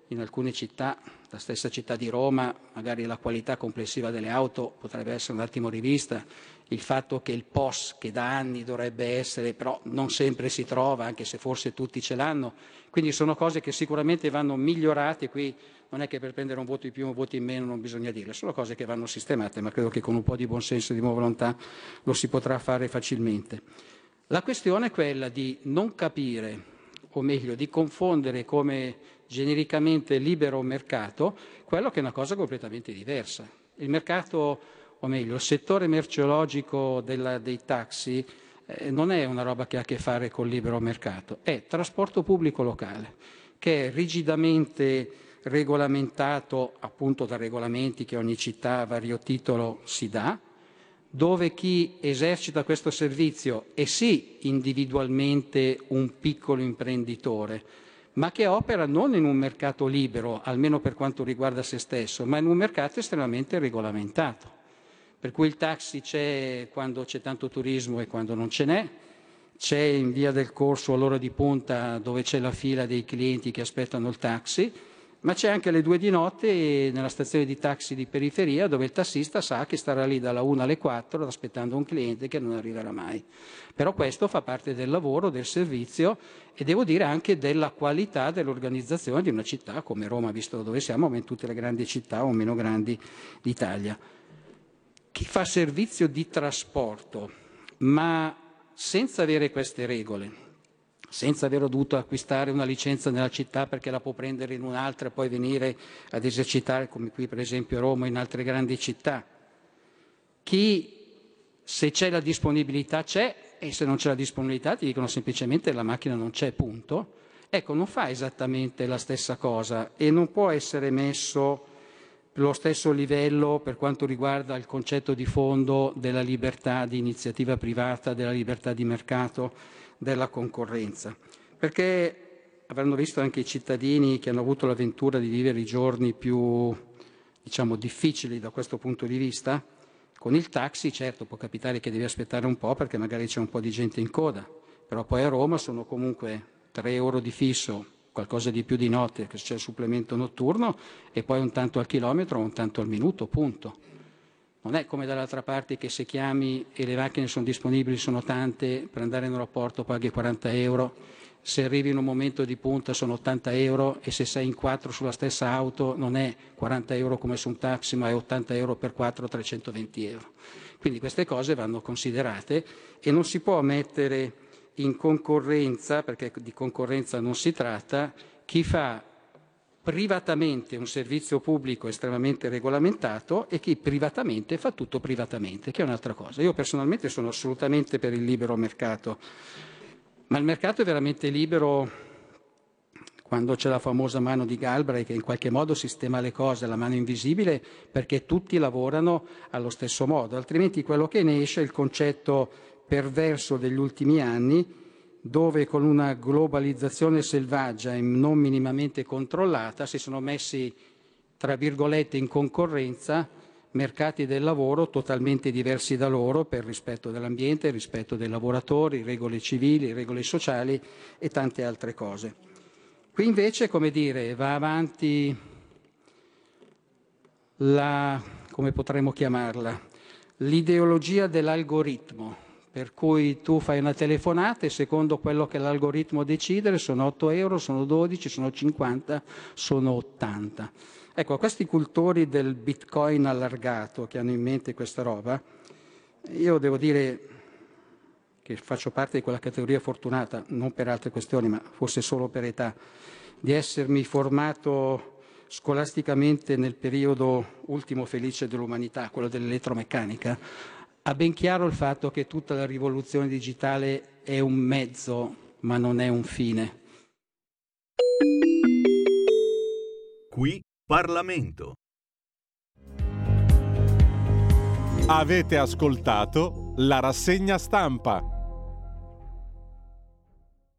in alcune città, la stessa città di Roma, magari la qualità complessiva delle auto potrebbe essere un attimo rivista, il fatto che il P O S, che da anni dovrebbe essere, però non sempre si trova, anche se forse tutti ce l'hanno, quindi sono cose che sicuramente vanno migliorate. Qui non è che per prendere un voto in più o un voto in meno non bisogna dirle, sono cose che vanno sistemate, ma credo che con un po' di buonsenso e di buona volontà lo si potrà fare facilmente. La questione è quella di non capire, o meglio di confondere come genericamente libero mercato quello che è una cosa completamente diversa. Il mercato, o meglio il settore merceologico della, dei taxi eh, non è una roba che ha a che fare col libero mercato, è trasporto pubblico locale che è rigidamente regolamentato appunto da regolamenti che ogni città a vario titolo si dà, dove chi esercita questo servizio è sì individualmente un piccolo imprenditore, ma che opera non in un mercato libero, almeno per quanto riguarda se stesso, ma in un mercato estremamente regolamentato. Per cui il taxi c'è quando c'è tanto turismo e quando non ce n'è, c'è in via del Corso all'ora di punta dove c'è la fila dei clienti che aspettano il taxi, ma c'è anche alle due di notte nella stazione di taxi di periferia dove il tassista sa che starà lì dalla una alle quattro aspettando un cliente che non arriverà mai. Però questo fa parte del lavoro, del servizio e devo dire anche della qualità dell'organizzazione di una città come Roma, visto dove siamo, ma in tutte le grandi città o meno grandi d'Italia. Chi fa servizio di trasporto, ma senza avere queste regole, senza aver dovuto acquistare una licenza nella città perché la può prendere in un'altra e poi venire ad esercitare, come qui per esempio a Roma, in altre grandi città. Chi, se c'è la disponibilità, c'è, e se non c'è la disponibilità ti dicono semplicemente la macchina non c'è, punto. Ecco, non fa esattamente la stessa cosa e non può essere messo lo stesso livello per quanto riguarda il concetto di fondo della libertà di iniziativa privata, della libertà di mercato, della concorrenza, perché avranno visto anche i cittadini che hanno avuto l'avventura di vivere i giorni più, diciamo, difficili da questo punto di vista. Con il taxi, certo, può capitare che devi aspettare un po' perché magari c'è un po' di gente in coda, però poi a Roma sono comunque tre euro di fisso, qualcosa di più di notte, che c'è il supplemento notturno, e poi un tanto al chilometro o un tanto al minuto, punto. Non è come dall'altra parte che se chiami e le macchine sono disponibili, sono tante, per andare in aeroporto paghi quaranta euro, se arrivi in un momento di punta sono ottanta euro e se sei in quattro sulla stessa auto non è quaranta euro come su un taxi, ma è ottanta euro per quattro, trecentoventi euro. Quindi queste cose vanno considerate e non si può mettere in concorrenza, perché di concorrenza non si tratta, chi fa privatamente un servizio pubblico estremamente regolamentato e chi privatamente fa tutto privatamente, che è un'altra cosa. Io personalmente sono assolutamente per il libero mercato, ma il mercato è veramente libero quando c'è la famosa mano di Galbraith che in qualche modo sistema le cose, la mano invisibile, perché tutti lavorano allo stesso modo, altrimenti quello che ne esce è il concetto perverso degli ultimi anni, dove con una globalizzazione selvaggia e non minimamente controllata si sono messi, tra virgolette, in concorrenza mercati del lavoro totalmente diversi da loro per rispetto dell'ambiente, rispetto dei lavoratori, regole civili, regole sociali e tante altre cose. Qui invece, come dire, va avanti la, come potremmo chiamarla, l'ideologia dell'algoritmo, per cui tu fai una telefonata e secondo quello che l'algoritmo decide sono otto euro, sono dodici, sono cinquanta, sono ottanta. Ecco, questi cultori del bitcoin allargato che hanno in mente questa roba, io devo dire che faccio parte di quella categoria fortunata, non per altre questioni, ma forse solo per età, di essermi formato scolasticamente nel periodo ultimo felice dell'umanità, quello dell'elettromeccanica. Ha ben chiaro il fatto che tutta la rivoluzione digitale è un mezzo, ma non è un fine. Qui Parlamento. Avete ascoltato la rassegna stampa.